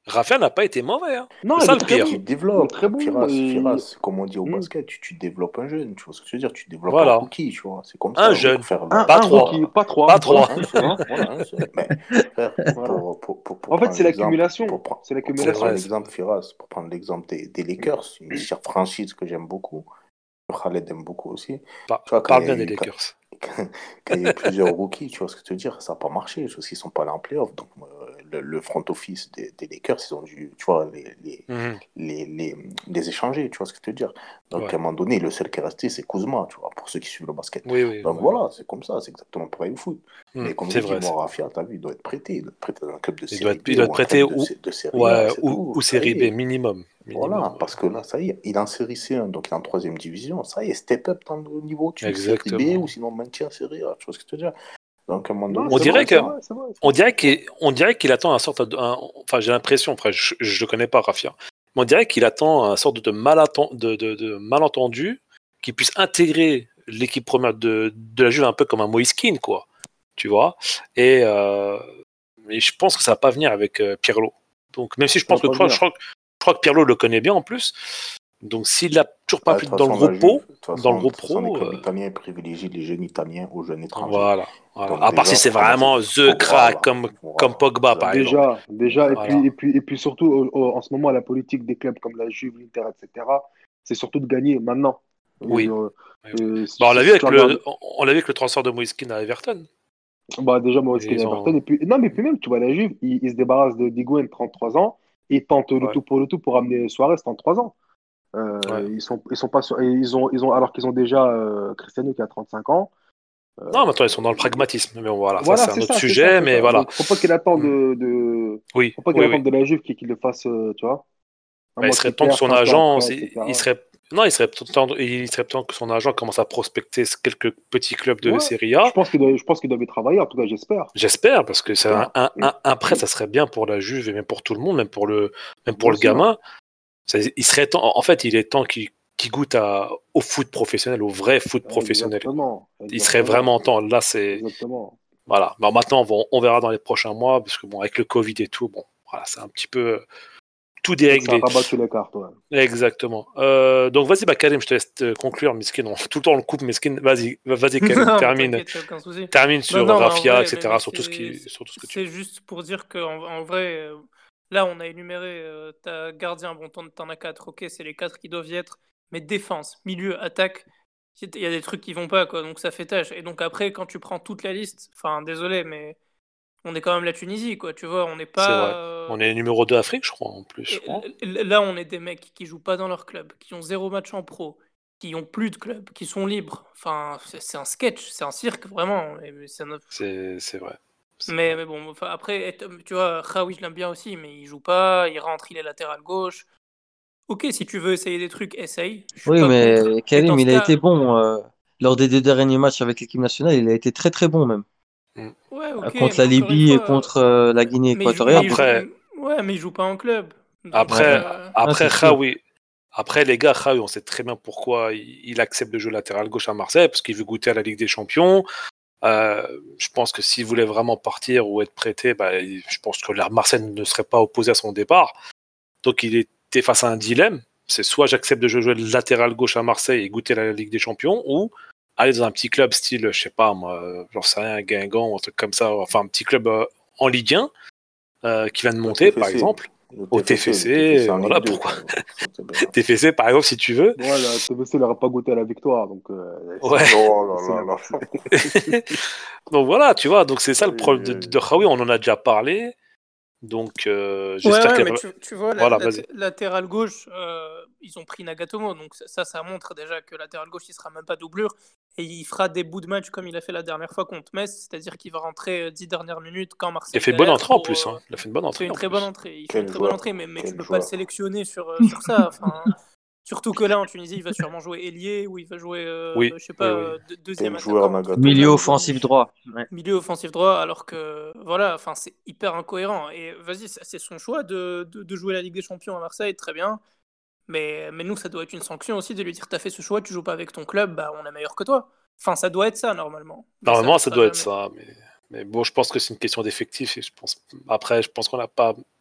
Rafael n'a pas été mauvais. Hein. Non, C'est il ça est le très pire. bon. Tu Il est développes, très bon. Firas, Et... Firas, comme on dit au Hmm. basket, tu, tu développes un jeune, tu vois ce que je veux dire, tu développes un Voilà. rookie, tu vois, c'est comme Un ça, jeune. pour faire Un, la- Pas un trois. rookie, pas trois. Pas Voilà, trois. un seul, hein. voilà, un seul. Mais frère, Voilà. pour, pour, pour, pour En fait, prendre c'est l'exemple, l'accumulation. pour, pre- C'est pour C'est l'accumulation. prendre vrai. c'est- l'exemple Firas, pour prendre l'exemple des, des Lakers, une chère franchise que j'aime beaucoup, que Khaled aime beaucoup aussi, Pa- tu vois, quand Parle il y a bien des eu, quand, Lakers. quand- quand il y a eu plusieurs rookies, tu vois ce que je veux dire, ça n'a pas marché, parce qu'ils sont pas allés en playoff, donc euh, le, le front office des, des Lakers, ils ont dû, tu vois, les, les, Mhm. les, les, les échanger, tu vois ce que je veux dire. Donc Ouais. à un moment donné, le seul qui est resté, c'est Kuzma, tu vois, pour ceux qui suivent le basket. Oui, oui. Donc ouais. voilà, c'est comme ça, c'est exactement pareil au foot. Mhm. Mais comme C'est je dis, vrai. c'est- moi, Rafa, t'as vu, il doit être prêté, il doit être prêté dans un club de Il doit série être, B il doit être ou un prêté club de, ou, sé- de série ouais, A, c'est ou, tout, ou ça y série B est. minimum. minimum Voilà, ouais. parce que là, ça y est, il est en série C un, donc il est en troisième division, ça y est, step up dans le niveau au-dessus, série B Exactement. ou sinon maintien série A, tu vois ce que je veux dire. Donc à un moment Non, donné, On c'est c'est dirait vrai, comme que, c'est ça. vrai, c'est vrai. c'est on vrai. dirait qu'il, on dirait qu'il attend un sorte de, un- enfin j'ai l'impression, après je, je connais pas Rafia, mais on dirait qu'il attend un sorte de, malaten- de, de, de malentendu qui puisse intégrer l'équipe première de, de la Juve un peu comme un Moïse Kean, quoi, tu vois. Et, euh, et je pense que ça va pas venir avec euh, Pirlo. Donc même si je Ça va pense que je pas crois, je venir. crois, je crois que Pirlo le connaît bien en plus. Donc s'il a toujours pas Ah, de pris toute dans le façon, la groupe Juve, pro, de toute dans le façon, de groupe toute façon, les pro, clubs euh, italiens privilégient les jeunes Italiens aux jeunes étrangers. voilà, voilà. Donc À part déjà, si c'est faut commencer. vraiment Faut, the crack voilà, comme comme voilà, Pogba par exactement. exemple. Déjà, déjà, et Exactement. puis, et puis, et puis surtout, au- au- en ce moment, la politique des clubs comme la Juve, l'Inter, et cetera, c'est surtout de gagner maintenant. Oui. Euh, Oui, oui. euh, si, Bah, on l'a si- vu si tu avec regardes, le, on on l'a vu avec le transfert de Moïse Kean à Everton. bah, déjà, Maurice Et Kean ils Everton, ont, et puis, non, mais puis même, tu vois, la Juve, ils, ils se débarrassent de Higuaín, trente-trois ans, et ils tentent le ouais, tout pour le tout pour amener Suarez, trente-trois ans. ouais. Euh, ils sont, ils sont pas sur- et ils ont, ils ont, alors qu'ils ont déjà euh, Cristiano qui a trente-cinq ans. Non, maintenant ils sont dans le Euh, pragmatisme. Mais bon, voilà, ça Voilà, c'est un c'est autre ça, c'est ça, sujet. c'est Mais ça. voilà. Donc, faut pas qu'il attende Mm. de, de... Oui, faut pas qu'il oui, attende oui. de la Juve qu'il qu'il le fasse, euh, tu vois, un Bah, il mois serait qu'il temps que perd, son quinze jours agent, après, il, et cetera. il serait, non, il serait temps, il serait temps que son agent commence à prospecter quelques petits clubs de Ouais, Serie je A. pense qu'il doit, je pense qu'il doit y travailler, en tout cas, j'espère. J'espère, parce que c'est un, J'espère. un, un, un prêt, ça serait bien pour la Juve et même pour tout le monde, même pour le, même pour Bien le sûr. gamin. Ça- il serait temps, en fait, il est temps qu'il qu'il goûte à, au foot professionnel, au vrai foot professionnel. Quoi. Exactement. Il serait Exactement. vraiment temps. Là, c'est Exactement. voilà. Bon, maintenant, on, va- on verra dans les prochains mois, parce que bon, avec le Covid et tout, bon, voilà, c'est un petit peu euh, tout C'est vrai que ça a déréglé. rabattu les cartes, ouais. Exactement. Euh, donc vas-y, bah Karim, je te laisse te conclure, Miskin. On- tout le temps on le coupe, Miskin. Vas-y, vas-y Karim, Non, mais termine, t'inquiète, y a aucun souci. termine Non, sur non, mais en Rafia, vrai, mais, et cetera. mais Sur tout ce qui, c'est sur tout ce que tu c'est veux. juste pour dire que en, en vrai, euh, là, on a énuméré euh, ta gardien, bon, t'en t'en as quatre, ok, c'est les quatre qui doivent y être, mais défense, milieu, attaque, il y a des trucs qui vont pas, quoi, donc ça fait tâche. Et donc après, quand tu prends toute la liste, enfin, désolé, mais on est quand même la Tunisie, quoi, tu vois, on n'est C'est pas. vrai. euh, On est numéro deux Afrique, je crois, en plus. Je et crois. l- l- là, on est des mecs qui jouent pas dans leur club, qui ont zéro match en pro, qui ont plus de club, qui sont libres. Enfin, c'est c'est un sketch, c'est un cirque, vraiment. Et- mais c'est un- C'est, c'est vrai. C'est mais, vrai. mais bon, enfin, après, et- tu vois, Khaoui, je l'aime bien aussi, mais il joue pas, il rentre, il est latéral gauche. Ok, si tu veux essayer des trucs, essaye. Je suis Oui, pas contre. mais Mais Karim, dans ce il a cas, été bon euh, lors des deux derniers matchs avec l'équipe nationale. Il a été très très bon même. Mm. ouais, Euh, ok, contre mais la encore une Libye et fois, euh, contre euh, la Guinée mais il joue, mais équatoriale. il joue, Après, ouais, mais il joue pas en club. Donc, Ouais, après, euh, ah, c'est après sûr. Khaoui. Après, les gars, Khaoui, on sait très bien pourquoi il, il accepte de jouer latéral gauche à Marseille, parce qu'il veut goûter à la Ligue des Champions. Euh, je pense que s'il voulait vraiment partir ou être prêté, bah, il- je pense que la Marseille ne serait pas opposé à son départ. Donc il était face à un dilemme. C'est soit j'accepte de jouer le latéral gauche à Marseille et goûter à la Ligue des Champions, ou aller dans un petit club style, je sais pas moi, euh, j'en sais rien, Guingamp ou un truc comme ça, enfin un petit club euh, en Ligue un euh, qui vient de Le monter, par T F C. exemple, Le au T F C, le T F C, T F C en voilà Ligue deux. pourquoi. quoi. Ça, c'est bien. T F C par exemple si tu veux. Voilà, T V C n'aura pas goûté à la victoire, donc euh, c'est Ouais. Oh là c'est là la là. Marseille. Donc voilà, tu vois, donc c'est ça le problème de, Aïe, de, aïe. de Khaoui, on en a déjà parlé. Donc euh, Ouais, j'espère ouais, qu'il mais re- tu, tu vois, la, voilà, la- vas-y. latéral gauche, euh, ils ont pris Nagatomo, donc ça, ça, ça montre déjà que latéral gauche, il sera même pas doublure, et il fera des bouts de match comme il a fait la dernière fois contre Metz, c'est-à-dire qu'il va rentrer euh, dix dernières minutes quand Il a Marseille fait une bonne galère entrée en pour, plus, euh, hein. Il a fait une bonne il fait entrée une en très bonne plus. entrée, il fait une Quel très bonne joueur. entrée, mais, mais tu Quel peux pas le joueur. sélectionner sur, euh, sur ça, enfin, surtout que là en Tunisie, il va sûrement jouer ailier, ou il va jouer, euh, Oui, je sais oui, pas, oui. euh, deux- deuxième Quel joueur attaquant, un truc comme Nagatomo. Milieu ça. offensif droit. Ouais. Milieu offensif droit, alors que voilà, enfin c'est hyper incohérent. Et vas-y, c'est c'est son choix de, de, de jouer la Ligue des Champions à Marseille, très bien. Mais, mais nous, ça doit être une sanction aussi de lui dire t'as fait ce choix, tu joues pas avec ton club, bah on est meilleur que toi. Enfin, ça doit être ça normalement. Mais ça Normalement, le ça sera doit être jamais. ça, mais, mais bon, je pense que c'est une question d'effectif et je pense après, je pense qu'on n'a pas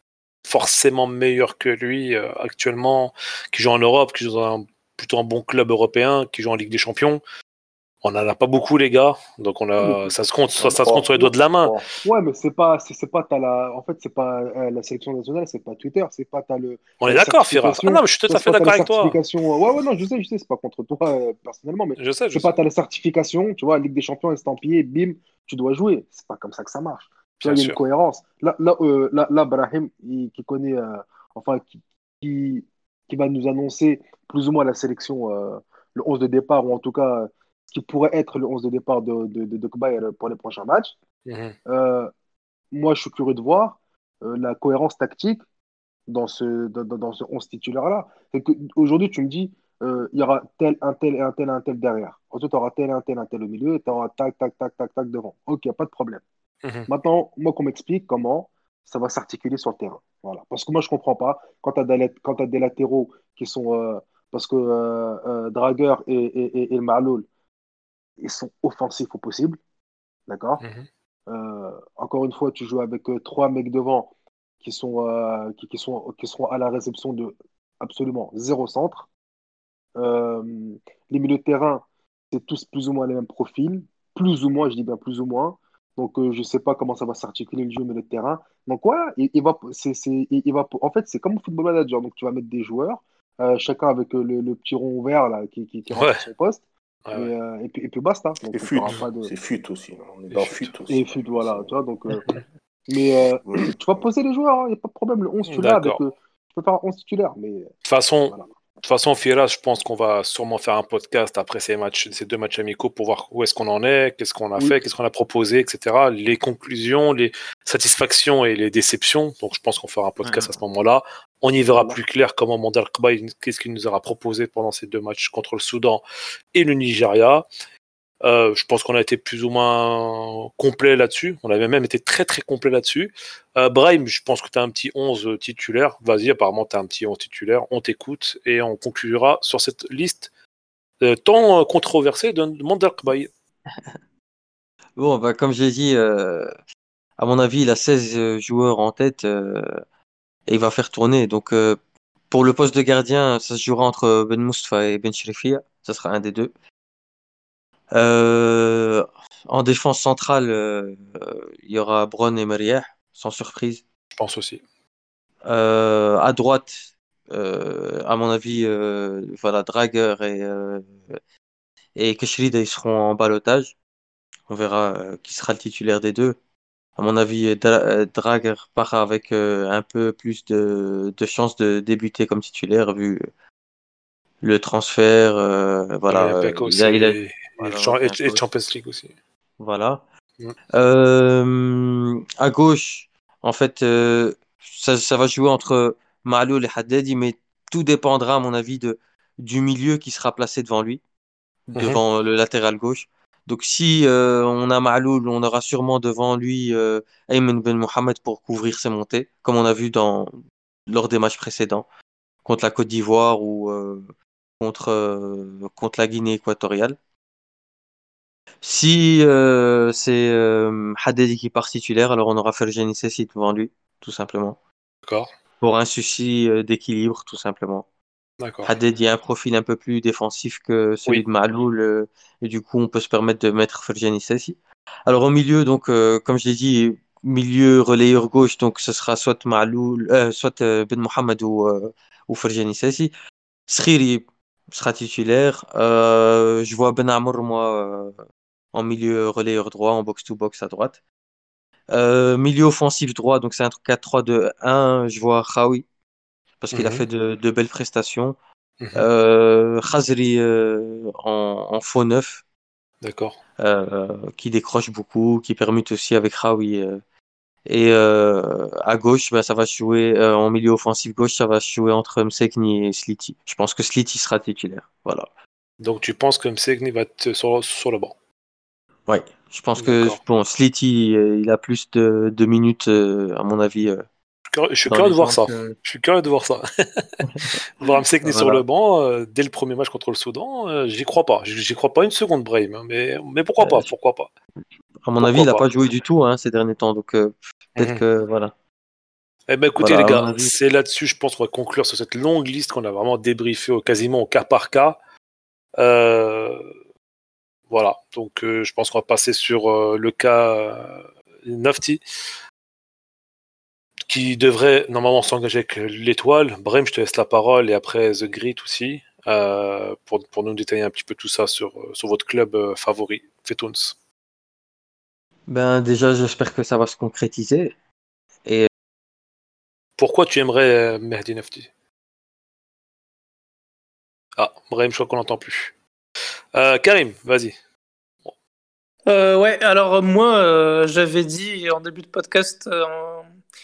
forcément meilleurs que lui euh, actuellement, qui jouent en Europe, qui jouent dans un, plutôt un bon club européen, qui jouent en Ligue des Champions. On n'en a pas beaucoup, les gars. Donc, on a, ça, se compte, ça, ça se compte sur les doigts de la main. Ouais, mais c'est pas, c'est, c'est pas, t'as la, en fait, c'est pas euh, la sélection nationale, c'est pas Twitter, c'est pas, t'as le. On t'as est la d'accord, Firas. Ah non, mais je suis tout à fait d'accord avec toi. Certification... Ouais, ouais, non, je sais, je sais, c'est pas contre toi euh, personnellement, mais je sais, je c'est pas, sais. t'as la certification, tu vois, Ligue des Champions, estampillé, bim, tu dois jouer. C'est pas comme ça que ça marche. Tu vois, il y a une cohérence. Là, là, euh, là, là, Brahim, il, qui connaît, euh, enfin, qui, qui, qui va nous annoncer plus ou moins la sélection, euh, le onze de départ, ou en tout cas, ce qui pourrait être le onze de départ de, de, de, de Kbaye pour les prochains matchs. Mm-hmm. Euh, moi, je suis curieux de voir euh, la cohérence tactique dans ce, dans, dans ce onze titulaire-là. Aujourd'hui, tu me dis, euh, il y aura tel, un tel et un tel et un tel derrière. Ensuite, tu auras tel, un tel, un tel au milieu et tu auras tac, tac, tac, tac, tac devant. Ok, pas de problème. Mm-hmm. Maintenant, moi, qu'on m'explique comment ça va s'articuler sur le terrain. Voilà. Parce que moi, je comprends pas. Quand tu as des, quand t'as des latéraux qui sont. Euh, parce que euh, euh, Dragueur et, et, et, et le Maloul, ils sont offensifs au possible. D'accord. Mm-hmm. Euh, encore une fois, tu joues avec euh, trois mecs devant qui sont, euh, qui, qui sont, qui seront à la réception de absolument zéro centre. Euh, les milieux de terrain, c'est tous plus ou moins les mêmes profils. Plus ou moins, je dis bien plus ou moins. Donc, euh, je ne sais pas comment ça va s'articuler le jeu au milieu de terrain. Donc, ouais, il, il va, c'est, c'est, il, il va, en fait, c'est comme au Football Manager. Donc, tu vas mettre des joueurs, euh, chacun avec euh, le, le petit rond ouvert là, qui, qui, qui Ouais. rentre son poste. Ouais, et, ouais. euh, et, puis, et puis basta. Donc, Et tu fut, n'auras pas de. c'est fut aussi. On est Et dans fut. fut aussi. Et fut, voilà. Tu vois, donc, euh, mais euh, Ouais. tu vas poser les joueurs, il n'y a pas de problème. Le onze, tu l'as avec. D'accord. euh, tu peux faire un onze titulaire, mais De toute façon, voilà. de toute façon, Firas, je pense qu'on va sûrement faire un podcast après ces matchs, ces deux matchs amicaux pour voir où est-ce qu'on en est, qu'est-ce qu'on a Oui. fait, qu'est-ce qu'on a proposé, et cetera. Les conclusions, les satisfactions et les déceptions. Donc, je pense qu'on fera un podcast Ouais. à ce moment-là. On y verra Voilà. plus clair comment Mandal Kbaye, qu'est-ce qu'il nous aura proposé pendant ces deux matchs contre le Soudan et le Nigeria. Euh, je pense qu'on a été plus ou moins complet là-dessus. On avait même été très très complet là-dessus. Euh, Brahim, je pense que tu as un petit onze titulaire. Vas-y, apparemment tu as un petit onze titulaire. On t'écoute et on conclura sur cette liste euh, tant euh, controversée de Mandal Kbaye. Bon, bah, comme j'ai dit, euh, à mon avis, il a seize euh, joueurs en tête euh, et il va faire tourner. Donc, euh, pour le poste de gardien, ça se jouera entre Ben Moustapha et Ben Chirifia. Ça sera un des deux. Euh, en défense centrale, euh, euh, il y aura Bron et Meriah, sans surprise. Je pense aussi. Euh, à droite, euh, à mon avis, euh, voilà, Drager et, euh, et Keshrida, ils seront en balotage. On verra euh, qui sera le titulaire des deux. À mon avis, Dra- euh, Drager part avec euh, un peu plus de, de chances de débuter comme titulaire vu le transfert. Euh, voilà, euh, Beko il aussi a, il a, et, voilà, et, l'ancien et coach. Champions League aussi. Voilà. Mm. Euh, à gauche, en fait, euh, ça, ça va jouer entre Ma'loul et Haddadi, mais tout dépendra, à mon avis, de, du milieu qui sera placé devant lui, Mhm. devant le latéral gauche. Donc, si euh, on a Ma'loul, on aura sûrement devant lui euh, Ayman Ben Mohamed pour couvrir ses montées, comme on a vu dans, lors des matchs précédents, contre la Côte d'Ivoire ou euh, contre, euh, contre la Guinée équatoriale. Si euh, c'est euh, Haddadi qui part titulaire, alors on aura Ferjani Sessi devant lui, tout simplement. D'accord. Pour un souci euh, d'équilibre, tout simplement. D'accord. Haddadi a un profil un peu plus défensif que celui Oui. de Ma'loul, euh, et du coup, on peut se permettre de mettre Ferjani Sessi. Alors, au milieu, donc, euh, comme je l'ai dit, milieu relayeur gauche, donc ce sera soit Ma'loul, euh, soit euh, Ben Mohamed ou, euh, ou Ferjani Sessi. Skhiri sera titulaire. Euh, je vois Ben Amour, moi. euh, en milieu relayeur droit, en box-to-box à droite. Euh, milieu offensif droit, donc c'est un quatre trois deux un. Je vois Khawi, parce qu'il a Mhm. fait de, de belles prestations. Mhm. Euh, Khazri euh, en, en faux neuf, D'accord. euh, qui décroche beaucoup, qui permute aussi avec Khawi. euh. Et euh, à gauche, bah, ça va se jouer, euh, en milieu offensif gauche, ça va se jouer entre Msekni et Sliti. Je pense que Sliti sera titulaire. Voilà. Donc tu penses que Msegni va être sur, sur le banc. Ouais, je pense que D'accord. bon, Sliti, euh, il a plus de, de minutes, euh, à mon avis, euh, Je suis dans curieux les de voir jambes ça. que... Je suis curieux de voir ça. Voir Msegni sur le Voilà. banc euh, dès le premier match contre le Soudan, euh, j'y crois pas. J'y j'y crois pas une seconde, Brahim. hein, Mais, mais pourquoi Euh, pas? Pourquoi pas? à mon avis, Pourquoi il n'a pas? pas joué du tout, hein, ces derniers temps, donc euh, peut-être Mhm. que voilà. Eh ben écoutez Voilà, les à mon gars, avis. c'est là-dessus, je pense qu'on va conclure sur cette longue liste qu'on a vraiment débriefé au, quasiment au cas par cas. Euh, voilà, donc euh, je pense qu'on va passer sur euh, le cas euh, Nafti, qui devrait normalement s'engager avec l'étoile. Brem, je te laisse la parole, et après The Grit aussi, euh, pour, pour nous détailler un petit peu tout ça sur, euh, sur votre club euh, favori, Fetouns. Ben, déjà, j'espère que ça va se concrétiser. Et Pourquoi tu aimerais euh, Mehdi Nafti? Ah, Brahim, je crois qu'on l'entend plus. Euh, Karim, vas-y. Euh, ouais, alors euh, moi, euh, j'avais dit en début de podcast euh,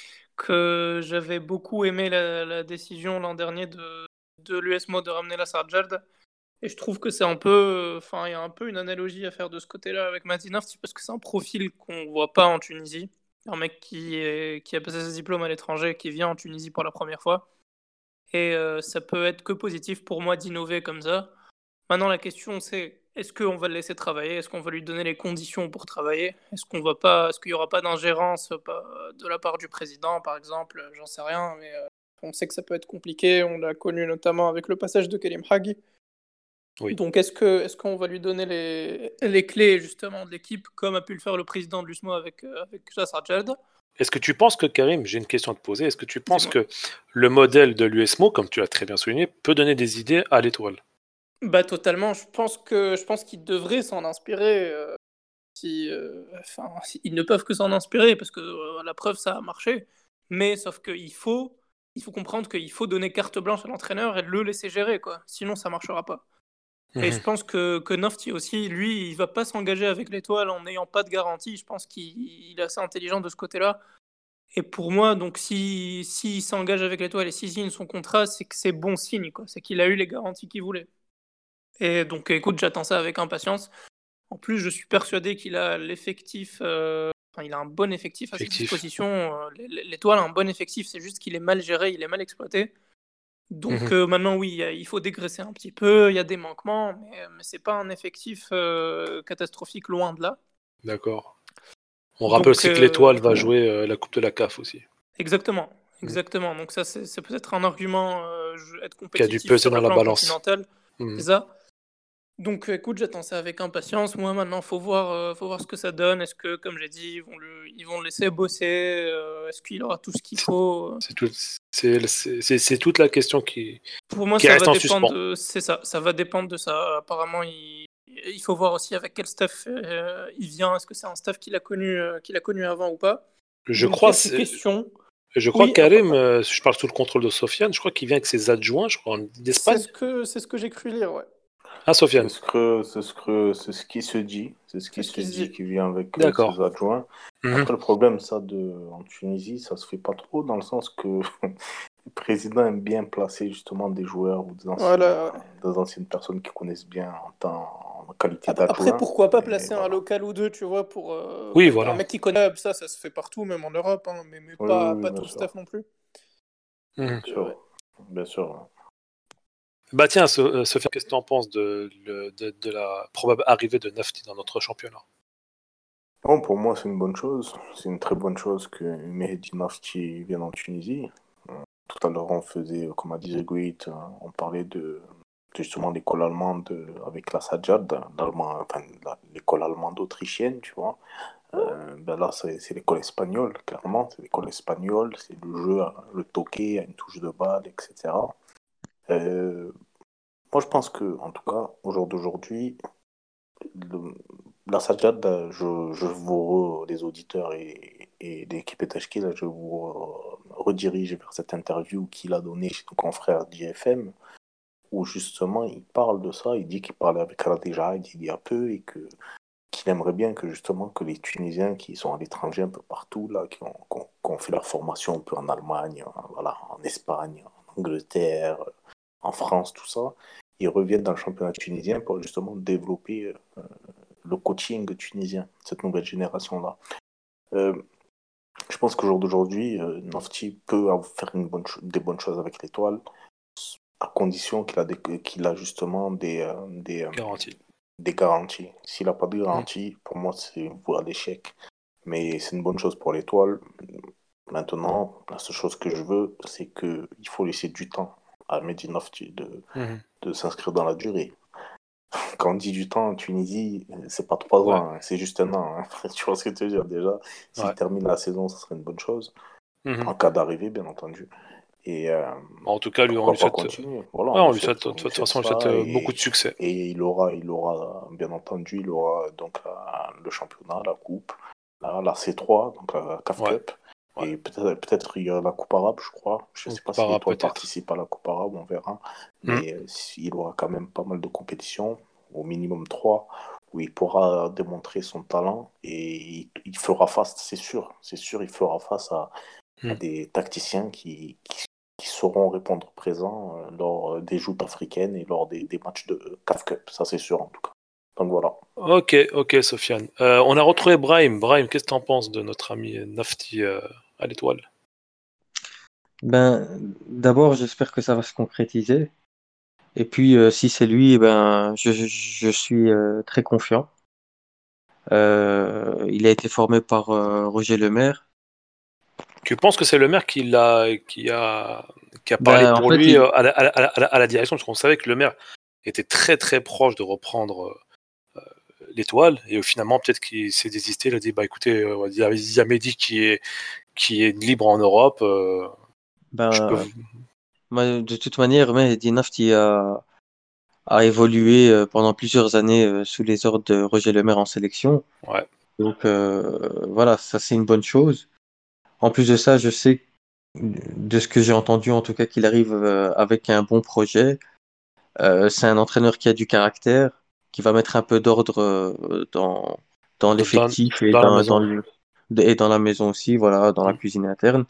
que j'avais beaucoup aimé la, la décision l'an dernier de, de l'U S M O de ramener la Sarjard. Et je trouve que c'est un peu, enfin, il y a un peu une analogie à faire de ce côté-là avec Matinov, parce que c'est un profil qu'on voit pas en Tunisie. Un mec qui, est, qui a passé ses diplômes à l'étranger, qui vient en Tunisie pour la première fois. Et euh, ça peut être que positif pour moi d'innover comme ça. Maintenant, la question c'est est-ce qu'on va le laisser travailler? Est-ce qu'on va lui donner les conditions pour travailler? Est-ce qu'on va pas, est-ce qu'il n'y aura pas d'ingérence euh, de la part du président, par exemple? J'en sais rien, mais euh, on sait que ça peut être compliqué. On l'a connu notamment avec le passage de Kelim Hagi. Oui. Donc, est-ce que est-ce qu'on va lui donner les, les clés justement de l'équipe, comme a pu le faire le président de l'U S M O avec euh, avec Jasser Jad? Est-ce que tu penses que, Karim, j'ai une question à te poser, est-ce que tu penses Dis-moi. que le modèle de l'U S M O, comme tu l'as très bien souligné, peut donner des idées à l'étoile? Bah totalement. Je pense que je pense qu'ils devraient s'en inspirer. euh, si, euh, enfin, si- ils ne peuvent que s'en inspirer parce que euh, la preuve ça a marché. Mais sauf qu'il faut il faut comprendre qu'il faut donner carte blanche à l'entraîneur et le laisser gérer quoi. Sinon ça marchera pas. Et je Mhm. pense que, que Nofti aussi, lui, il va pas s'engager avec l'étoile en n'ayant pas de garantie. Je pense qu'il il est assez intelligent de ce côté-là. Et pour moi, donc, si, s'il s'engage avec l'étoile et s'il signe son contrat, c'est que c'est bon signe, quoi. C'est qu'il a eu les garanties qu'il voulait. Et donc, écoute, j'attends ça avec impatience. En plus, je suis persuadé qu'il a l'effectif, euh, enfin, il a un bon effectif à sa Effectif. disposition. Euh, L'étoile a un bon effectif, c'est juste qu'il est mal géré, il est mal exploité. Donc Mhm. euh, maintenant, oui, il y a- il faut dégraisser un petit peu, il y a des manquements, mais, mais c'est pas un effectif euh, catastrophique, loin de là. D'accord. On rappelle Donc, aussi que euh, l'étoile va jouer euh, la Coupe de la C A F aussi, exactement, Mhm. exactement. Donc ça, c'est c'est peut-être un argument, euh, je- être qui a dû compétitif peser sur dans le la plan balance. continental, Mhm. c'est ça. Donc euh, écoute, j'attends ça avec impatience. Moi maintenant, faut voir, euh, faut voir ce que ça donne. Est-ce que, comme j'ai dit, ils vont le, ils vont le laisser bosser? Euh, Est-ce qu'il aura tout ce qu'il C'est faut? c'est tout- c'est- c'est- c'est- c'est toute la question qui, Pour moi, qui ça reste va en dépendre suspens. de, c'est ça, ça va dépendre de ça. Apparemment, il, il faut voir aussi avec quel staff euh, il vient. Est-ce que c'est un staff qu'il a connu, euh, qu'il a connu avant ou pas? Je Donc il y crois, a ces c'est- questions. je crois Oui, que appa- Karim, euh, je parle sous le contrôle de Sofiane, je crois qu'il vient avec ses adjoints, je crois, c'est d'Espagne. ce que c'est ce que j'ai cru lire, ouais. Ah, C'est Sofiane. ce que, c'est ce que, c'est ce qui se dit, c'est ce C'est qui ce se qui se dit dit. qui vient avec euh, D'accord. ses adjoints. Mhm. Après, le problème, ça, de, en Tunisie, ça se fait pas trop dans le sens que le président aime bien placer justement des joueurs ou des anciens, Voilà. Ouais. des anciennes personnes qui connaissent bien en, temps, en qualité Ap- Après, d'adjoint. pourquoi pas Et placer un voilà. local ou deux, tu vois, pour euh, Oui, quelqu'un, un voilà. mec qui connaît ça, ça se fait partout, même en Europe, hein, mais, mais Oui, pas, oui, oui, pas bien tout le sûr. staff non plus. Mhm. Bien Donc, euh, ouais. sûr. Bien sûr. Bah tiens, So- euh, Sofiane, qu'est-ce que tu en penses de, le- de, de la probable arrivée de Nafti dans notre championnat? Bon, pour moi, c'est une bonne chose. C'est une très bonne chose que Mehdi Nafti vienne en Tunisie. Euh, Tout à l'heure, on faisait, euh, comme a dit Zeguit, euh, on parlait de, de justement l'école allemande euh, avec la Sajjad, d'allemand- enfin, la- l'école allemande autrichienne, tu vois. Euh, ben là, c'est c'est l'école espagnole, clairement. C'est l'école espagnole, c'est le jeu, euh, le toqué à une touche de balle, et cetera. Euh, Moi, je pense que, en tout cas, au jour d'aujourd'hui, le- la Sajjad, euh, je, je vous, les auditeurs et, et l'équipe Etachkil, je vous euh, redirige vers cette interview qu'il a donnée chez nos confrères d'I F M, où justement il parle de ça, il dit qu'il parlait avec Radija il y a peu et que qu'il aimerait bien que justement que les Tunisiens qui sont à l'étranger un peu partout, là, qui ont, qui ont- qui ont fait leur formation un peu en Allemagne, en- voilà, en Espagne, en Angleterre, en France, tout ça, ils reviennent dans le championnat tunisien pour justement développer euh, le coaching tunisien, cette nouvelle génération-là. Euh, je pense qu'au jour d'aujourd'hui, euh, Nafti peut avoir- faire une bonne cho- des bonnes choses avec l'étoile, à condition qu'il a, des, qu'il a justement des, euh, des, euh, Garantie. des garanties. S'il n'a pas de Mhm. garantie, pour moi, c'est une voie à l'échec. Mais c'est une bonne chose pour l'étoile. Maintenant, la seule chose que je veux, c'est qu'il faut laisser du temps à Mehdi Nafti de, Mhm. de s'inscrire dans la durée. Quand on dit du temps en Tunisie, c'est pas trois Ouais. ans, hein, c'est juste un an. Hein. Tu vois ce que je veux dire déjà. S'il Ouais. termine la saison, ça serait une bonne chose. Mhm. En cas d'arrivée, bien entendu. Et euh, En tout cas, lui, on pourquoi lui pas souhaite. continuer. Voilà, Ouais, on on lui lui souhaite, souhaite, de on lui toute souhaite façon, on lui souhaite ça. euh, beaucoup Et, de succès. et il aura, il aura, bien entendu, il aura donc la- le championnat, la coupe, la, la C trois, donc la C A F Ouais. Cup. Ouais. Et peut-être, peut-être il y a la Coupe arabe, je crois. Je ne sais Donc, pas si Para, l'Étoile peut-être. participe à la Coupe arabe, on verra. Mhm. Mais euh, il aura quand même pas mal de compétitions, au minimum trois, où il pourra démontrer son talent et il, il fera face, c'est sûr, c'est sûr, il fera face à, à Mhm. des tacticiens qui, qui, qui sauront répondre présent euh, lors des joutes africaines et lors des, des matchs de C A F Cup, ça c'est sûr en tout cas. Donc voilà. Ok, ok, Sofiane. Euh, on a retrouvé Brahim. Brahim, qu'est-ce que tu en penses de notre ami Nafti euh, à l'étoile? Ben, d'abord, j'espère que ça va se concrétiser. Et puis, euh, si c'est lui, eh ben, je, je, je suis euh, très confiant. Euh, il a été formé par euh, Roger Lemaire. Tu penses que c'est le maire qui, l'a, qui, a, qui a parlé Ben, en pour fait, lui il, euh, à la, à la- à la- à la direction? Parce qu'on savait que le maire était très très proche de reprendre euh, l'étoile. Et euh, finalement, peut-être qu'il s'est désisté. Il a dit bah écoutez, euh, il y a il y a Mehdi qui est, qui est libre en Europe. euh, je peux. ben, moi, de toute manière, Mehdi Nafti a, a évolué euh, pendant plusieurs années euh, sous les ordres de Roger Lemaire en sélection. Ouais. Donc, euh, voilà, ça, c'est une bonne chose. En plus de ça, je sais, de ce que j'ai entendu, en tout cas, qu'il arrive euh, avec un bon projet. Euh, c'est un entraîneur qui a du caractère, qui va mettre un peu d'ordre euh, dans, dans Dans, l'effectif et dans la dans, dans maison. le, et dans la maison aussi, voilà, dans la Mm. cuisine interne.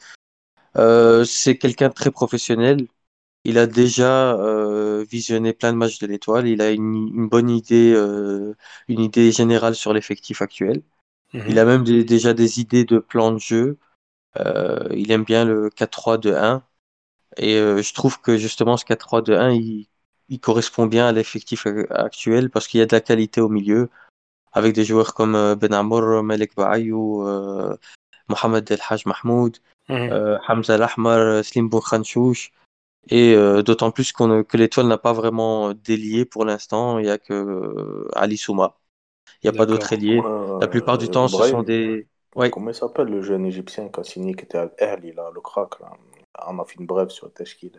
Euh, c'est quelqu'un de très professionnel. Il a déjà euh, visionné plein de matchs de l'Étoile. Il a une, une bonne idée, euh, une idée générale sur l'effectif actuel. Il Mhm. a même des- déjà des idées de plan de jeu. Euh, il aime bien le quatre trois deux un. Et euh, je trouve que justement ce quatre trois deux un, il, il correspond bien à l'effectif a- actuel parce qu'il y a de la qualité au milieu, avec des joueurs comme euh, Ben Amour, Malek Baayou, euh, Mohamed El Haj Mahmoud, Mhm. euh, Hamza Lahmar, Slim Boukhranchouch. Et euh, d'autant plus qu'on, que l'étoile n'a pas vraiment délié pour l'instant, il n'y a que euh, Ali Souma. Il n'y a pas d'autres D'accord. ailiers. La plupart du Euh, temps, ce sont Ibrahim, des... Oui, comment il s'appelle le jeune Égyptien qui a signé, qui était à Al là, le crack là. On a fait une brève sur Teshkil.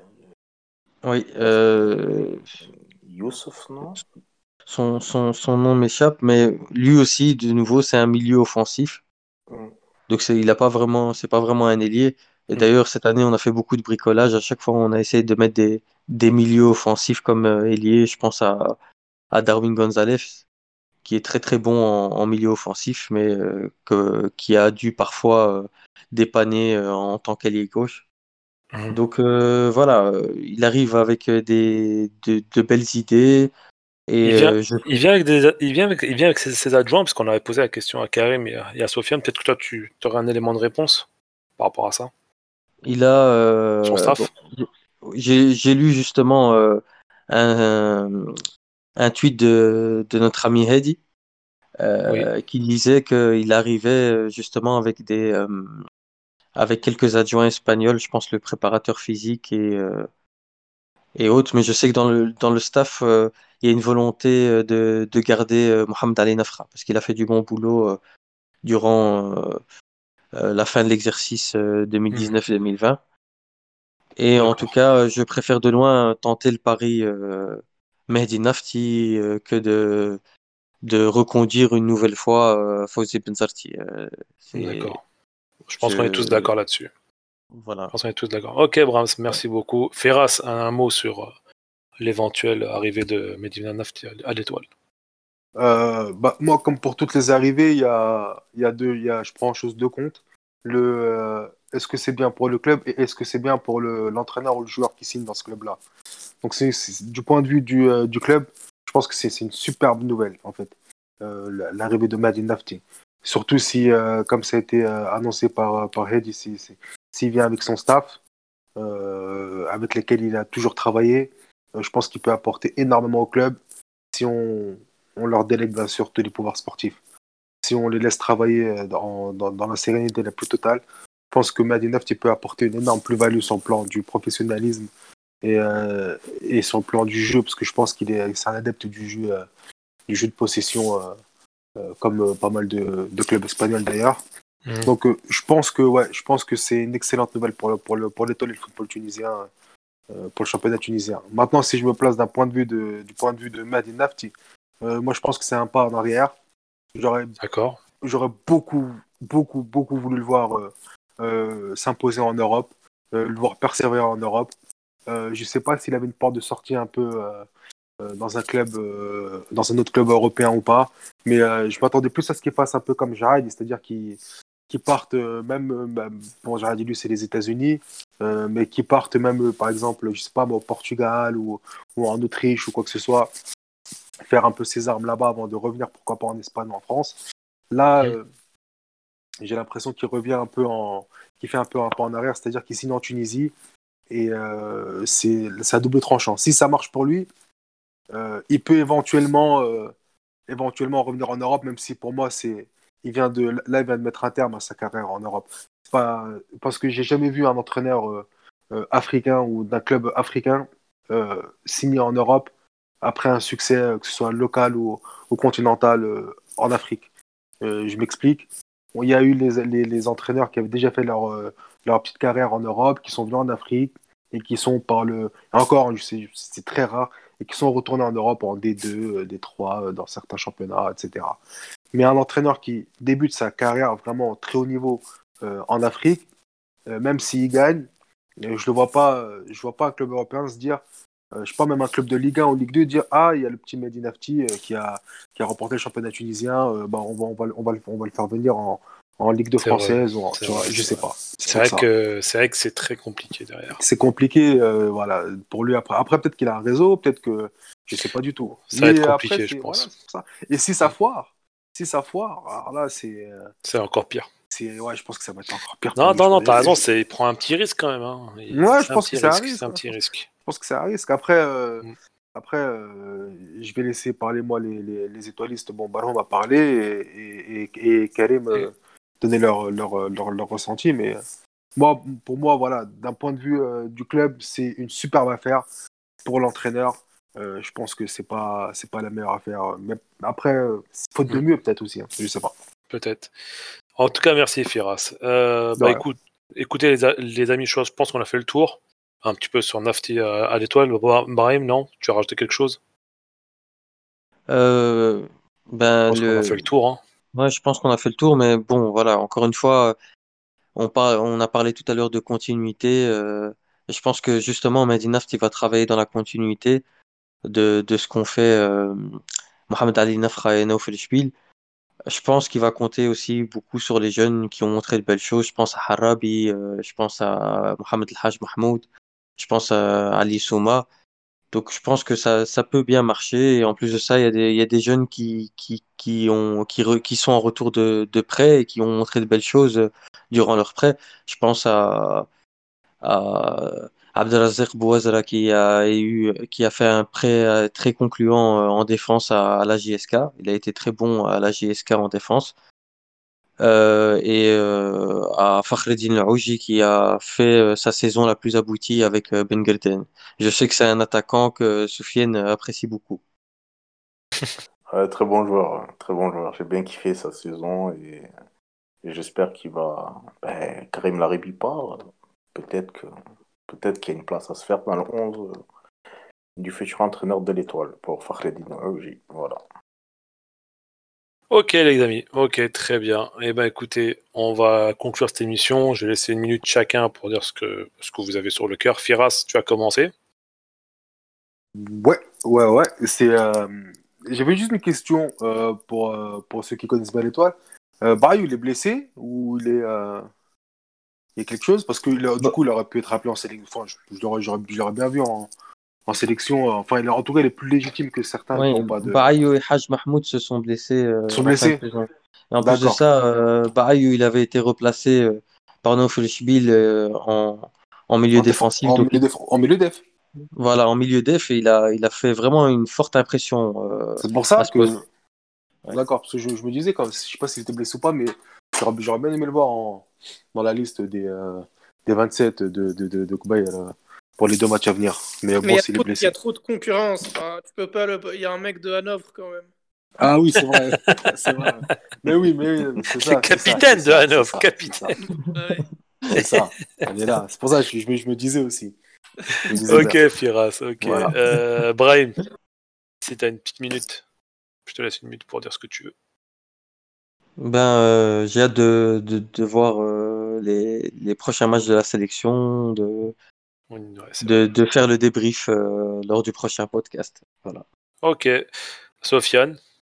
oui. Là, c'est euh, Youssouf, non? son, son, son nom m'échappe, mais lui aussi, de nouveau, c'est un milieu offensif. Mm. Donc c'est, il a pas vraiment, c'est pas vraiment un ailier. Et Mhm. d'ailleurs, cette année, on a fait beaucoup de bricolage. À chaque fois, on a essayé de mettre des, des milieux offensifs comme euh, ailier. Je pense à, à Darwin Gonzalez, qui est très très bon en, en milieu offensif, mais euh, que, qui a dû parfois euh, dépanner euh, en tant qu'ailier gauche. Mhm. Donc euh, voilà, euh, il arrive avec euh, des, de, de belles idées Il et vient, euh, je, il vient avec des, il vient avec, il vient avec ses, ses adjoints, parce qu'on avait posé la question à Karim et à, et à Sofiane. Peut-être que toi, tu aurais un élément de réponse par rapport à ça. il a Son euh, bon, staff. j'ai j'ai lu justement euh, un, un tweet de, de notre ami Hedi Oui. euh, qui disait qu'il arrivait euh, justement avec des euh, avec quelques adjoints espagnols, je pense le préparateur physique et euh, et autres, mais je sais que dans le dans le staff euh, il y a une volonté euh, de de garder euh, Mohamed Ali Nafra parce qu'il a fait du bon boulot euh, durant euh, euh, la fin de l'exercice euh, Mhm. deux mille dix-neuf deux mille vingt. Et en tout D'accord. cas, je préfère de loin tenter le pari euh, Mehdi Nafti euh, que de de reconduire une nouvelle fois euh, Fawzi Benzarti. Euh, c'est, D'accord. Je pense qu'on est tous je, d'accord là-dessus. Je voilà. pense qu'on est tous d'accord. Ok, Brahms, merci beaucoup. Ferras, un, un mot sur euh, l'éventuelle arrivée de Medina Nafti à, à l'étoile. Euh, bah, moi, comme pour toutes les arrivées, il y a, il y a deux, il y a, je prends en chose deux comptes. Le, euh, est-ce que c'est bien pour le club et est-ce que c'est bien pour le, l'entraîneur ou le joueur qui signe dans ce club-là? Donc, c'est, c'est- du point de vue du, euh, du club, je pense que c'est, c'est une superbe nouvelle, en fait, euh, la- l'arrivée de Madin Nafti. Surtout si, euh, comme ça a été euh, annoncé par, par Head, si, si- s'il vient avec son staff, euh, avec lesquels il a toujours travaillé, euh, je pense qu'il peut apporter énormément au club si on, on leur délègue bien sûr tous les pouvoirs sportifs. Si on les laisse travailler euh, dans, dans, dans la sérénité la plus totale, pense que Mehdi Nafti peut apporter une énorme plus-value sur le plan du professionnalisme et, euh, et sur le plan du jeu, parce que je pense qu'il est, c'est un adepte du jeu, euh, du jeu de possession, euh, euh, comme euh, pas mal de, de clubs espagnols d'ailleurs. Mmh. Donc euh, je pense que ouais, je pense que c'est une excellente nouvelle pour le, pour le, pour l'étoile et le football tunisien, euh, pour le championnat tunisien. Maintenant, si je me place d'un point de vue de, du point de vue de Mehdi Nafti, euh, moi je pense que c'est un pas en arrière. J'aurais, D'accord. j'aurais beaucoup, beaucoup, beaucoup voulu le voir euh, euh, s'imposer en Europe, euh, le voir persévérer en Europe. Euh, je sais pas s'il avait une porte de sortie un peu euh, euh, dans un club, euh, dans un autre club européen ou pas, mais euh, je m'attendais plus à ce qu'il fasse un peu comme Jarad, c'est-à-dire qu'il qui partent euh, même, euh, même bon, Jarad lui c'est les États-Unis, euh, mais qui partent même euh, par exemple, je sais pas, mais au Portugal ou, ou en Autriche ou quoi que ce soit, faire un peu ses armes là-bas avant de revenir, pourquoi pas en Espagne ou en France. Là, Mmh. euh, j'ai l'impression qu'il revient un peu en, qu'il fait un peu un pas en arrière, c'est-à-dire qu'il signe en Tunisie et euh, c'est, c'est à double tranchant. Si ça marche pour lui, euh, il peut éventuellement, euh, éventuellement revenir en Europe, même si pour moi c'est, il vient de, là il vient de mettre un terme à sa carrière en Europe. C'est pas, parce que j'ai jamais vu un entraîneur euh, euh, africain ou d'un club africain euh, signer en Europe après un succès, euh, que ce soit local ou, ou continental euh, en Afrique. Euh, je m'explique. Bon, il y a eu les, les, les entraîneurs qui avaient déjà fait leur, euh, leur petite carrière en Europe, qui sont venus en Afrique et qui sont par le. Encore, je sais, c'est très rare, et qui sont retournés en Europe en D deux, euh, D trois, euh, dans certains championnats, et cetera. Mais un entraîneur qui débute sa carrière vraiment très haut niveau euh, en Afrique, euh, même s'il gagne, euh, je ne vois pas, euh, je vois pas un club européen se dire, euh, je sais pas, même un club de Ligue un ou Ligue deux dire, ah, il y a le petit Mehdi Nafti euh, qui, a, qui a remporté le championnat tunisien, euh, bah, on, va, on, va, on, va, on va le faire venir en, en Ligue deux C'est vrai. française, ou en, C'est tu vois, vrai, je c'est sais vrai. pas. C'est C'est pour vrai ça. que c'est vrai que c'est très compliqué derrière. C'est compliqué, euh, voilà, pour lui après. Après, peut-être qu'il a un réseau, peut-être que je sais pas du tout. Ça va Mais être après, compliqué, c'est je voilà, pense. c'est pour ça. Et si ça foire, si ça foire, alors là, c'est, euh, C'est encore pire. c'est, ouais, je pense que ça va être encore pire Non, pour lui. Je non, non, pense. t'as Et raison, je- c'est, il prend un petit risque quand même. Hein. Il- Ouais, je C'est un pense que petit c'est un risque, c'est risque. un Ouais, je petit pense, risque. je pense que c'est un risque. Après, euh, Mm. après, euh, je vais laisser parler moi les, les, les étoilistes. Bon, Baron va parler et, et, et, et Karim euh, donner leur, leur, leur, leur ressenti. Mais moi, pour moi, voilà, d'un point de vue euh, du club, c'est une superbe affaire pour l'entraîneur. Euh, je pense que c'est pas, c'est pas la meilleure affaire. Mais après, euh, faute de Mm. mieux peut-être aussi. Hein, je sais pas. Peut-être. En tout cas, merci Firas. Euh, bah Ouais. écoute, écoutez les, a- les amis, je pense qu'on a fait le tour. Un petit peu sur Nafti à, à l'étoile. Bra- Brahim, non? Tu as rajouté quelque chose? Euh, Je ben pense qu'on a fait le, le tour. Hein. ouais, je pense qu'on a fait le tour, mais bon, voilà, encore une fois, on par- on a parlé tout à l'heure de continuité. Euh, et je pense que justement, Mehdi Nafti va travailler dans la continuité de, de ce qu'ont fait euh, Mohamed Ali Nafra et Naoufel Chouil. Je pense qu'il va compter aussi beaucoup sur les jeunes qui ont montré de belles choses. Je pense à Harabi, euh, je pense à Mohamed El Haj Mahmoud, je pense à Ali Souma. Donc je pense que ça, ça peut bien marcher. Et en plus de ça, il y a des, il y a des jeunes qui, qui, qui, ont, qui, re- qui sont en retour de, de prêt et qui ont montré de belles choses euh, durant leur prêt. Je pense à, à Abdelrazak Bouazra qui a eu, qui a fait un prêt euh, très concluant euh, en défense à, à la J S K. Il a été très bon à la J S K en défense. Euh, et euh, à Fakhreddine Louji qui a fait euh, sa saison la plus aboutie avec euh, Ben Girden. Je sais que c'est un attaquant que Soufiane apprécie beaucoup. Ouais, très bon joueur, hein, très bon joueur. J'ai bien kiffé sa saison et, et j'espère qu'il va. Ben, Karim Laribi part. Peut-être que peut-être qu'il y a une place à se faire dans le onze euh, du futur entraîneur de l'Étoile pour Fakhreddine Rouji. Voilà. Ok les amis, ok, très bien. Eh ben écoutez, on va conclure cette émission. Je vais laisser une minute chacun pour dire ce que, ce que vous avez sur le cœur. Firas, tu as commencé. Ouais, ouais, ouais. C'est, euh, j'avais juste une question euh, pour, euh, pour ceux qui connaissent pas l'étoile. Euh, Barry, il est blessé ou il est, euh, il y a quelque chose? Parce que il a- du Bah, coup, il aurait pu être appelé en sélection. Enfin, je, je l'aurais, j'aurais- je l'aurais bien vu en, en sélection. euh, Enfin, il est- en tout cas, il est plus légitime que certains qui ouais, n'ont pas de. Baayou et Haj Mahmoud se sont blessés Ils euh, sont en fin de blessés? saison. Et en plus de D'accord. ça, euh, Baayou, il avait été replacé euh, par Naoufel Chouil euh, en, en milieu En, défense, défensif. en Donc milieu def, en milieu def. voilà, en milieu def, et il a, il a fait vraiment une forte impression euh, C'est pour à ça ce que. poste. Ouais. D'accord, parce que je, je me disais, quand, je sais pas s'il était blessé ou pas, mais j'aurais, j'aurais bien aimé le voir en, dans la liste des, euh, des vingt-sept de, de, de, de Kobaye euh, pour les deux matchs à venir. Mais Mais bon, il y a s'il est trop- il y blessé. a trop de concurrence. Enfin, tu peux pas le... Il y a un mec de Hanovre quand même. Ah oui, c'est vrai. c'est vrai. Mais oui, mais oui, c'est ça. c'est ça, Capitaine c'est de ça, Hanovre, c'est ça, capitaine. Ah ouais. C'est ça. On est là. C'est pour ça que je, je me, je me disais aussi. Je me disais bien. Ok, Firas, ok. Voilà. Euh, Brahim, si t'as une petite minute, je te laisse une minute pour dire ce que tu veux. Ben, euh, j'ai hâte de, de, de voir euh, les, les prochains matchs de la sélection, de, Ouais, c'est de, vrai. de faire le débrief euh, lors du prochain podcast. Voilà. Ok, Sofiane.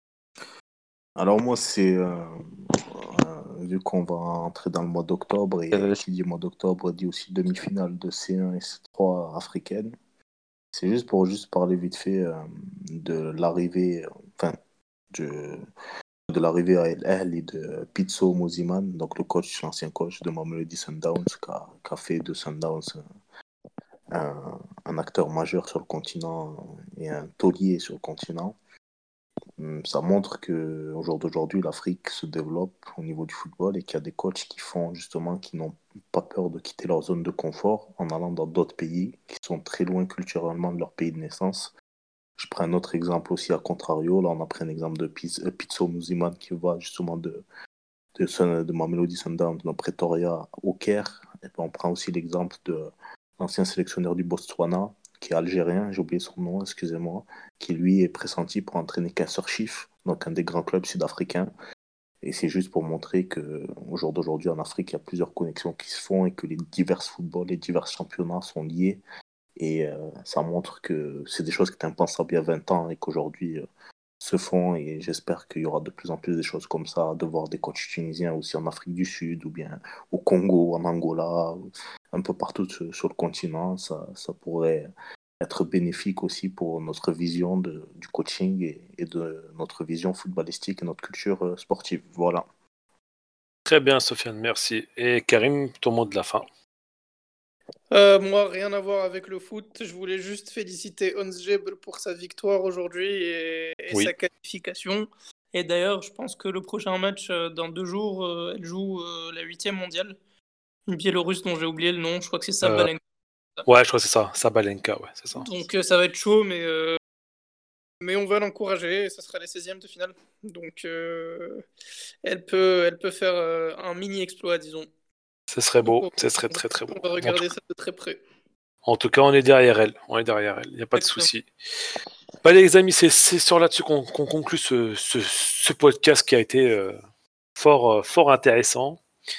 Alors moi, c'est euh, euh, vu qu'on va entrer dans le mois d'octobre et Euh, qui dit mois d'octobre dit aussi demi-finale de C un et C trois africaine. C'est juste pour juste parler vite fait euh, de l'arrivée, euh, enfin de, de l'arrivée à El Ahly de Pitso Moziman, donc le coach, l'ancien coach de Mamelodi Sundowns, qui a, qui a fait de Sundowns un, un acteur majeur sur le continent et un taulier sur le continent. Ça montre que au jour d'aujourd'hui, l'Afrique se développe au niveau du football et qu'il y a des coachs qui font justement, qui n'ont pas peur de quitter leur zone de confort en allant dans d'autres pays qui sont très loin culturellement de leur pays de naissance. Je prends un autre exemple aussi à contrario. Là, on a pris un exemple de Piz- euh, Pitso Moziman qui va justement de, de, Sun- de Mamelodi Sundowns, de Pretoria au Caire. Et puis on prend aussi l'exemple de l'ancien sélectionneur du Botswana, qui est algérien, j'ai oublié son nom, excusez-moi, qui lui est pressenti pour entraîner Kaiser Chiefs, donc un des grands clubs sud-africains. Et c'est juste pour montrer qu'au jour d'aujourd'hui, en Afrique, il y a plusieurs connexions qui se font et que les divers footballs, les divers championnats sont liés. Et euh, ça montre que c'est des choses qui étaient impensables il y a vingt ans et qu'aujourd'hui euh, se font. Et j'espère qu'il y aura de plus en plus des choses comme ça, de voir des coachs tunisiens aussi en Afrique du Sud ou bien au Congo, en Angola, un peu partout sur, sur le continent. Ça, ça pourrait être bénéfique aussi pour notre vision de, du coaching et, et de notre vision footballistique et notre culture euh, sportive. Voilà. Très bien, Sofiane, merci. Et Karim, ton mot de la fin. Euh, moi, rien à voir avec le foot. Je voulais juste féliciter Ons Jebel pour sa victoire aujourd'hui et, et Oui. sa qualification. Et d'ailleurs, je pense que le prochain match, euh, dans deux jours, euh, elle joue euh, la huitième mondiale. Une Biélorusse dont j'ai oublié le nom. Je crois que c'est Sabalenka. Euh, ouais, je crois que c'est ça. Sabalenka, ouais, c'est ça. Donc euh, ça va être chaud, mais, euh, mais on va l'encourager. Et ça sera les seizièmes de finale. Donc euh, elle, peut, elle peut faire euh, un mini-exploit, disons. Ce serait beau, Donc, ce serait on, très très beau. on va regarder ça de très près. En tout cas, on est derrière elle. On est derrière elle. Il n'y a pas de souci. Bah, les amis, c'est, c'est sur là-dessus qu'on, qu'on conclut ce, ce, ce podcast qui a été euh, fort, fort intéressant.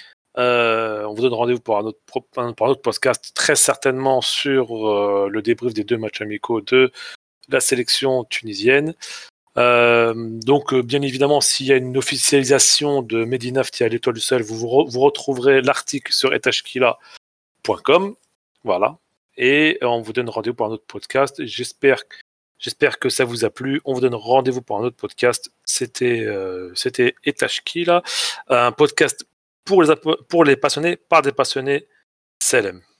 Euh, on vous donne rendez-vous pour un autre, pour un autre podcast, très certainement sur euh, le débrief des deux matchs amicaux de la sélection tunisienne. Euh, donc, euh, bien évidemment, s'il y a une officialisation de Medinafti à l'Étoile du Sahel, vous, vous, re, vous retrouverez l'article sur etashkila point com. Voilà. Et on vous donne rendez-vous pour un autre podcast. J'espère, j'espère que ça vous a plu. On vous donne rendez-vous pour un autre podcast. C'était, euh, c'était Etashkila, un podcast pour les, pour les passionnés, par des passionnés. Salam.